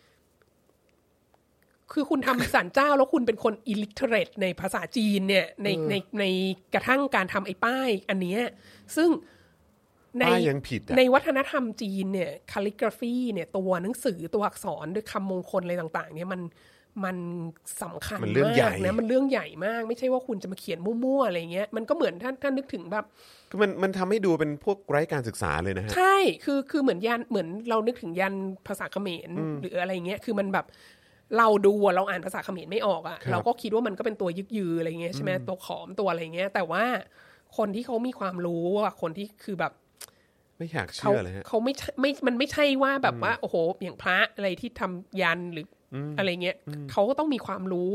คือคุณทำศาลเจ้าแล้วคุณเป็นคน illiterate ในภาษาจีนเนี่ยในในในกระทั่งการทำไอ้ป้ายอันเนี้ยซึ่งในในวัฒนธรรมจีนเนี่ย calligraphy เนี่ยตัวหนังสือตัวอักษรด้วยคำมงคลอะไรต่างๆเนี่ยมันมันสำคัญมากนะมันเรื่องใหญ่มากไม่ใช่ว่าคุณจะมาเขียนมั่วๆอะไรเงี้ยมันก็เหมือนท่านท่านนึกถึงแบบคือมันมันทำให้ดูเป็นพวกไร้การศึกษาเลยนะฮะใช่คือคือเหมือนยันเหมือนเรานึกถึงยันภาษาเขมรหรืออะไรเงี้ยคือมันแบบเราดูเราอ่านภาษาเขมรไม่ออกอ่ะเราก็คิดว่ามันก็เป็นตัวยึกยืออะไรเงี้ยใช่ไหมตัวขอมตัวอะไรเงี้ยแต่ว่าคนที่เขามีความรู้อ่ะคนที่คือแบบไม่อยากเชื่อเลยฮะเขาไม่ไม่มันไม่ใช่ว่าแบบว่าโอ้โหอย่างพระอะไรที่ทำยันหรืออะไรเงี้ยเขาก็ต้องมีความรู้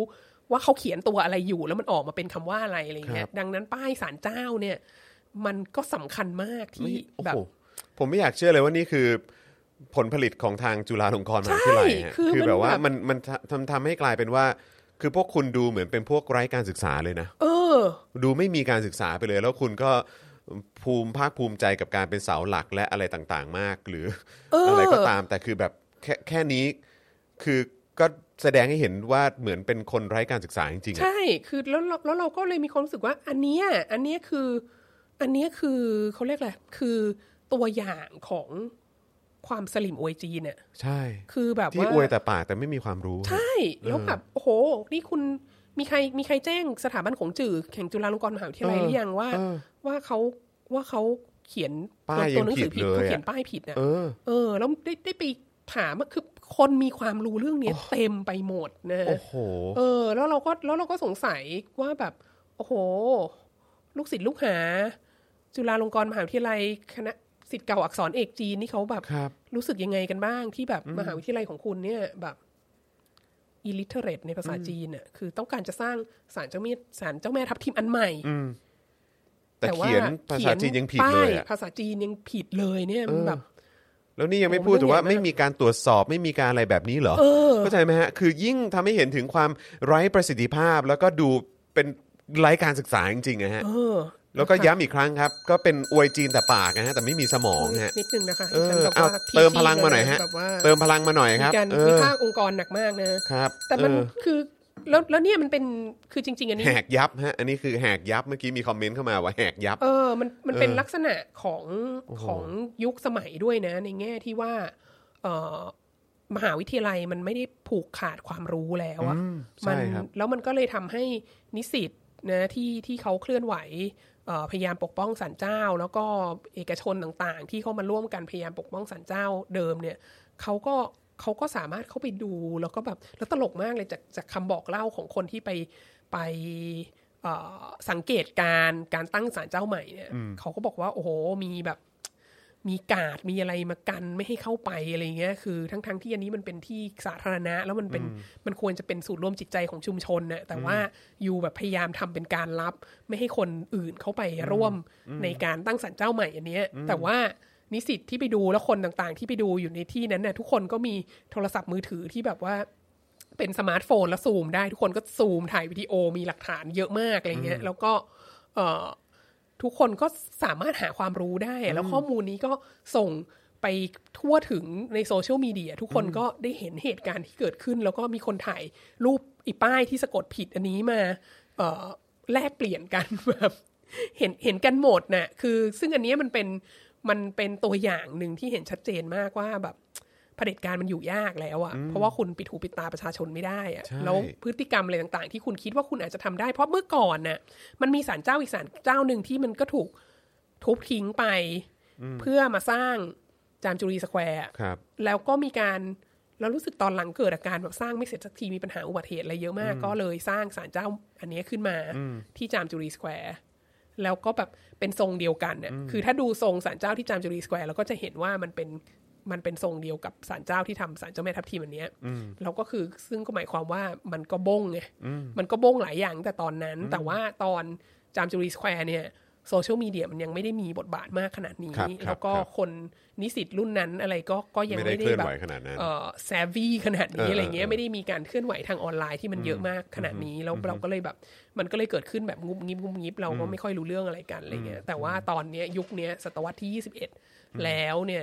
ว่าเขาเขียนตัวอะไรอยู่แล้วมันออกมาเป็นคำว่าอะไรอะไรเงี้ยดังนั้นป้ายศาลเจ้าเนี่ยมันก็สำคัญมากที่แบบผมไม่อยากเชื่อเลยว่านี่คือผลผลิตของทางจุฬาลงกรณ์มหาวิทยาลัยคือแบบว่ามันมันทำทำให้กลายเป็นว่าคือพวกคุณดูเหมือนเป็นพวกไร้การศึกษาเลยนะเออดูไม่มีการศึกษาไปเลยแล้วคุณก็ภูมิภาคภูมิใจกับการเป็นเสาหลักและอะไรต่างๆมากหรืออะไรก็ตามแต่คือแบบแค่แค่นี้คือก็แสดงให้เห็นว่าเหมือนเป็นคนไร้การศึกษาจริงๆใช่คือแล้วแล้วเราก็เลยมีความรู้สึกว่าอันเนี้ยอันเนี้ยคืออันเนี้ยคือเขาเรียกอะไรคือตัวอย่างของความสลิมอวยจีนเนี่ยใช่คือแบบที่อวยแต่ปากแต่ไม่มีความรู้ใช่แล้วแบบโอ้โหนี่คุณมีใครมีใครแจ้งสถาบันของจื่อแห่งจุฬาลงกรณ์มหาวิทยาลัยหรือยังว่าว่าเขาว่าเขาเขียนตัวหนังสือผิดเขาเขียนป้ายผิดเนี่ยเออแล้วได้ได้ไปถามคือคนมีความรู้เรื่องนี้เต็มไปหมดนะโอ้โหเออแล้วเราก็แล้วเราก็สงสัยว่าแบบโอ้โหลูกศิษย์ลูกหาจุฬาลงกรณ์มหาวิทยาลัยคณะศิษย์เก่าอักษรเอกจีนนี่เขาแบบรู้สึกยังไงกันบ้างที่แบบมหาวิทยาลัยของคุณเนี่ยแบบ illiterate ในภาษาจีนน่ะคือต้องการจะสร้างศาลเจ้าแม่ศาลเจ้าแม่ทับทิมอันใหม่แต่เขียนภาษาจีนยังผิดเลยภาษาจีนยังผิดเลยเนี่ยมันแบบแล้วนี่ยังไม่พูดถึงว่าไม่มีการตรวจสอบไม่มีการอะไรแบบนี้เหรอเข้าใจไหมฮะคือยิ่งทำให้เห็นถึงความไร้ประสิทธิภาพแล้วก็ดูเป็นไร้การศึกษาจริงๆนะฮะแล้วก็ย้ำอีกครั้งครับก็เป็นอวยจีนแต่ปากนะฮะแต่ไม่มีสมองฮะนิดนึงนะคะเออเอาเติมพลังมาหน่อยฮะเติมพลังมาหน่อยครับมีการวิพากษ์องค์กรหนักมากนะครับแต่มันคือแล้วแล้วเนี่ยมันเป็นคือจริงๆอันนี้แหกยับฮะอันนี้คือแหกยับเมื่อกี้มีคอมเมนต์เข้ามาว่าแหกยับเออมันมันเป็นลักษณะของของยุคสมัยด้วยนะในแง่ที่ว่าเอ่อมหาวิทยาลัยมันไม่ได้ผูกขาดความรู้แล้วอ่ะมันแล้วมันก็เลยทำให้นิสิตนะที่ที่เขาเคลื่อนไหวพยายามปกป้องศาลเจ้าแล้วก็เอกชนต่างๆที่เข้ามาร่วมกันพยายามปกป้องศาลเจ้าเดิมเนี่ยเขาก็เขาก็สามารถเข้าไปดูแล้วก็แบบแล้วตลกมากเลยจากจากคำบอกเล่าของคนที่ไปไปสังเกตการการตั้งศาลเจ้าใหม่เนี่ยเขาก็บอกว่าโอ้โหมีแบบมีกาดมีอะไรมากันไม่ให้เข้าไปอะไรเงี้ยคือทั้งๆที่อันนี้มันเป็นที่สาธารณะแล้วมันเป็นมันควรจะเป็นศูนย์รวมจิตใจของชุมชนน่ะแต่ว่าอยู่แบบพยายามทำเป็นการลับไม่ให้คนอื่นเข้าไปร่วมในการตั้งศาลเจ้าใหม่อันเนี้ยแต่ว่านิสิตที่ไปดูแล้วคนต่างๆที่ไปดูอยู่ในที่นั้นน่ะทุกคนก็มีโทรศัพท์มือถือที่แบบว่าเป็นสมาร์ทโฟนแล้วซูมได้ทุกคนก็ซูมถ่ายวิดีโอมีหลักฐานเยอะมากอะไรเงี้ยแล้วก็เอ่อทุกคนก็สามารถหาความรู้ได้แล้วข้อมูลนี้ก็ส่งไปทั่วถึงในโซเชียลมีเดียทุกคนก็ได้เห็นเหตุการณ์ที่เกิดขึ้นแล้วก็มีคนถ่ายรูปอีป้ายที่สะกดผิดอันนี้มาเอ่อแลกเปลี่ยนกันแบบเห็นเห็นกันหมดน่ะคือซึ่งอันนี้มันเป็นมันเป็นตัวอย่างหนึ่งที่เห็นชัดเจนมากว่าแบบเผด็จการมันอยู่ยากแล้วอ่ะเพราะว่าคุณปิดหูปิดตาประชาชนไม่ได้อ่ะแล้วพฤติกรรมอะไรต่างๆที่คุณคิดว่าคุณอาจจะทำได้เพราะเมื่อก่อนน่ะมันมีศาลเจ้าอีกศาลเจ้าหนึ่งที่มันก็ถูกทุบทิ้งไปเพื่อมาสร้างจามจุรีสแควร์แล้วก็มีการแล้วรู้สึกตอนหลังเกิดอาการแบบสร้างไม่เสร็จสักทีมีปัญหาอุบัติเหตุอะไรเยอะมากก็เลยสร้างศาลเจ้าอันนี้ขึ้นมาที่จามจุรีสแควร์แล้วก็แบบเป็นทรงเดียวกันเนี่ยคือถ้าดูทรงศาลเจ้าที่จามจุรีสแควร์เราก็จะเห็นว่ามันเป็นมันเป็นทรงเดียวกับศาลเจ้าที่ทำศาลเจ้าแม่ทับทิมอันเนี้ยแล้วก็คือซึ่งก็หมายความว่ามันก็บ้งไงมันก็บ้งหลายอย่างแต่ตอนนั้นแต่ว่าตอนจามจุรีสแควร์เนี่ยโซเชียลมีเดียมันยังไม่ได้มีบทบาทมากขนาดนี้แล้วก็คนนิสิตรุ่นนั้นอะไรก็ก็ยังไม่ได้แบบเอ่อแซฟวี่ขนาดนี้อะไรเงี้ยไม่ได้มีการเคลื่อนไหวทางออนไลน์ที่มันเยอะมากขนาดนี้แล้วเราก็เลยแบบมันก็เลยเกิดขึ้นแบบงุบงิบงุบงิบเราก็ไม่ค่อยรู้เรื่องอะไรกันอะไรเงี้ยแต่ว่าตอนนี้ยุคนี้ศตวรรษที่ยี่สิบเอ็ดแล้วเนี่ย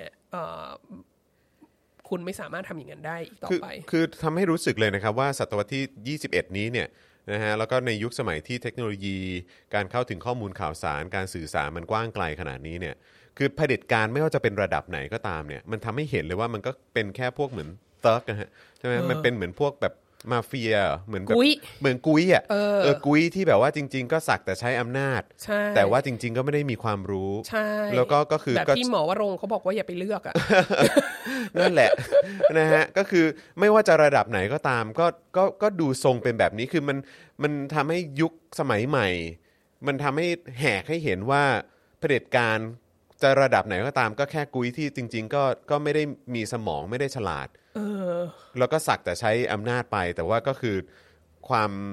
คุณไม่สามารถทำอย่างนั้นได้อีกต่อไปคือทำให้รู้สึกเลยนะครับว่าศตวรรษที่ยี่สิบเอ็ดนี้เนี่ยนะฮะแล้วก็ในยุคสมัยที่เทคโนโลยีการเข้าถึงข้อมูลข่าวสารการสื่อสารมันกว้างไกลขนาดนี้เนี่ยคือเผด็จการไม่ว่าจะเป็นระดับไหนก็ตามเนี่ยมันทำให้เห็นเลยว่ามันก็เป็นแค่พวกเหมือนเติร์กนะฮะใช่ไหมมันเป็นเหมือนพวกแบบมาเฟียเหมือนแบบเหมือนกุ้ยอ่ะเออกุ้ยที่แบบว่าจริงๆก็สักแต่ใช้อำนาจแต่ว่าจริงๆก็ไม่ได้มีความรู้แล้วก็ก็คือแบบที่หมอวรงค์เขาบอกว่าอย่าไปเลือกอ่ะนั่นแหละนะฮะก็คือไม่ว่าจะระดับไหนก็ตามก็ก็ก็ดูทรงเป็นแบบนี้คือมันมันทำให้ยุคสมัยใหม่มันทำให้แหกให้เห็นว่าเผด็จการจะระดับไหนก็ตามก็แค่กุ้ยที่จริงๆก็ก็ไม่ได้มีสมองไม่ได้ฉลาดแล้วก็สักแต่ใช้อำนาจไปแต่ว่าก็คือความ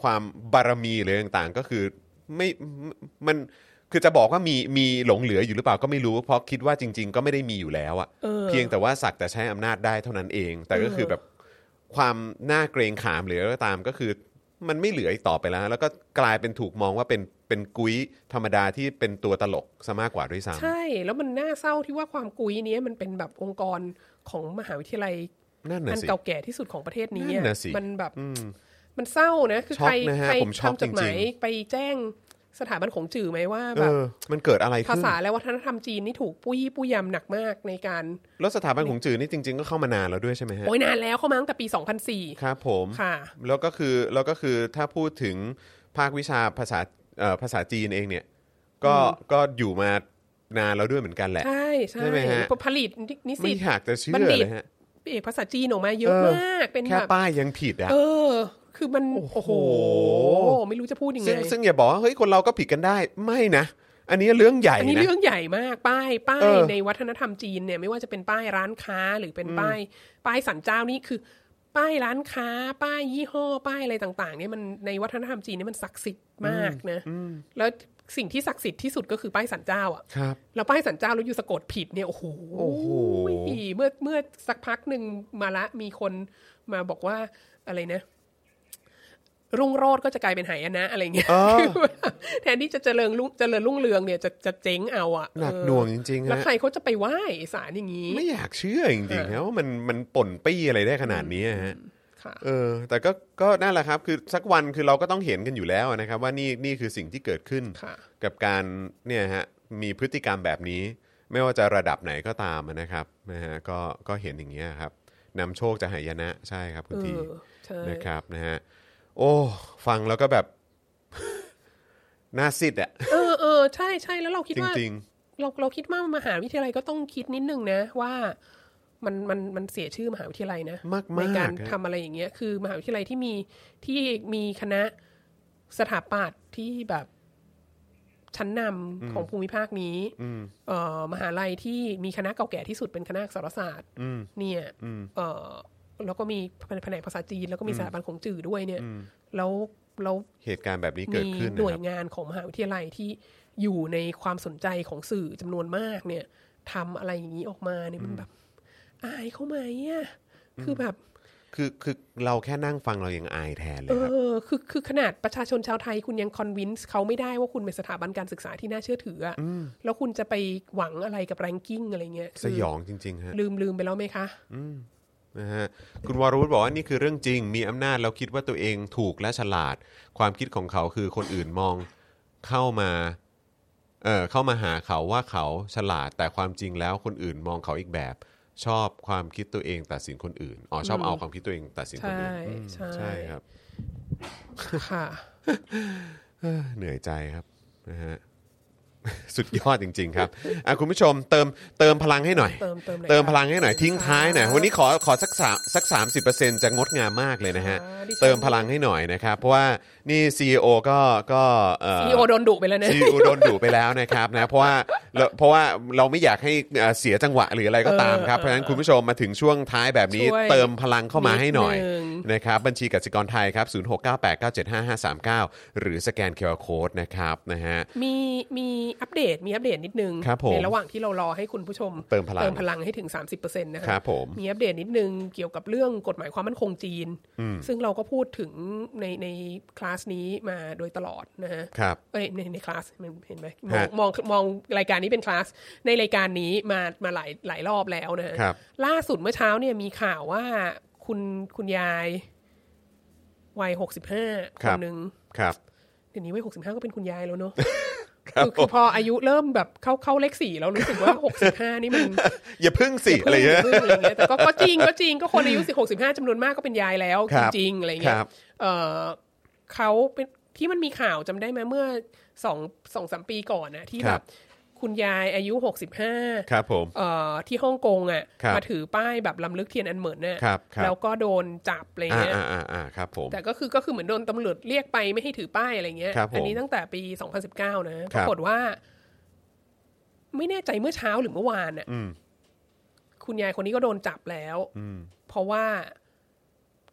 ความบารมีหรือต่างๆก็คือไม่มันคือจะบอกว่ามีมีหลงเหลืออยู่หรือเปล่าก็ไม่รู้เพราะคิดว่าจริงๆก็ไม่ได้มีอยู่แล้วอะเ, เพียงแต่ว่าสักแต่ใช้อำนาจได้เท่านั้นเองแต่ก็คือแบบความน่าเกรงขามหรืออะไรก็ตามก็คือมันไม่เหลืออีกต่อไปแล้วแล้วก็กลายเป็นถูกมองว่าเป็นเป็นกุ้ยธรรมดาที่เป็นตัวตลกซะมากกว่าด้วยซ้ำใช่แล้วมันน่าเศร้าที่ว่าความกุ้ยนี้มันเป็นแบบองค์กรของมหาวิทยาลัยอันเก่าแก่ที่สุดของประเทศนี้มันแบบมันเศร้านะคือใครใครทำจดหมายไปแจ้งสถาบันของจื่อไหมว่าแบบมันเกิดอะไรขึ้นภาษาและวัฒนธรรมจีนนี่ถูกปุ้ยปุ้ยยำหนักมากในการแล้วสถาบันของจื่อนี่จริงๆก็เข้ามานานแล้วด้วยใช่ไหมฮะโอ้ยนานแล้วเข้ามาตั้งแต่ปีสองพันสี่ครับผมค่ะแล้วก็คือแล้วก็คือถ้าพูดถึงภาควิชาภาษาเอ่อภาษาจีนเองเนี่ยก็ก็อยู่มานานแล้วด้วยเหมือนกันแหละใช่ใช่ไหมฮะผลิตนิสิตไม่อยากจะเชื่อเลยฮะเอกภาษาจีนออกมาเยอะมากเป็นแบบแค่ป้ายยังผิดอ่ะเออคือมันโอ้โหไม่รู้จะพูดยังไงซึ่งซึ่งอย่าบอกว่าเฮ้ยคนเราก็ผิดกันได้ไม่นะอันนี้เรื่องใหญ่นะอันนี้เรื่องใหญ่มากป้ายป้ายในวัฒนธรรมจีนเนี่ยไม่ว่าจะเป็นป้ายร้านค้าหรือเป็นป้ายป้ายศาลเจ้านี่คือป้ายร้านค้าป้ายยี่ห้อป้ายอะไรต่างๆเนี่ยมันในวัฒนธรรมจีนนี่มันศักดิ์สิทธิ์มากนะแล้วสิ่งที่ศักดิ์สิทธิ์ที่สุดก็คือป้ายศาลเจ้าอ่ะแล้วป้ายศาลเจ้าแล้วอยู่สะกดผิดเนี่ยโอ้โหเมื่อเมื่อสักพักหนึ่งมาละมีคนมาบอกว่าอะไรนะรุ่งโรจน์ก็จะกลายเป็นหายนะอะไรเงี้ยแทนที่จะเจริญรุ่งเจริญรุ่งเรืองเนี่ยจะจะเจ๊งเอาอ่ะหนักหน่วงจริงๆแล้วใครเขาจะไปไหว้ศาลอย่างนี้ไม่อยากเชื่อจริงๆนะว่ามันมันป่นปี้อะไรได้ขนาดนี้ฮะเออแต่ก็ก็นั่นแหละครับคือสักวันคือเราก็ต้องเห็นกันอยู่แล้วนะครับว่านี่นี่คือสิ่งที่เกิดขึ้นกับการเนี่ยฮะมีพฤติกรรมแบบนี้ไม่ว่าจะระดับไหนก็ตามนะครับนะฮะก็ก็เห็นอย่างเงี้ยครับนำโชคจะหายนะใช่ครับคุณทีนะครับนะฮะโอ้ฟังแล้วก็แบบน่าซิดอ่ะเออเออใช่ใช่แล้วเราคิดว่าเราเราคิดว่ามหาวิทยาลัยก็ต้องคิดนิดนึงนะว่ามันมันมันเสียชื่อมหาวิทยาลัยนะในการทำอะไรอย่างเงี้ยคือมหาวิทยาลัยที่มีที่มีคณะสถาปัตย์ที่แบบชั้นนำของภูมิภาคนี้เอ่อมหาลัยที่มีคณะเก่าแก่ที่สุดเป็นคณะอักษรศาสตร์เนี่ยเอ่อแล้วก็มีแผนกภาษาจีนแล้วก็มีสถาบันของจื่อด้วยเนี่ยแล้วแล้วเหตุการณ์แบบนี้เกิดขึ้นหน่วยงานของมหาวิทยาลัยที่อยู่ในความสนใจของสื่อจำนวนมากเนี่ยทำอะไรอย่างนี้ออกมาเนี่ยมันแบบอายเขาไหมอ่ะคือแบบคือคือเราแค่นั่งฟังเรายังอายแทนเลยครับเออคือคือขนาดประชาชนชาวไทยคุณยังคอนวินส์เขาไม่ได้ว่าคุณเป็นสถาบันการศึกษาที่น่าเชื่อถืออ่ะแล้วคุณจะไปหวังอะไรกับแรงกิ้งอะไรเงี้ยสยองจริงๆฮะลืมลืมไปแล้วไหมคะนะฮะคุณวรวุฒิบอกว่านี่คือเรื่องจริงมีอำนาจแล้วคิดว่าตัวเองถูกและฉลาดความคิดของเขาคือคนอื่นมองเข้ามาเอ่อเข้ามาหาเขาว่าเขาฉลาดแต่ความจริงแล้วคนอื่นมองเขาอีกแบบชอบความคิดตัวเองตัดสินคนอื่นอ๋อชอบเอาความคิดตัวเองตัดสินคนอื่นใช่ใช่ครับค่ะเหนื่อยใจครับนะฮะสุดยอดจริงๆครับอ่ะคุณผู้ชมเติมเติมพลังให้หน่อยเติมเติมเติมพลังให้หน่อยทิ้งท้ายหน่อยวันนี้ขอขอสักสัก สามสิบเปอร์เซ็นต์ จะงดงามมากเลยนะฮะเติมพลังให้หน่อยนะครับเพราะว่านี่ ซี อี โอ ก็ก็เอ่อซี อี โอ โดนดุไปแล้วนะซี อี โอ โดนดุไปแล้วนะครับนะเพราะว่าเพราะว่าเราไม่อยากให้เสียจังหวะหรืออะไรก็ตามครับเพราะฉะนั้นคุณผู้ชมมาถึงช่วงท้ายแบบนี้เติมพลังเข้ามาให้หน่อยนะครับบัญชีกสิกรไทยครับศูนย์ หก เก้า แปด เก้า เจ็ด ห้า ห้า สาม เก้าหรือสแกน คิว อาร์ Code นะครับนะฮะมีมีอัปเดตมีอัปเดตนิดนึงในระหว่างที่เรารอให้คุณผู้ชมเติมพลังเติมพลังให้ถึง สามสิบเปอร์เซ็นต์ นะครับผมมีอัปเดตนิดนึงเกี่ยวกับเรื่องกฎหมายความมั่นคงจีนซึ่งเราก็พูดถึงในในคลาสนี้มาโดยตลอดนะฮะเอ้ยในในคลาสเห็นไหมมองมองมองรายการนี้เป็นคลาสในรายการนี้มามาหลายหลายรอบแล้วนะฮะล่าสุดเมื่อเช้าเนี่ยมีข่าวว่าคุณคุณยายวัยหกสิบห้าคนนึงเดี๋ยวนี้วัยหกสิบห้าก็เป็นคุณยายแล้วเนาะคือคือพออายุเริ่มแบบเข้าเข้าเลขสี่แล้วรู้สึกว่าหกสิบห้านี่มันอย่าพึ่งสิอะไรเงี้ยแต่ก็ก็จริงก็จริงก็คนอายุหกสิบห้าจำนวนมากก็เป็นยายแล้วจริงๆอะไรเงี้ยเออเขาเป็นที่มันมีข่าวจำได้ไหมเมื่อสองสองสามปีก่อนนะที่แบบคุณยายอายุหกสิบห้าครับผมเอ่อที่ฮ่องกงอ่ะมาถือป้ายแบบลำลึกเทียนอันเหมินเนี่ยแล้วก็โดนจับอะไรเงี้ยอ่าๆๆครับผมแต่ก็คือก็คือเหมือนโดนตำรวจเรียกไปไม่ให้ถือป้ายอะไรเงี้ยอันนี้ตั้งแต่ปีสองพันสิบเก้านะปรากฏว่าไม่แน่ใจเมื่อเช้าหรือเมื่อวานน่ะคุณยายคนนี้ก็โดนจับแล้วเพราะว่า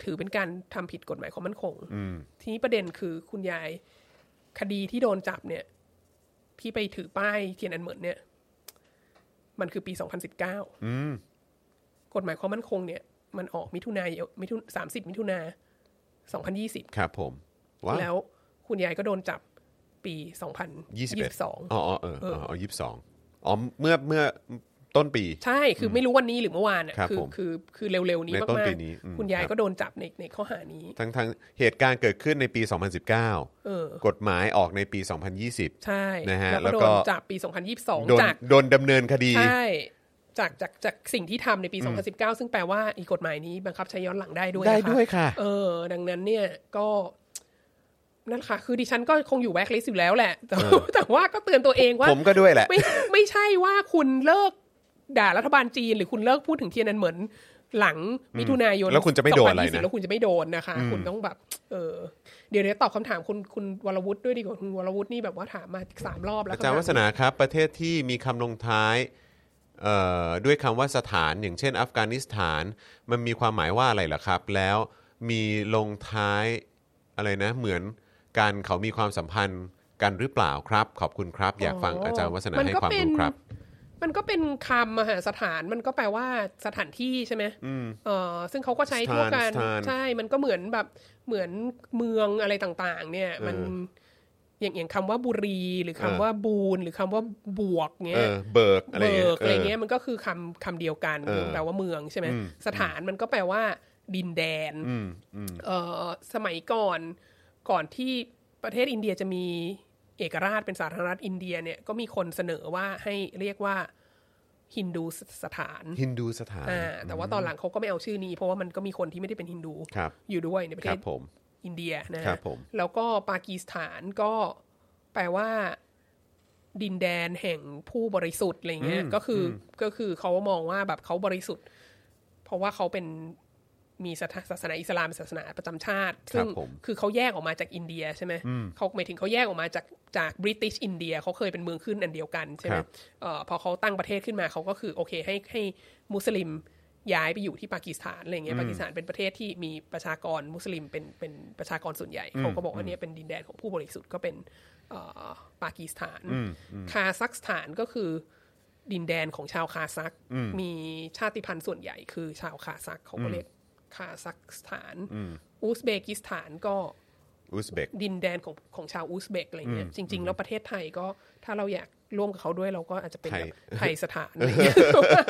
ถือเป็นการทำผิดกฎหมายความมั่นคงทีนี้ประเด็นคือคุณยายคดีที่โดนจับเนี่ยที่ไปถือป้ายเทียนอันเหมินเนี่ยมันคือปีสองพันสิบเก้ากฎหมายความมั่นคงเนี่ยมันออกมิถุนายนมิถุสามสิบมิถุนาสองพันยี่สิบครับผมแล้วคุณยายก็โดนจับปีสองพันยี่สิบสองอ๋อเอออ๋อยี่สิบสองอ๋อเมื่อเมื่อต้นปีใช่คือไม่รู้วันนี้หรือเมื่อวานอ่ะคือคือคือเร็วๆนี้มากๆคุณยายก็โดนจับในในข้อหานี้ทั้งทั้งเหตุการณ์เกิดขึ้นในปีสองพันสิบเก้าเออกฎหมายออกในปีสองพันยี่สิบใช่นะฮะแล้วก็โดนจับปีสองพันยี่สิบสองจากโดนดำเนินคดีใช่จากจากจากสิ่งที่ทำในปีสองพันสิบเก้าซึ่งแปลว่าอีกฎหมายนี้บังคับใช้ย้อนหลังได้ด้วยได้ด้วยค่ะเออดังนั้นเนี่ยก็นั่นค่ะคือดิฉันก็คงอยู่แบ็คลิสต์อยู่แล้วแหละแต่ว่าก็เตือนตัวเองว่าผมก็ด้วยแหละไม่ไม่ใช่ว่าคุณเลิกด่ารัฐบาลจีนหรือคุณเลิกพูดถึงเทียนนันเหมินหลังมิถุนายนแล้วคุณจะไม่โดนอะไรนะแล้วคุณจะไม่โดนนะคะคุณต้องแบบเออเดี๋ยวเดี๋ยวตอบคำถามคุณคุณวรวุฒิด้วยดีกว่าคุณวรวุฒินี่แบบว่าถามมาสามรอบแล้วอาจารย์วัฒนาครับประเทศที่มีคำลงท้ายเอ่อด้วยคำว่าสถานอย่างเช่นอัฟกานิสถานมันมีความหมายว่าอะไรล่ะครับแล้วมีลงท้ายอะไรนะเหมือนการเขามีความสัมพันธ์กันหรือเปล่าครับขอบคุณครับอยากฟังอาจารย์วัฒนาให้ความรู้ครับมันก็เป็นคำมหาสถานมันก็แปลว่าสถานที่ใช่ไหมเออซึ่งเขาก็ใช้ทั่วกันใช่มันก็เหมือนแบบเหมือนเมืองอะไรต่างๆเนี่ยมันอย่างอย่างคำว่าบุรีหรือคำว่าบูนหรือคำว่าบวกเงี้ยเบิกอะไรเงี้ยมันก็คือคำคำเดียวกันแปลว่าเมืองใช่ไหมสถานมันก็แปลว่าดินแดนเออสมัยก่อนก่อนที่ประเทศอินเดียจะมีเอกราชเป็นสาธารณรัฐอินเดียเนี่ยก็มีคนเสนอว่าให้เรียกว่าฮินดูสถานฮินดูสถานอ่าแต่ว่าตอนหลังเขาก็ไม่เอาชื่อนี้เพราะว่ามันก็มีคนที่ไม่ได้เป็นฮินดูอยู่ด้วยในประเทศอินเดียนะแล้วก็ปากีสถานก็แปลว่าดินแดนแห่งผู้บริสุทธิ์อะไรเงี้ยก็คือก็คือเขามองว่าแบบเขาบริสุทธิ์เพราะว่าเขาเป็นมีศาสนาอิสลามศาสนาประจำชาติซึ่งคือเขาแยกออกมาจากอินเดียใช่ไหมเขาหมายถึงเขาแยกออกมาจากจากบริติชอินเดียเขาเคยเป็นเมืองขึ้นอันเดียวกันใช่ไหมเอ่อพอเขาตั้งประเทศขึ้นมาเขาก็คือโอเคให้ให้มุสลิมย้ายไปอยู่ที่ปากีสถานอะไรเงี้ยปากีสถานเป็นประเทศที่มีประชากรมุสลิมเป็นเป็นประชากรส่วนใหญ่เขาก็บอกว่านี่เป็นดินแดนของผู้บริสุทธิ์ก็เป็นเอ่อปากีสถานคาซัคสถานก็คือดินแดนของชาวคาซัคมีชาติพันธุ์ส่วนใหญ่คือชาวคาซัคเขาก็เรียกคาซัคสถานอุซเบกิสถานก็อุซเบกดินแดนของของชาวอุซเบกอะไรเงี้ยจริงๆแล้วประเทศไทยก็ถ้าเราอยากร่วมกับเขาด้วยเราก็อาจจะเป็นไทยสถานอะไรเงี้ย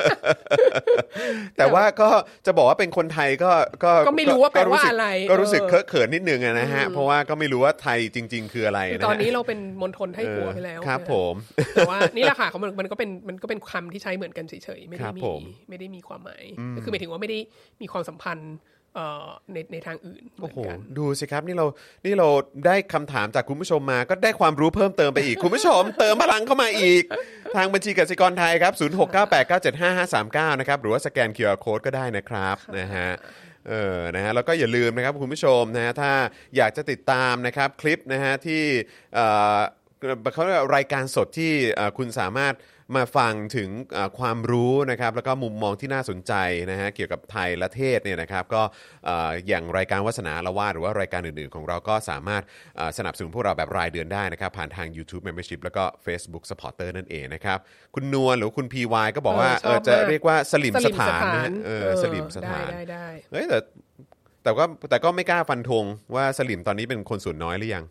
แต่ว่าก็จะบอกว่าเป็นคนไทยก็ก็ก็ไม่รู้ว่าแปลว่าอะไรก็รู้สึกเคอะเขินนิดนึงนะฮะเพราะว่าก็ไม่รู้ว่าไทยจริงๆคืออะไรนะตอนนี้เราเป็นมณฑลไทยกัวไปแล้วครับผมแต่ว่านี่แหละค่ะเขามันก็เป็นมันก็เป็นคำที่ใช้เหมือนกันเฉยๆไม่ได้มีไม่ได้มีความหมายก็คือหมายถึงว่าไม่ได้มีความสัมพันธ์ในในทางอื่นเหมือนกันดูสิครับนี่เรานี่เราได้คำถามจากคุณผู้ชมมาก็ได้ความรู้เพิ่มเติมไปอีก คุณผู้ชมเติมพลังเข้ามาอีกทางบัญชีกสิกรไทยครับศูนย์ หก เก้า แปด เก้า เจ็ด ห้า ห้า สาม เก้านะครับหรือว่าสแกน คิว อาร์ Code ก็ได้นะครับนะฮะเออนะฮะแล้วก็อย่าลืมนะครับคุณผู้ชมนะฮะถ้าอยากจะติดตามนะครับคลิปนะฮะที่เอ่อเขาเรียกรายการสดที่คุณสามารถมาฟังถึงความรู้นะครับแล้วก็มุมมองที่น่าสนใจนะฮะเกี่ยวกับไทยและเทศเนี่ยนะครับก็อย่างรายการวาสนาละวาดหรือว่ารายการอื่นๆของเราก็สามารถสนับสนุนพวกเราแบบรายเดือนได้นะครับผ่านทาง YouTube Membership แล้วก็ Facebook Supporter นั่นเองนะครับคุณนวลหรือคุณ พี วาย ก็บอกว่าเออจะเรียกว่าสลิมสถานนะเออสลิมสถานได้ๆเฮ้ยแต่แต่ก็แต่ก็ไม่กล้าฟันธงว่าสลิมตอนนี้เป็นคนส่วนน้อยหรือยัง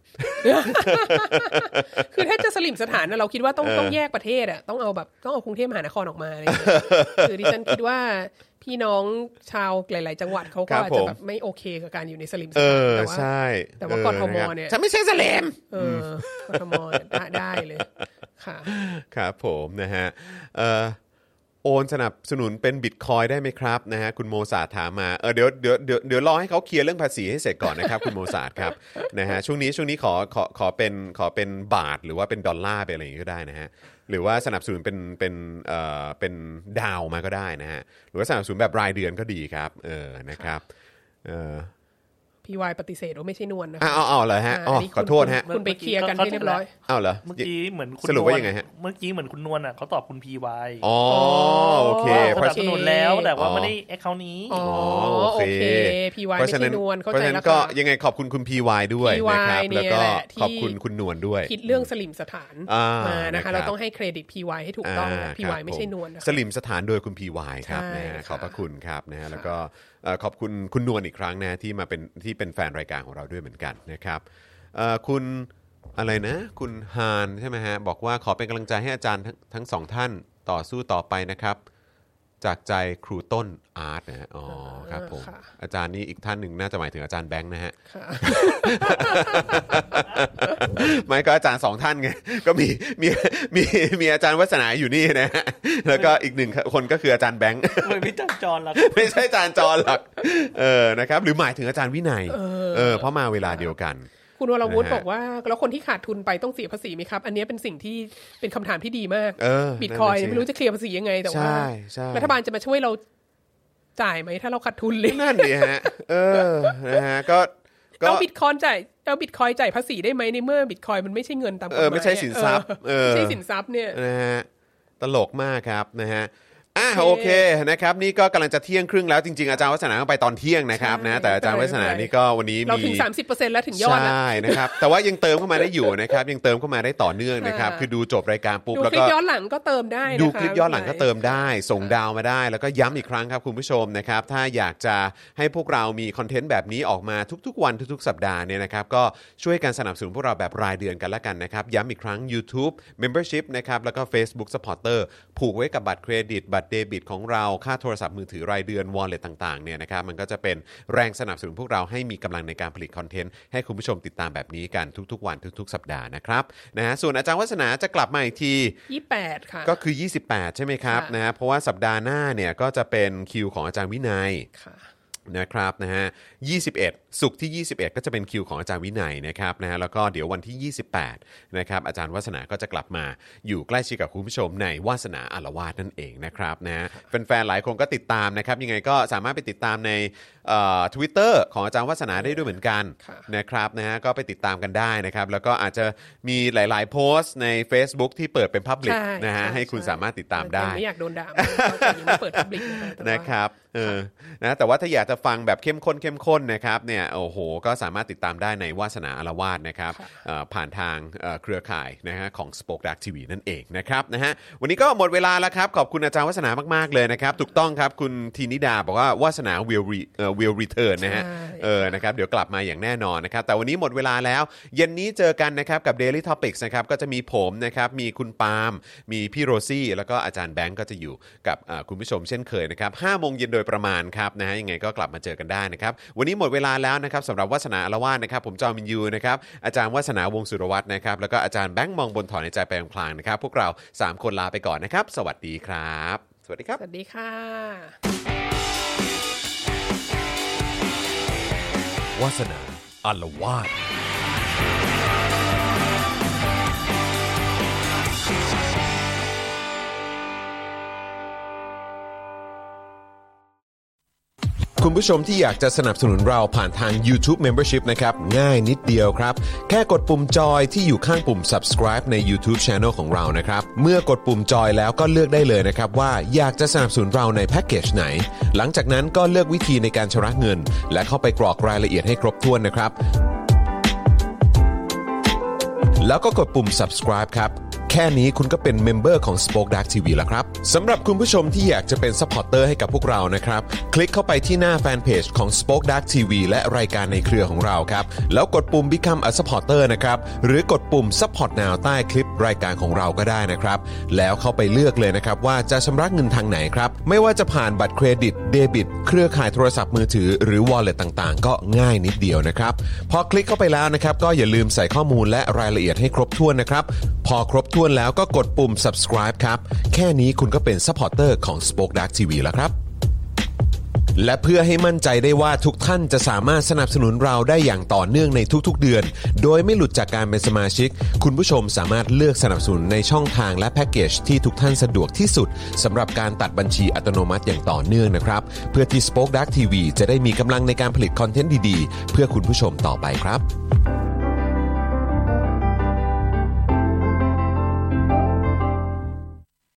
คือถ้าจะสลิมสถานนะเราคิดว่าต้องต้องแยกประเทศอ่ะต้องเอาแบบต้องเอากรุงเทพมหานครออกมาอะไรอย่างเงี้ยคือดิฉันคิดว่าพี่น้องชาวหลายๆจังหวัดเขาก็อาจจะแบบไม่โอเคกับการอยู่ในสลิมสถานแต่ว่าแต่ว่ากทมเนี่ยฉันไม่ใช่สลิมเออกทมได้เลยค่ะครับผมนะฮะเอ่อโอนสนับสนุนเป็นบิตคอยได้ไหมครับนะฮะคุณโมซาถามมาเออเดี๋ยวเดี๋ยวเดี๋ยวเดี๋ยวรอให้เขาเคลียร์เรื่องภาษีให้เสร็จก่อนนะครับ คุณโมซาครับนะฮะช่วงนี้ช่วงนี้ขอขอขอเป็นขอเป็นบาทหรือว่าเป็นดอลลาร์ไปอะไรอย่างงี้ก็ได้นะฮะหรือว่าสนับสนุนเป็นเป็นเอ่อเป็นดาวมาก็ได้นะฮะหรือว่าสนับสนุนแบบรายเดือนก็ดีครับเออนะครับเออพี วาย ปฏิเสธว่าไม่ใช่นวลนะคะอ้าวอ้าวเหรอฮะอ๋อขอโทษฮะคุณไปเคลียร์กันให้เรียบร้อยอ้าวเหรอเมื่อกี้เหมือนคุณสรุปว่ายังไงฮะเมื่อกี้เหมือนคุณนวลอ่ะเขาตอบคุณ พี วายอ๋อโอเคสนับสนุนแล้วแต่ว่าไม่ได้แอคเคาท์นี้อ๋อโอเค พี วาย ไม่ใช่นวลเข้าใจแล้วก็ยังไงขอบคุณคุณ พี วาย ด้วยนะครับแล้วก็ขอบคุณคุณนวลด้วยคิดเรื่องสลิมสถานมานะคะเราต้องให้เครดิต พี วาย ให้ถูกต้อง พี วาย ไม่ใช่นวลสลิมสถานโดยคุณ พี วาย ครับนะขอบพระคุณครับนะแล้วก็ขอบคุณคุณนวลอีกครั้งนะที่มาเป็นที่เป็นแฟนรายการของเราด้วยเหมือนกันนะครับคุณอะไรนะคุณฮานใช่ไหมฮะบอกว่าขอเป็นกำลังใจให้อาจารย์ทั้งทั้งสองท่านต่อสู้ต่อไปนะครับจากใจครูต้นอาร์ตนะฮะอ๋อครับผมอาจารย์นี่อีกท่านหนึ่งน่าจะหมายถึงอาจารย์แบงค์นะฮะไม่ก็อาจารย์สองท่านไงก็มีมีมีมีอาจารย์วัฒนาอยู่นี่นะฮะแล้วก็อีกหนึ่งคนก็คืออาจารย์แบงค์ไม่ใช่อาจารย์จรหรอกไม่ใช่อาจารย์จรหรอกเออนะครับหรือหมายถึงอาจารย์วินัยเออเพราะมาเวลาเดียวกันคุณวรวุฒิบอกว่าแล้วคนที่ขาดทุนไปต้องเสียภาษีไหมครับอันนี้เป็นสิ่งที่เป็นคำถามที่ดีมากบิตคอยน์ไม่รู้จะเคลียร์ภาษียังไงแต่ว่ารัฐบาลจะมาช่วยเราจ่ายไหมถ้าเราขาดทุนเลยนั่นดิฮะเออนะฮะก็เอาบิตคอยน์จ่ายเอาบิตคอยน์จ่ายภาษีได้ไหมในเมื่อบิตคอยน์มันไม่ใช่เงินตามกฎหมายเออไม่ใช่สินทรัพย์ไม่ใช่สินทรัพย์เนี่ยนะฮะตลกมากครับนะฮะอ่ะโอเคนะครับนี่ก็กำลังจะเที่ยงครึ่งแล้วจริงๆอาจารย์วัฒนาต้องไปตอนเที่ยงนะครับนะแต่อาจารย์วัฒนานี่ก็วันนี้มีเราถึง สามสิบเปอร์เซ็นต์ แล้วถึงยอดแล้วใช่นะครับแต่ว่ายังเติมเข้ามาได้อยู่นะครับยังเติมเข้ามาได้ต่อเนื่องนะครับคือดูจบรายการปุ๊บแล้วก็ดูคลิปย้อนหลังก็เติมได้ดูคลิปย้อนหลังก็เติมได้ส่งดาวมาได้แล้วก็ย้ำอีกครั้งครับคุณผู้ชมนะครับถ้าอยากจะให้พวกเรามีคอนเทนต์แบบนี้ออกมาทุกๆวันทุกๆสัปดาห์เนี่ยนะครับก็ช่วยกันสนับสนุนพวกเราแบบรายเดือนกันละกันนะครับย้ำอีกครั้ง YouTube Membership นะครับแล้วก็ Facebook Supporter ผูกไว้กับบัตรเครดิตบัตรเดบิตของเราค่าโทรศัพท์มือถือรายเดือน Wallet ต่างๆเนี่ยนะครับมันก็จะเป็นแรงสนับสนุนพวกเราให้มีกำลังในการผลิตคอนเทนต์ให้คุณผู้ชมติดตามแบบนี้กันทุกๆวันทุกๆสัปดาห์นะครับนะฮะส่วนอาจารย์วัฒนาจะกลับมาอีกทียี่สิบแปดค่ะก็คือยี่สิบแปดใช่ไหมครับนะฮะเพราะว่าสัปดาห์หน้าเนี่ยก็จะเป็นคิวของอาจารย์วินัยค่ะนะครับนะฮะยี่สิบเอ็ดศุกร์ที่ยี่สิบเอ็ดก็จะเป็นคิวของอาจารย์วินัยนะครับนะฮะแล้วก็เดี๋ยววันที่ยี่สิบแปดนะครับอาจารย์วาสนาก็จะกลับมาอยู่ใกล้ชิดกับคุณผู้ชมในวาสนาอารวาสนั่นเองนะครับนะฮะแฟนๆหลายคนก็ติดตามนะครับยังไงก็สามารถไปติดตามในเอ่อ Twitter ของอาจารย์วาสนาได้ด้วยเหมือนกันนะครับนะฮะก็ไปติดตามกันได้นะครับแล้วก็อาจจะมีหลายๆโพสต์ใน Facebook ที่เปิดเป็น Public นะฮะให้คุณสามารถติดตามได้ไม่อยากโดนด่าแต่ยังไม่เปิด Public นะครับเออนะแต่ว่าถ้าอยากจะฟังแบบเข้มข้นเข้มข้นนะครับเนี่ยโอ้โหก็สามารถติดตามได้ในวาสนาอารวาสนะครับผ่านทางเครือข่ายนะฮะของ Spoke Dark ที วี นั่นเองนะครับนะฮะวันนี้ก็หมดเวลาแล้วครับขอบคุณอาจารย์วาสนามากๆเลยนะครับถูกต้องครับคุณธีนิดาบอกว่าวาสนา will re เอ่อ will return นะฮะเออนะครับเดี๋ยวกลับมาอย่างแน่นอนนะครับแต่วันนี้หมดเวลาแล้วเย็นนี้เจอกันนะครับกับ Daily Topics นะครับก็จะมีผมนะครับมีคุณปาล์มมีพี่โรซี่แล้วก็อาจารย์แบงก์ก็จะอยู่กับคุณผู้ชมเช่นเคยนะครับห้าโมงเย็นโดยประมาณครับนะฮะยังไงก็กลับมาเจอกันได้นะครับวันนี้หมดเวลาแล้วนะครับสำหรับวาสนาอารวาสนะครับผมจอมินยูนะครับอาจารย์วาสนาวงศ์สุรวัฒน์นะครับแล้วก็อาจารย์แบงค์มองบนถอนในใจไปพลางๆนะครับพวกเราสามคนลาไปก่อนนะครับสวัสดีครับสวัสดีครับสวัสดีค่ะวาสนาอารวาสคุณผู้ชมที่อยากจะสนับสนุนเราผ่านทาง YouTube Membership นะครับง่ายนิดเดียวครับแค่กดปุ่มจอยที่อยู่ข้างปุ่ม Subscribe ใน YouTube Channel ของเรานะครับเมื่อกดปุ่มจอยแล้วก็เลือกได้เลยนะครับว่าอยากจะสนับสนุนเราในแพ็คเกจไหนหลังจากนั้นก็เลือกวิธีในการชำระเงินและเข้าไปกรอกรายละเอียดให้ครบถ้วนนะครับแล้วก็กดปุ่ม Subscribe ครับแค่นี้คุณก็เป็นเมมเบอร์ของ Spoke Dark ที วี แล้วครับสำหรับคุณผู้ชมที่อยากจะเป็นซัพพอร์ตเตอร์ให้กับพวกเรานะครับคลิกเข้าไปที่หน้าแฟนเพจของ Spoke Dark ที วี และรายการในเครือของเราครับแล้วกดปุ่ม Become a supporter นะครับหรือกดปุ่ม Support Now ใต้คลิปรายการของเราก็ได้นะครับแล้วเข้าไปเลือกเลยนะครับว่าจะชำระเงินทางไหนครับไม่ว่าจะผ่านบัตรเครดิตเดบิตเครือข่ายโทรศัพท์มือถือหรือ Wallet ต่างๆก็ง่ายนิดเดียวนะครับพอคลิกเข้าไปแล้วนะครับก็อย่าลืมใส่ข้อมูลและรายละเอียดให้ครบถ้วนนะครับพอครบถ้วนแล้วก็กดปุ่ม Subscribe ครับแค่นี้คุณก็เป็นซัพพอร์ตเตอร์ของ Spoke Dark ที วี แล้วครับและเพื่อให้มั่นใจได้ว่าทุกท่านจะสามารถสนับสนุนเราได้อย่างต่อเนื่องในทุกๆเดือนโดยไม่หลุดจากการเป็นสมาชิกคุณผู้ชมสามารถเลือกสนับสนุนในช่องทางและแพ็กเกจที่ทุกท่านสะดวกที่สุดสำหรับการตัดบัญชีอัตโนมัติอย่างต่อเนื่องนะครับเพื่อที่ Spoke Dark ที วี จะได้มีกำลังในการผลิตคอนเทนต์ดีๆเพื่อคุณผู้ชมต่อไปครับ